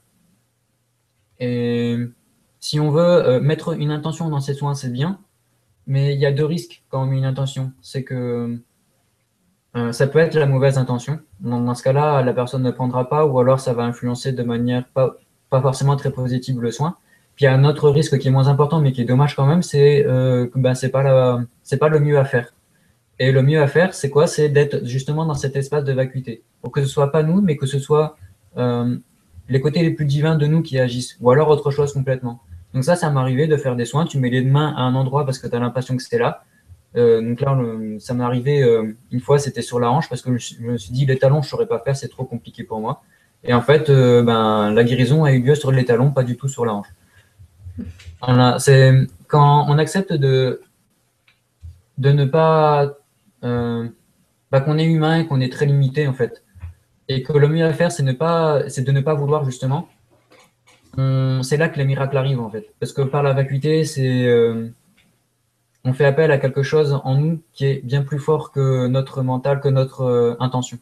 Et si on veut euh, mettre une intention dans ses soins, c'est bien. Mais il y a deux risques quand on met une intention. C'est que Euh, ça peut être la mauvaise intention. Dans, dans ce cas-là, la personne ne prendra pas ou alors ça va influencer de manière pas, pas forcément très positive le soin. Puis il y a un autre risque qui est moins important mais qui est dommage quand même, c'est euh, que ben, c'est pas la, c'est pas le mieux à faire. Et le mieux à faire, c'est quoi? C'est d'être justement dans cet espace de vacuité. Pour que ce soit pas nous, mais que ce soit euh, les côtés les plus divins de nous qui agissent. Ou alors autre chose complètement. Donc ça, ça m'est arrivé de faire des soins. Tu mets les mains à un endroit parce que tu as l'impression que c'est là. Euh, donc là, le- ça m'est arrivé euh, une fois, c'était sur la hanche parce que je, me suis je me suis dit les talons, je saurais pas faire, c'est trop compliqué pour moi. Et en fait, euh, ben, la guérison a eu lieu sur les talons, pas du tout sur la hanche. Voilà, c'est quand on accepte de, de ne pas, euh, bah, qu'on est humain et qu'on est très limité en fait, et que le mieux à faire, c'est ne pas, c'est de ne pas vouloir justement. On- C'est là que les miracles arrivent en fait, parce que par la vacuité, c'est euh, on fait appel à quelque chose en nous qui est bien plus fort que notre mental, que notre euh, intention.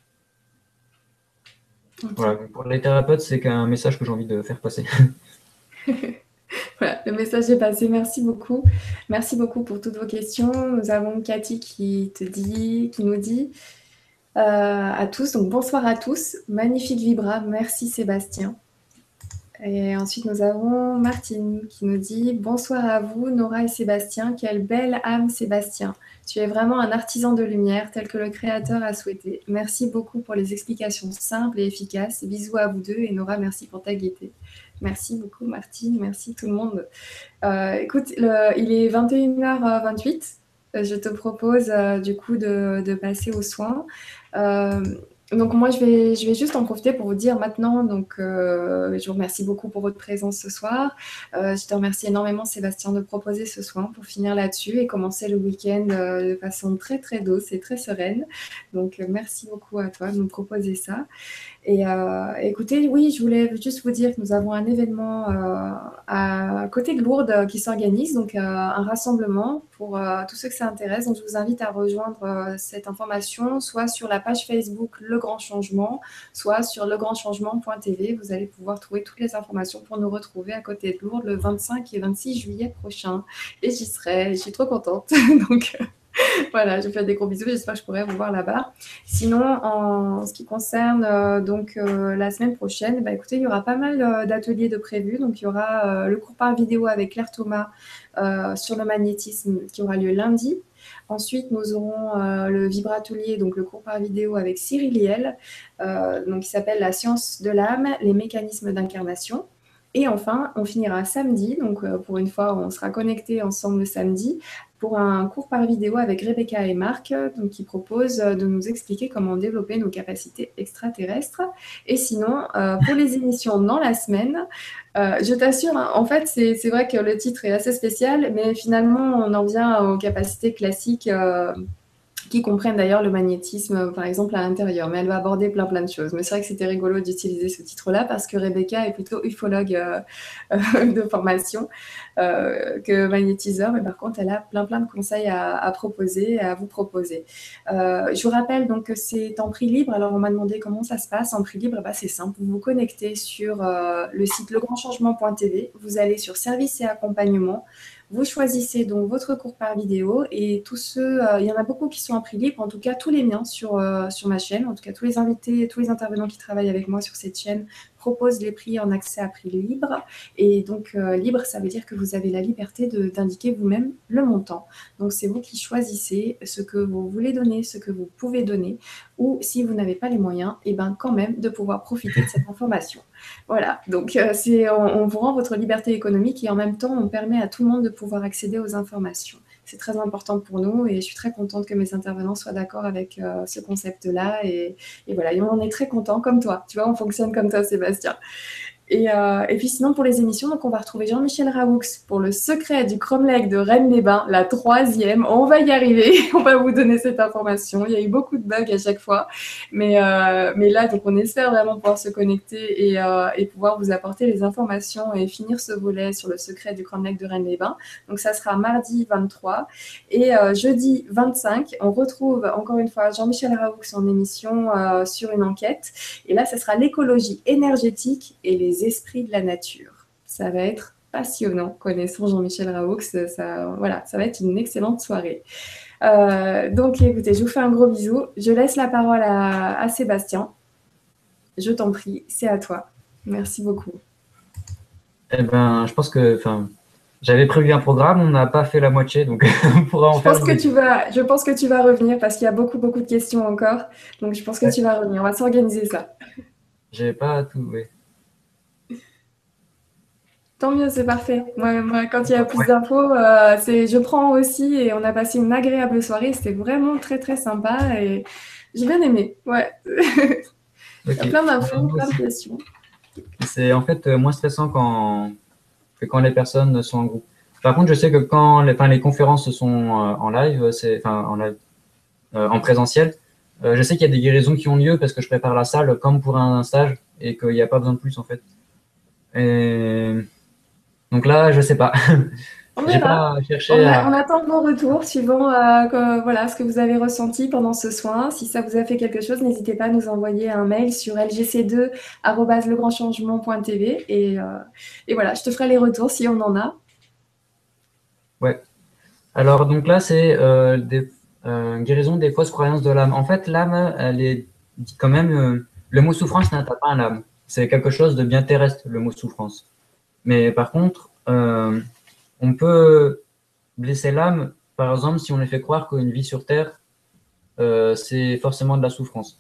Voilà, Ok. donc pour les thérapeutes, c'est un message que j'ai envie de faire passer. Voilà, le message est passé. Merci beaucoup. Merci beaucoup pour toutes vos questions. Nous avons Cathy qui te dit, qui nous dit euh, à tous, donc bonsoir à tous. Magnifique vibra. Merci Sébastien. Et ensuite, nous avons Martine qui nous dit bonsoir à vous, Nora et Sébastien. Quelle belle âme, Sébastien. Tu es vraiment un artisan de lumière tel que le Créateur a souhaité. Merci beaucoup pour les explications simples et efficaces. Bisous à vous deux et Nora, merci pour ta gaieté. Merci beaucoup, Martine. Merci tout le monde. Euh, écoute, le, il est vingt et une heures vingt-huit. Je te propose euh, du coup de, de passer aux soins. Euh, donc moi, je vais, je vais juste en profiter pour vous dire maintenant, donc euh, je vous remercie beaucoup pour votre présence ce soir. Euh, je te remercie énormément, Sébastien, de proposer ce soin pour finir là-dessus et commencer le week-end euh, de façon très, très douce et très sereine. Donc euh, merci beaucoup à toi de nous proposer ça. Et euh, écoutez, oui, je voulais juste vous dire que nous avons un événement euh, à côté de Lourdes euh, qui s'organise, donc euh, un rassemblement pour euh, tous ceux que ça intéresse. Donc je vous invite à rejoindre euh, cette information, soit sur la page Facebook Le Grand Changement, soit sur legrandchangement point t v. Vous allez pouvoir trouver toutes les informations pour nous retrouver à côté de Lourdes le vingt-cinq et vingt-six juillet prochain. Et j'y serai, je suis trop contente. donc voilà, je vous fais des gros bisous. J'espère que je pourrai vous voir là-bas. Sinon, en ce qui concerne euh, donc euh, la semaine prochaine, bah, écoutez, il y aura pas mal euh, d'ateliers de prévus. Donc, il y aura euh, le cours par vidéo avec Claire Thomas euh, sur le magnétisme qui aura lieu lundi. Ensuite, nous aurons euh, le vibratelier, donc le cours par vidéo avec Cyril Liel, euh, donc qui s'appelle La science de l'âme, les mécanismes d'incarnation. Et enfin, on finira samedi, donc euh, pour une fois, on sera connectés ensemble le samedi pour un cours par vidéo avec Rebecca et Marc, donc, qui proposent de nous expliquer comment développer nos capacités extraterrestres. Et sinon, euh, pour les émissions dans la semaine, euh, je t'assure, hein, en fait, c'est, c'est vrai que le titre est assez spécial, mais finalement, on en vient aux capacités classiques. Euh, qui comprennent d'ailleurs le magnétisme, par exemple, à l'intérieur. Mais elle va aborder plein, plein de choses. Mais c'est vrai que c'était rigolo d'utiliser ce titre-là parce que Rebecca est plutôt ufologue euh, euh, de formation euh, que magnétiseur. Mais par contre, elle a plein, plein de conseils à, à proposer, à vous proposer. Euh, je vous rappelle donc que c'est en prix libre. Alors, on m'a demandé comment ça se passe. En prix libre, bah, c'est simple. Vous vous connectez sur euh, le site le grand changement point t v. Vous allez sur services et accompagnement. Vous choisissez donc votre cours par vidéo et tous ceux, euh, il y en a beaucoup qui sont en prix libre, en tout cas tous les miens sur, euh, sur ma chaîne, en tout cas tous les invités, tous les intervenants qui travaillent avec moi sur cette chaîne proposent les prix en accès à prix libre. Et donc euh, libre, ça veut dire que vous avez la liberté d'indiquer vous-même le montant. Donc c'est vous qui choisissez ce que vous voulez donner, ce que vous pouvez donner, ou si vous n'avez pas les moyens, et ben quand même de pouvoir profiter de cette information. Voilà, donc euh, c'est, on, on vous rend votre liberté économique et en même temps, on permet à tout le monde de pouvoir accéder aux informations. C'est très important pour nous et je suis très contente que mes intervenants soient d'accord avec euh, ce concept-là. Et, et voilà, et on en est très content comme toi. Tu vois, on fonctionne comme toi, Sébastien. Et, euh, et puis sinon, pour les émissions, donc on va retrouver Jean-Michel Raoux pour Le secret du cromlech de Rennes-les-Bains, la troisième. On va y arriver, on va vous donner cette information. Il y a eu beaucoup de bugs à chaque fois. Mais, euh, mais là, donc on espère vraiment pouvoir se connecter et, euh, et pouvoir vous apporter les informations et finir ce volet sur le secret du cromlech de Rennes-les-Bains. Donc ça sera mardi vingt-trois. Et euh, jeudi vingt-cinq, on retrouve encore une fois Jean-Michel Raoux en émission euh, sur une enquête. Et là, ce sera l'écologie énergétique et les esprits de la nature. Ça va être passionnant, connaissant Jean-Michel Raoux, ça, ça, voilà, ça va être une excellente soirée. Euh, donc écoutez, je vous fais un gros bisou. Je laisse la parole à, à Sébastien. Je t'en prie, c'est à toi. Merci beaucoup. Eh ben, je pense que, enfin, j'avais prévu un programme, on n'a pas fait la moitié, donc on pourra en je faire. Pense que tu vas, je pense que tu vas revenir parce qu'il y a beaucoup, beaucoup de questions encore. Donc je pense que ouais. tu vas revenir. On va s'organiser ça. J'ai pas tout, oui. Tant mieux, c'est parfait. Moi, moi, quand il y a plus ouais. d'infos, euh, je prends aussi et on a passé une agréable soirée. C'était vraiment très, très sympa et j'ai bien aimé. Ouais. Okay. Il y a plein d'infos, plein de questions. C'est en fait moins stressant quand, que quand les personnes sont en groupe. Par contre, je sais que quand les, enfin, les conférences sont en live, c'est, enfin, en, live euh, en présentiel, euh, je sais qu'il y a des guérisons qui ont lieu parce que je prépare la salle comme pour un stage et qu'il n'y a pas besoin de plus en fait. Et... Donc là, je sais pas. On verra. Pas cherché on, a, à... on attend vos retours suivant euh, que, voilà, ce que vous avez ressenti pendant ce soin. Si ça vous a fait quelque chose, n'hésitez pas à nous envoyer un mail sur l g c deux arobase le grand changement point t v et, euh, et voilà, je te ferai les retours si on en a. Ouais. Alors donc là, c'est euh, des euh, guérison des fausses croyances de l'âme. En fait, l'âme, elle est quand même. Euh, le mot souffrance n'atteint pas l'âme. C'est quelque chose de bien terrestre, le mot souffrance. Mais par contre, euh, on peut blesser l'âme, par exemple, si on lui fait croire qu'une vie sur Terre, euh, c'est forcément de la souffrance.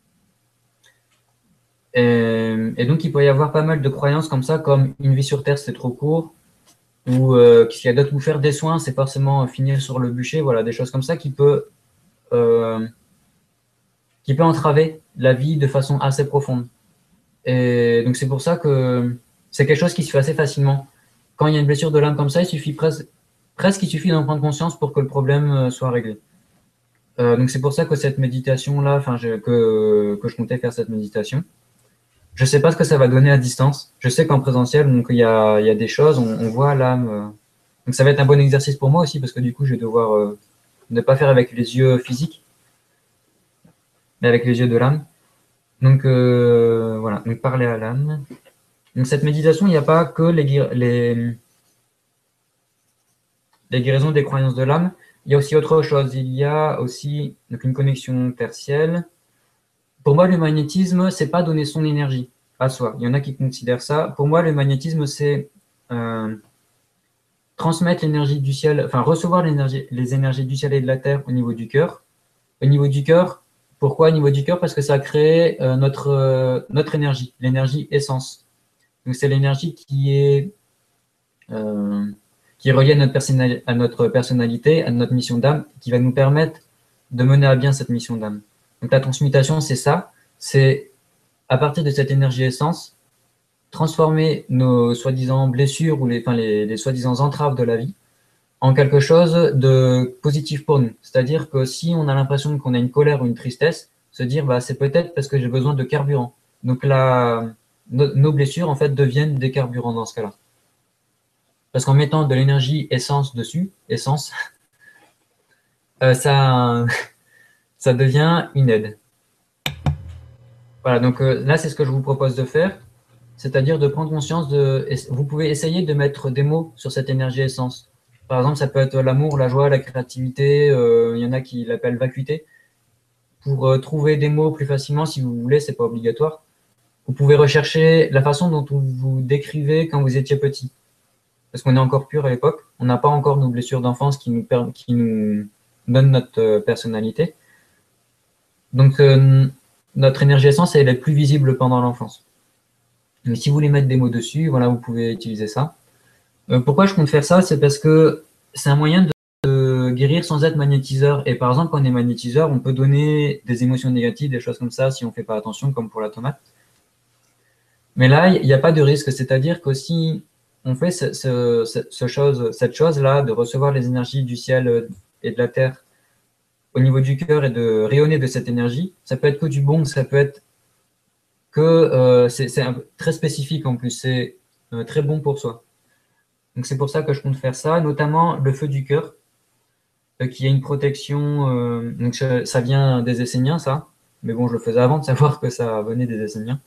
Et, et donc, il peut y avoir pas mal de croyances comme ça, comme une vie sur Terre, c'est trop court, ou euh, qu'il y a d'autres, vous faire des soins, c'est forcément finir sur le bûcher, voilà, des choses comme ça qui peut, euh, qui peut entraver la vie de façon assez profonde. Et donc, c'est pour ça que c'est quelque chose qui se fait assez facilement. Quand il y a une blessure de l'âme comme ça, il suffit presque, presque il suffit d'en prendre conscience pour que le problème soit réglé. Euh, donc, c'est pour ça que cette méditation-là, enfin, que, que je comptais faire cette méditation. Je sais pas ce que ça va donner à distance. Je sais qu'en présentiel, donc il y a, y a des choses, on, on voit l'âme. Donc, ça va être un bon exercice pour moi aussi, parce que du coup, je vais devoir euh, ne pas faire avec les yeux physiques, mais avec les yeux de l'âme. Donc, euh, voilà, donc parler à l'âme. Donc, cette méditation, il n'y a pas que les, les, les guérisons des croyances de l'âme. Il y a aussi autre chose. Il y a aussi donc, une connexion tertielle. Pour moi, le magnétisme, c'est pas donner son énergie à soi. Il y en a qui considèrent ça. Pour moi, le magnétisme, c'est euh, transmettre l'énergie du ciel, enfin recevoir l'énergie, les énergies du ciel et de la terre au niveau du cœur. Au niveau du cœur, pourquoi au niveau du cœur? Parce que ça a créé euh, notre, euh, notre énergie, l'énergie essence. Donc, c'est l'énergie qui est, euh, qui est reliée à notre, personnali- à notre personnalité, à notre mission d'âme, qui va nous permettre de mener à bien cette mission d'âme. Donc, la transmutation, c'est ça. C'est, à partir de cette énergie essence, transformer nos soi-disant blessures ou les, enfin, les, les soi-disant entraves de la vie en quelque chose de positif pour nous. C'est-à-dire que si on a l'impression qu'on a une colère ou une tristesse, se dire bah, c'est peut-être parce que j'ai besoin de carburant. Donc la, no, nos blessures en fait deviennent des carburants dans ce cas-là. Parce qu'en mettant de l'énergie essence dessus, essence, euh, ça, ça devient une aide. Voilà, donc euh, là c'est ce que je vous propose de faire, c'est-à-dire de prendre conscience de. Vous pouvez essayer de mettre des mots sur cette énergie essence. Par exemple, ça peut être l'amour, la joie, la créativité. Euh, il y en a qui l'appellent vacuité. Pour euh, trouver des mots plus facilement, si vous voulez, c'est pas obligatoire. Vous pouvez rechercher la façon dont vous vous décrivez quand vous étiez petit. Parce qu'on est encore pur à l'époque. On n'a pas encore nos blessures d'enfance qui nous, qui nous donnent notre euh, personnalité. Donc, euh, notre énergie essence, elle est plus visible pendant l'enfance. Mais si vous voulez mettre des mots dessus, voilà, vous pouvez utiliser ça. Euh, pourquoi je compte faire ça? C'est parce que c'est un moyen de, de guérir sans être magnétiseur. Et par exemple, quand on est magnétiseur, on peut donner des émotions négatives, des choses comme ça, si on ne fait pas attention, comme pour la tomate. Mais là, il n'y a pas de risque. C'est-à-dire que si on fait ce, ce, ce chose, cette chose-là, de recevoir les énergies du ciel et de la terre au niveau du cœur et de rayonner de cette énergie, ça peut être que du bon, ça peut être que euh, c'est très spécifique en plus, c'est euh, très bon pour soi. Donc c'est pour ça que je compte faire ça, notamment le feu du cœur, euh, qui a une protection. Euh, donc je, ça vient des Esséniens, ça. Mais bon, je le faisais avant de savoir que ça venait des Esséniens.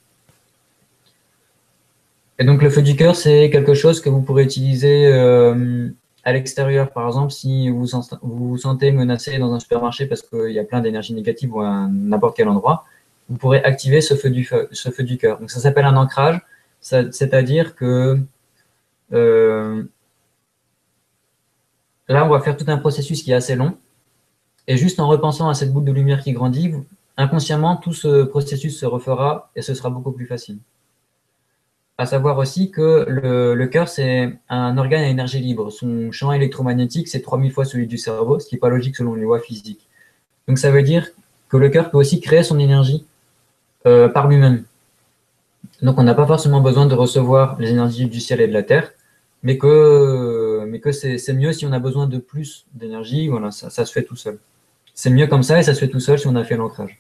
Et donc le feu du cœur, c'est quelque chose que vous pourrez utiliser euh, à l'extérieur. Par exemple, si vous vous, vous sentez menacé dans un supermarché parce qu'il y a plein d'énergie négative ou à n'importe quel endroit, vous pourrez activer ce feu du, feu, ce feu du cœur. Donc ça s'appelle un ancrage, c'est-à-dire que euh, là, on va faire tout un processus qui est assez long. Et juste en repensant à cette boule de lumière qui grandit, inconsciemment, tout ce processus se refera et ce sera beaucoup plus facile. À savoir aussi que le, le cœur, c'est un organe à énergie libre. Son champ électromagnétique, c'est trois mille fois celui du cerveau, ce qui n'est pas logique selon les lois physiques. Donc ça veut dire que le cœur peut aussi créer son énergie euh, par lui-même. Donc on n'a pas forcément besoin de recevoir les énergies du ciel et de la terre, mais que, mais que c'est mieux si on a besoin de plus d'énergie, voilà, ça, ça se fait tout seul. C'est mieux comme ça et ça se fait tout seul si on a fait l'ancrage.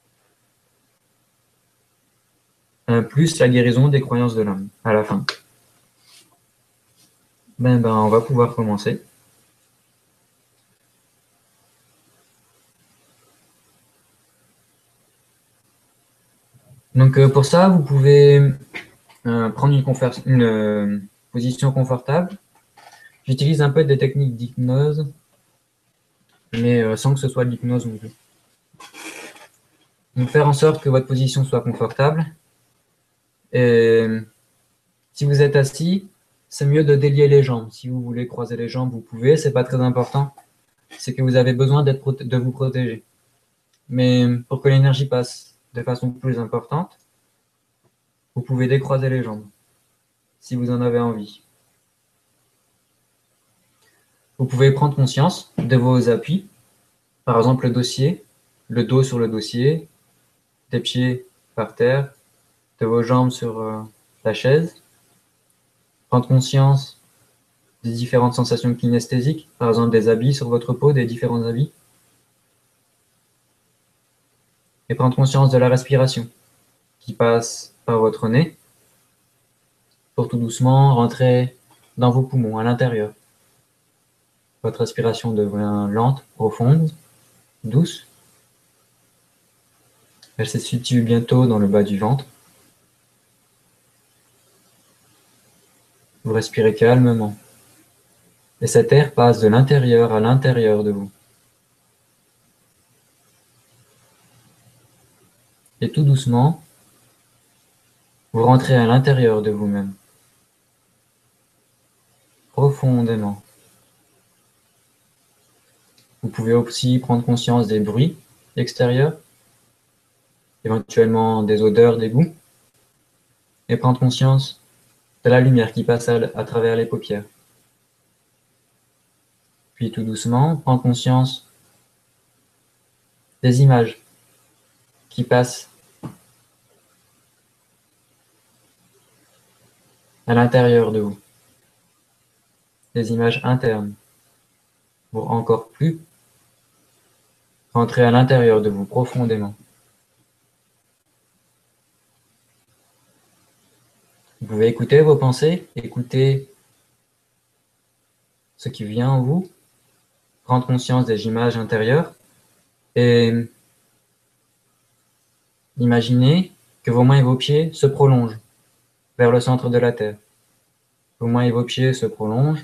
Euh, plus la guérison des croyances de l'âme, à la fin. Ben, ben, on va pouvoir commencer. Donc euh, pour ça, vous pouvez euh, prendre une, une euh, position confortable. J'utilise un peu des techniques d'hypnose, mais euh, sans que ce soit de l'hypnose non plus. Donc faire en sorte que votre position soit confortable. Et si vous êtes assis, c'est mieux de délier les jambes. Si vous voulez croiser les jambes, vous pouvez, c'est pas très important. C'est que vous avez besoin d'être de vous protéger. Mais pour que l'énergie passe de façon plus importante, vous pouvez décroiser les jambes, si vous en avez envie. Vous pouvez prendre conscience de vos appuis, par exemple le dossier, le dos sur le dossier, des pieds par terre, de vos jambes sur euh, la chaise. Prendre conscience des différentes sensations kinesthésiques, par exemple des habits sur votre peau, des différents habits. Et prendre conscience de la respiration qui passe par votre nez pour tout doucement rentrer dans vos poumons, à l'intérieur. Votre respiration devient lente, profonde, douce. Elle se situe bientôt dans le bas du ventre. Vous respirez calmement. Et cet air passe de l'intérieur à l'intérieur de vous. Et tout doucement, vous rentrez à l'intérieur de vous-même. Profondément. Vous pouvez aussi prendre conscience des bruits extérieurs, éventuellement des odeurs, des goûts, et prendre conscience de la lumière qui passe à, à travers les paupières. Puis tout doucement, prendre conscience des images qui passent à l'intérieur de vous, des images internes, pour encore plus rentrer à l'intérieur de vous profondément. Vous pouvez écouter vos pensées, écouter ce qui vient en vous, prendre conscience des images intérieures et imaginez que vos mains et vos pieds se prolongent vers le centre de la Terre. Vos mains et vos pieds se prolongent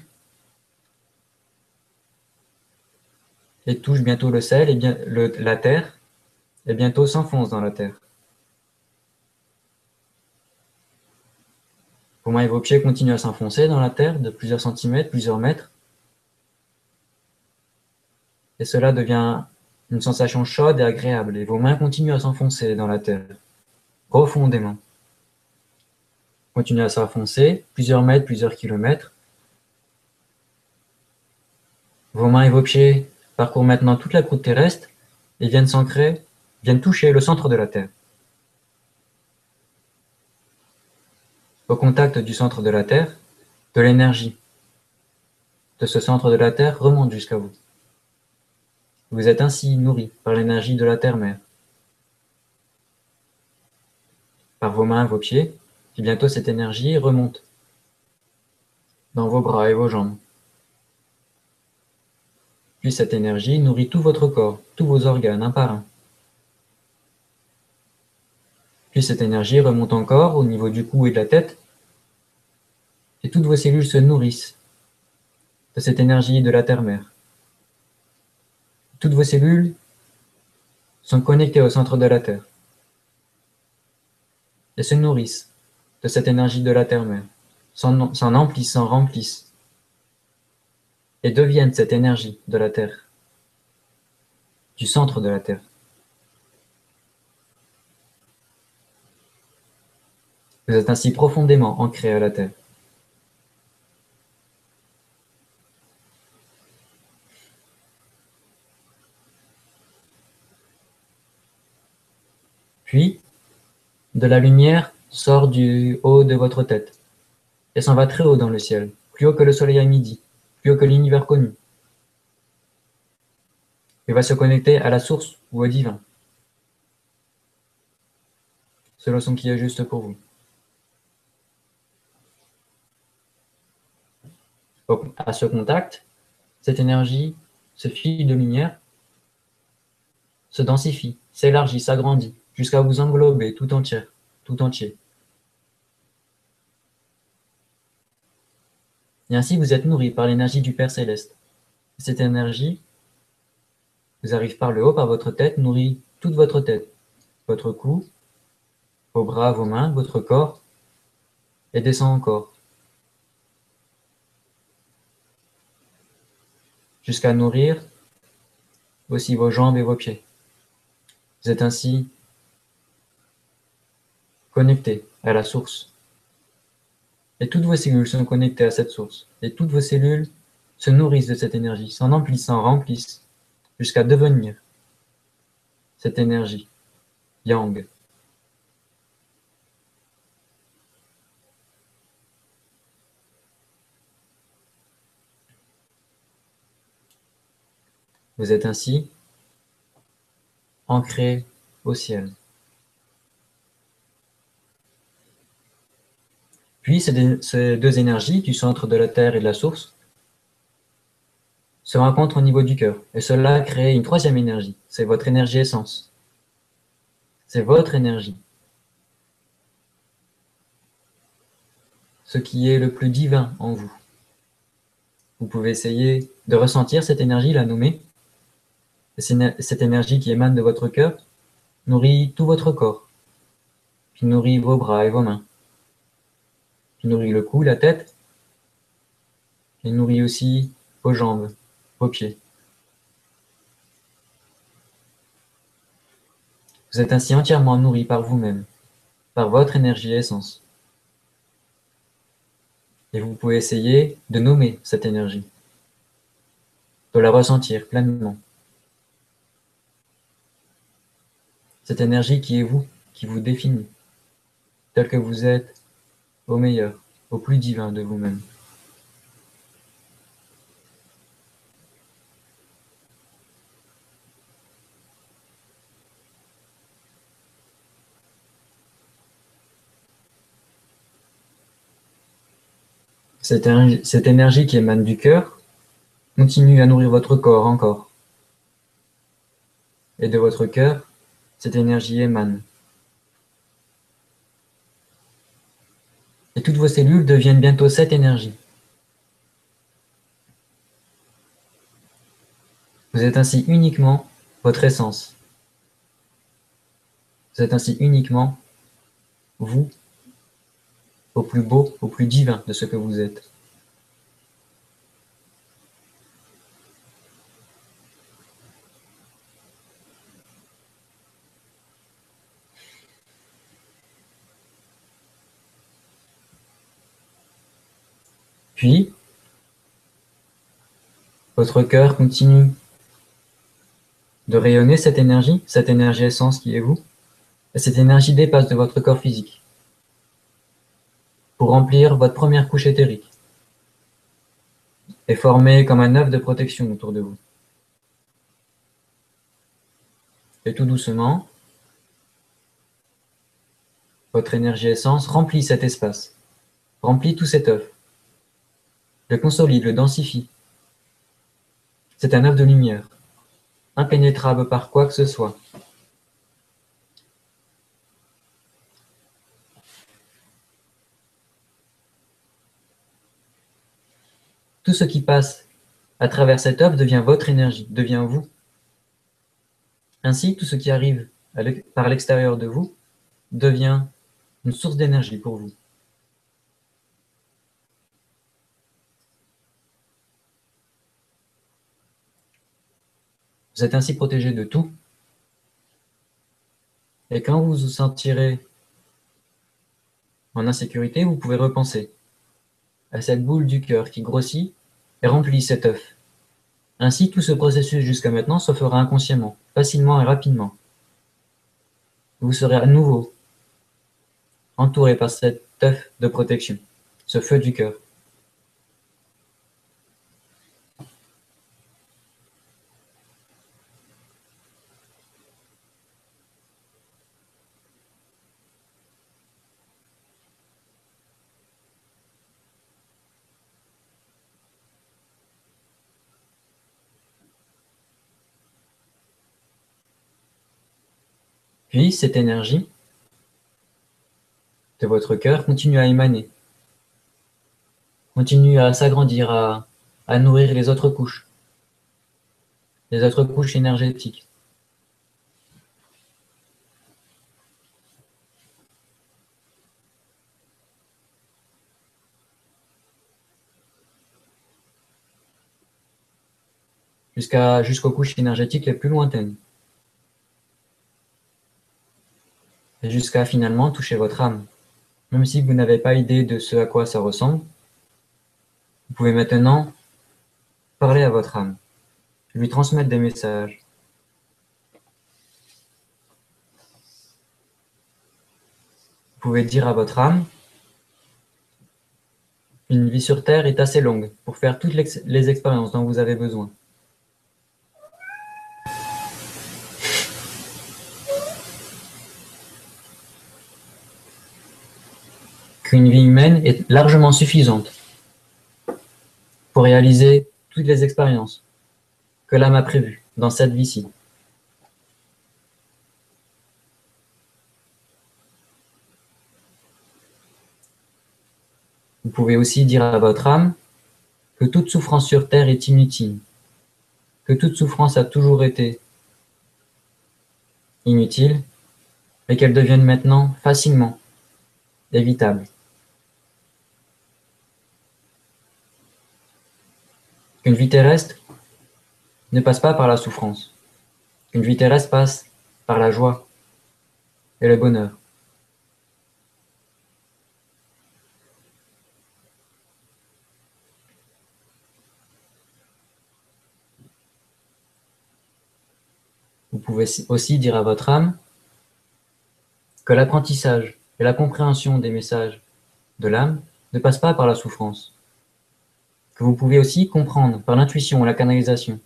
et touchent bientôt le ciel et bien, le, la Terre et bientôt s'enfoncent dans la Terre. Vos mains et vos pieds continuent à s'enfoncer dans la Terre de plusieurs centimètres, plusieurs mètres. Et cela devient une sensation chaude et agréable. Et vos mains continuent à s'enfoncer dans la Terre, profondément. Continuez à s'enfoncer, plusieurs mètres, plusieurs kilomètres. Vos mains et vos pieds parcourent maintenant toute la croûte terrestre et viennent s'ancrer, viennent toucher le centre de la Terre. Au contact du centre de la Terre, de l'énergie de ce centre de la Terre remonte jusqu'à vous. Vous êtes ainsi nourri par l'énergie de la Terre-Mère, par vos mains, vos pieds, puis bientôt cette énergie remonte dans vos bras et vos jambes. Puis cette énergie nourrit tout votre corps, tous vos organes, un par un. Puis cette énergie remonte encore au niveau du cou et de la tête, et toutes vos cellules se nourrissent de cette énergie de la Terre-Mère. Toutes vos cellules sont connectées au centre de la Terre et se nourrissent de cette énergie de la Terre-Mère, s'en emplissent, s'en remplissent et deviennent cette énergie de la Terre, du centre de la Terre. Vous êtes ainsi profondément ancré à la Terre. Puis, de la lumière sort du haut de votre tête et s'en va très haut dans le ciel, plus haut que le soleil à midi, plus haut que l'univers connu. Il va se connecter à la source ou au divin, selon ce qui est juste pour vous. À ce contact, cette énergie, ce fil de lumière, se densifie, s'élargit, s'agrandit, jusqu'à vous englober tout entier, tout entier. Et ainsi, vous êtes nourri par l'énergie du Père Céleste. Cette énergie vous arrive par le haut, par votre tête, nourrit toute votre tête, votre cou, vos bras, vos mains, votre corps, et descend encore, jusqu'à nourrir aussi vos jambes et vos pieds. Vous êtes ainsi connecté à la source. Et toutes vos cellules sont connectées à cette source. Et toutes vos cellules se nourrissent de cette énergie, s'en emplissent, s'en remplissent, jusqu'à devenir cette énergie, yang. Vous êtes ainsi ancré au ciel. Puis ces deux énergies, du centre de la Terre et de la source, se rencontrent au niveau du cœur. Et cela crée une troisième énergie. C'est votre énergie essence. C'est votre énergie. Ce qui est le plus divin en vous. Vous pouvez essayer de ressentir cette énergie, la nommer. Et cette énergie qui émane de votre cœur nourrit tout votre corps, puis nourrit vos bras et vos mains, puis nourrit le cou, la tête, et nourrit aussi vos jambes, vos pieds. Vous êtes ainsi entièrement nourri par vous-même, par votre énergie essence. Et vous pouvez essayer de nommer cette énergie, de la ressentir pleinement. Cette énergie qui est vous, qui vous définit, tel que vous êtes au meilleur, au plus divin de vous-même. Cette, énergie- cette énergie qui émane du cœur continue à nourrir votre corps encore. Et de votre cœur, cette énergie émane. Et toutes vos cellules deviennent bientôt cette énergie. Vous êtes ainsi uniquement votre essence. Vous êtes ainsi uniquement vous, au plus beau, au plus divin de ce que vous êtes. Puis, votre cœur continue de rayonner cette énergie, cette énergie essence qui est vous, et cette énergie dépasse de votre corps physique pour remplir votre première couche éthérique et former comme un œuf de protection autour de vous. Et tout doucement, votre énergie essence remplit cet espace, remplit tout cet œuf, le consolide, le densifie. C'est un œuf de lumière, impénétrable par quoi que ce soit. Tout ce qui passe à travers cet œuf devient votre énergie, devient vous. Ainsi, tout ce qui arrive par l'extérieur de vous devient une source d'énergie pour vous. Vous êtes ainsi protégé de tout. Et quand vous vous sentirez en insécurité, vous pouvez repenser à cette boule du cœur qui grossit et remplit cet œuf. Ainsi, tout ce processus jusqu'à maintenant se fera inconsciemment, facilement et rapidement. Vous serez à nouveau entouré par cet œuf de protection, ce feu du cœur. Puis, cette énergie de votre cœur continue à émaner, continue à s'agrandir, à, à nourrir les autres couches, les autres couches énergétiques. Jusqu'à, jusqu'aux couches énergétiques les plus lointaines. Et jusqu'à finalement toucher votre âme. Même si vous n'avez pas idée de ce à quoi ça ressemble, vous pouvez maintenant parler à votre âme, lui transmettre des messages. Vous pouvez dire à votre âme, une vie sur Terre est assez longue pour faire toutes les expériences dont vous avez besoin. Qu'une vie humaine est largement suffisante pour réaliser toutes les expériences que l'âme a prévues dans cette vie-ci. Vous pouvez aussi dire à votre âme que toute souffrance sur Terre est inutile, que toute souffrance a toujours été inutile, et qu'elle devienne maintenant facilement évitable. Qu'une vie terrestre ne passe pas par la souffrance, qu'une vie terrestre passe par la joie et le bonheur. Vous pouvez aussi dire à votre âme que l'apprentissage et la compréhension des messages de l'âme ne passent pas par la souffrance, que vous pouvez aussi comprendre par l'intuition et la canalisation,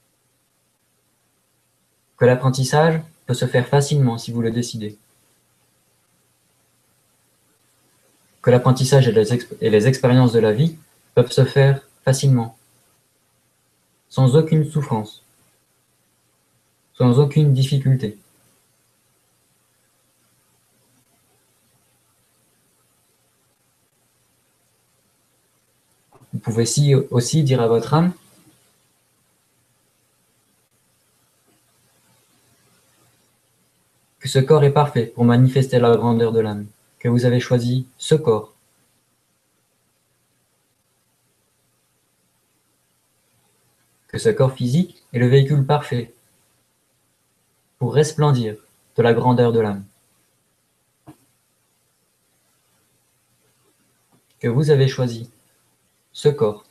que l'apprentissage peut se faire facilement si vous le décidez, que l'apprentissage et les, et les expériences de la vie peuvent se faire facilement, sans aucune souffrance, sans aucune difficulté. Vous pouvez aussi dire à votre âme que ce corps est parfait pour manifester la grandeur de l'âme, que vous avez choisi ce corps. Que ce corps physique est le véhicule parfait pour resplendir de la grandeur de l'âme. Que vous avez choisi ce corps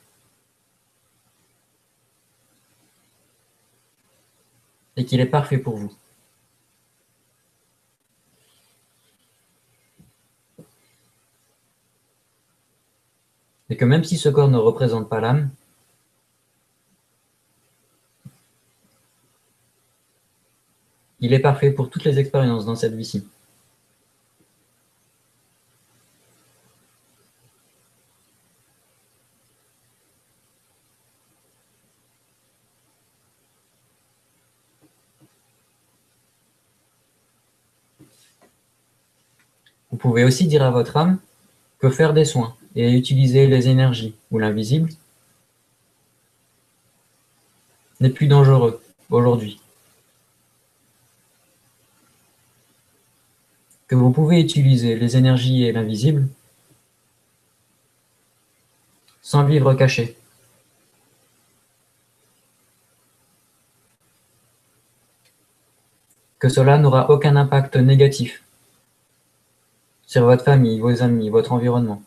et qu'il est parfait pour vous. Et que même si ce corps ne représente pas l'âme, il est parfait pour toutes les expériences dans cette vie-ci. Vous pouvez aussi dire à votre âme que faire des soins et utiliser les énergies ou l'invisible n'est plus dangereux aujourd'hui. Que vous pouvez utiliser les énergies et l'invisible sans vivre caché. Que cela n'aura aucun impact négatif sur votre famille, vos amis, votre environnement.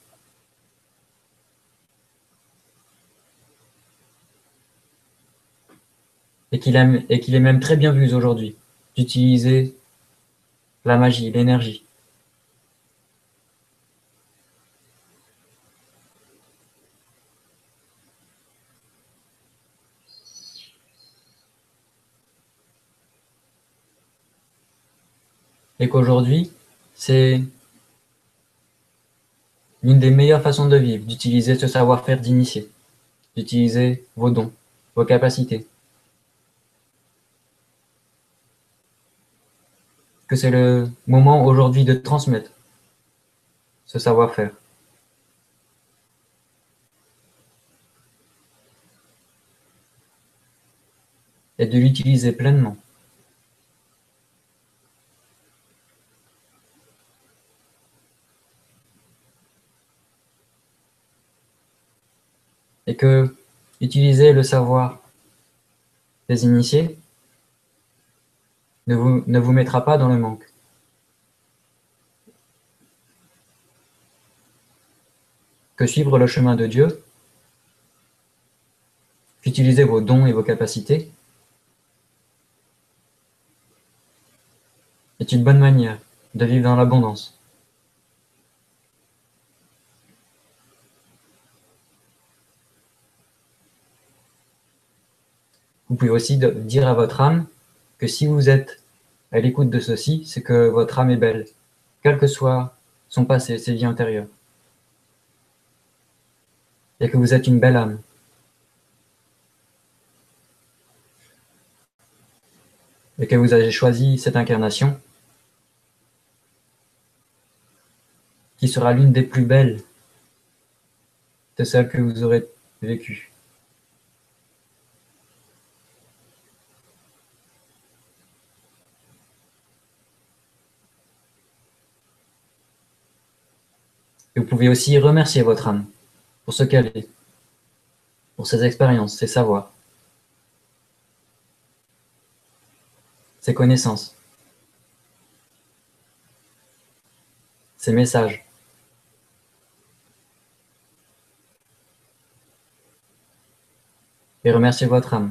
Et qu'il est même très bien vu aujourd'hui d'utiliser la magie, l'énergie. Et qu'aujourd'hui, c'est l'une des meilleures façons de vivre, d'utiliser ce savoir-faire d'initié, d'utiliser vos dons, vos capacités. Que c'est le moment aujourd'hui de transmettre ce savoir-faire. Et de l'utiliser pleinement. Et que utiliser le savoir des initiés ne vous, ne vous mettra pas dans le manque. Que suivre le chemin de Dieu, qu'utiliser vos dons et vos capacités est une bonne manière de vivre dans l'abondance. Vous pouvez aussi dire à votre âme que si vous êtes à l'écoute de ceci, c'est que votre âme est belle, quel que soit son passé, ses vies antérieures. Et que vous êtes une belle âme. Et que vous avez choisi cette incarnation qui sera l'une des plus belles de celles que vous aurez vécues. Et vous pouvez aussi remercier votre âme pour ce qu'elle est, pour ses expériences, ses savoirs, ses connaissances, ses messages. Et remercier votre âme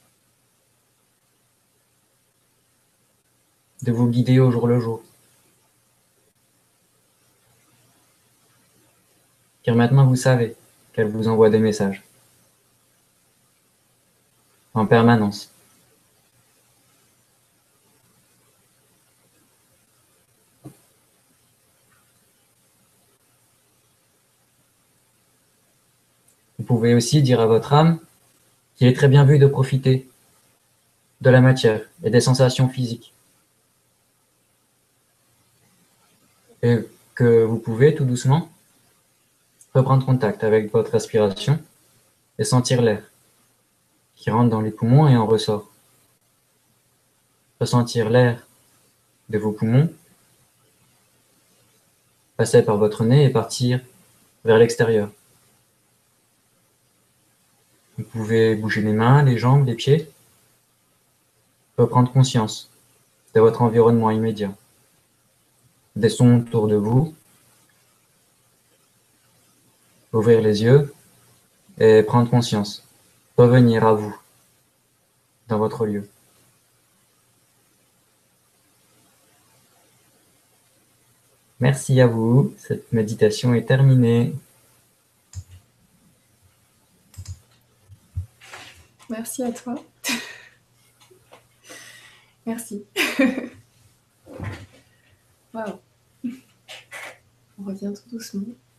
de vous guider au jour le jour. Car maintenant vous savez qu'elle vous envoie des messages en permanence. Vous pouvez aussi dire à votre âme qu'il est très bien vu de profiter de la matière et des sensations physiques. Et que vous pouvez tout doucement reprendre contact avec votre respiration et sentir l'air qui rentre dans les poumons et en ressort. Ressentir l'air de vos poumons passer par votre nez et partir vers l'extérieur. Vous pouvez bouger les mains, les jambes, les pieds, reprendre conscience de votre environnement immédiat, des sons autour de vous, ouvrir les yeux et prendre conscience, revenir à vous, dans votre lieu. Merci à vous, cette méditation est terminée. Merci à toi. Merci. Waouh. On revient tout doucement.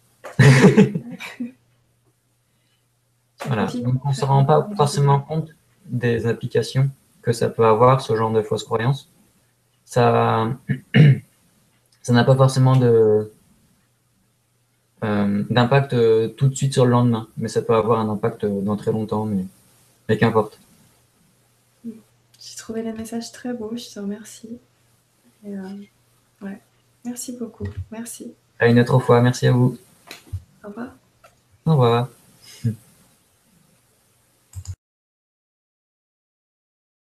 Voilà. Donc on ne se rend pas forcément compte des applications que ça peut avoir, ce genre de fausses croyances. Ça, ça n'a pas forcément de, euh, d'impact euh, tout de suite sur le lendemain, mais ça peut avoir un impact euh, dans très longtemps, mais, mais qu'importe. J'ai trouvé les messages très beaux, je te remercie. Et, euh, ouais. Merci beaucoup, merci. À une autre fois, merci à vous. Au revoir. Au revoir.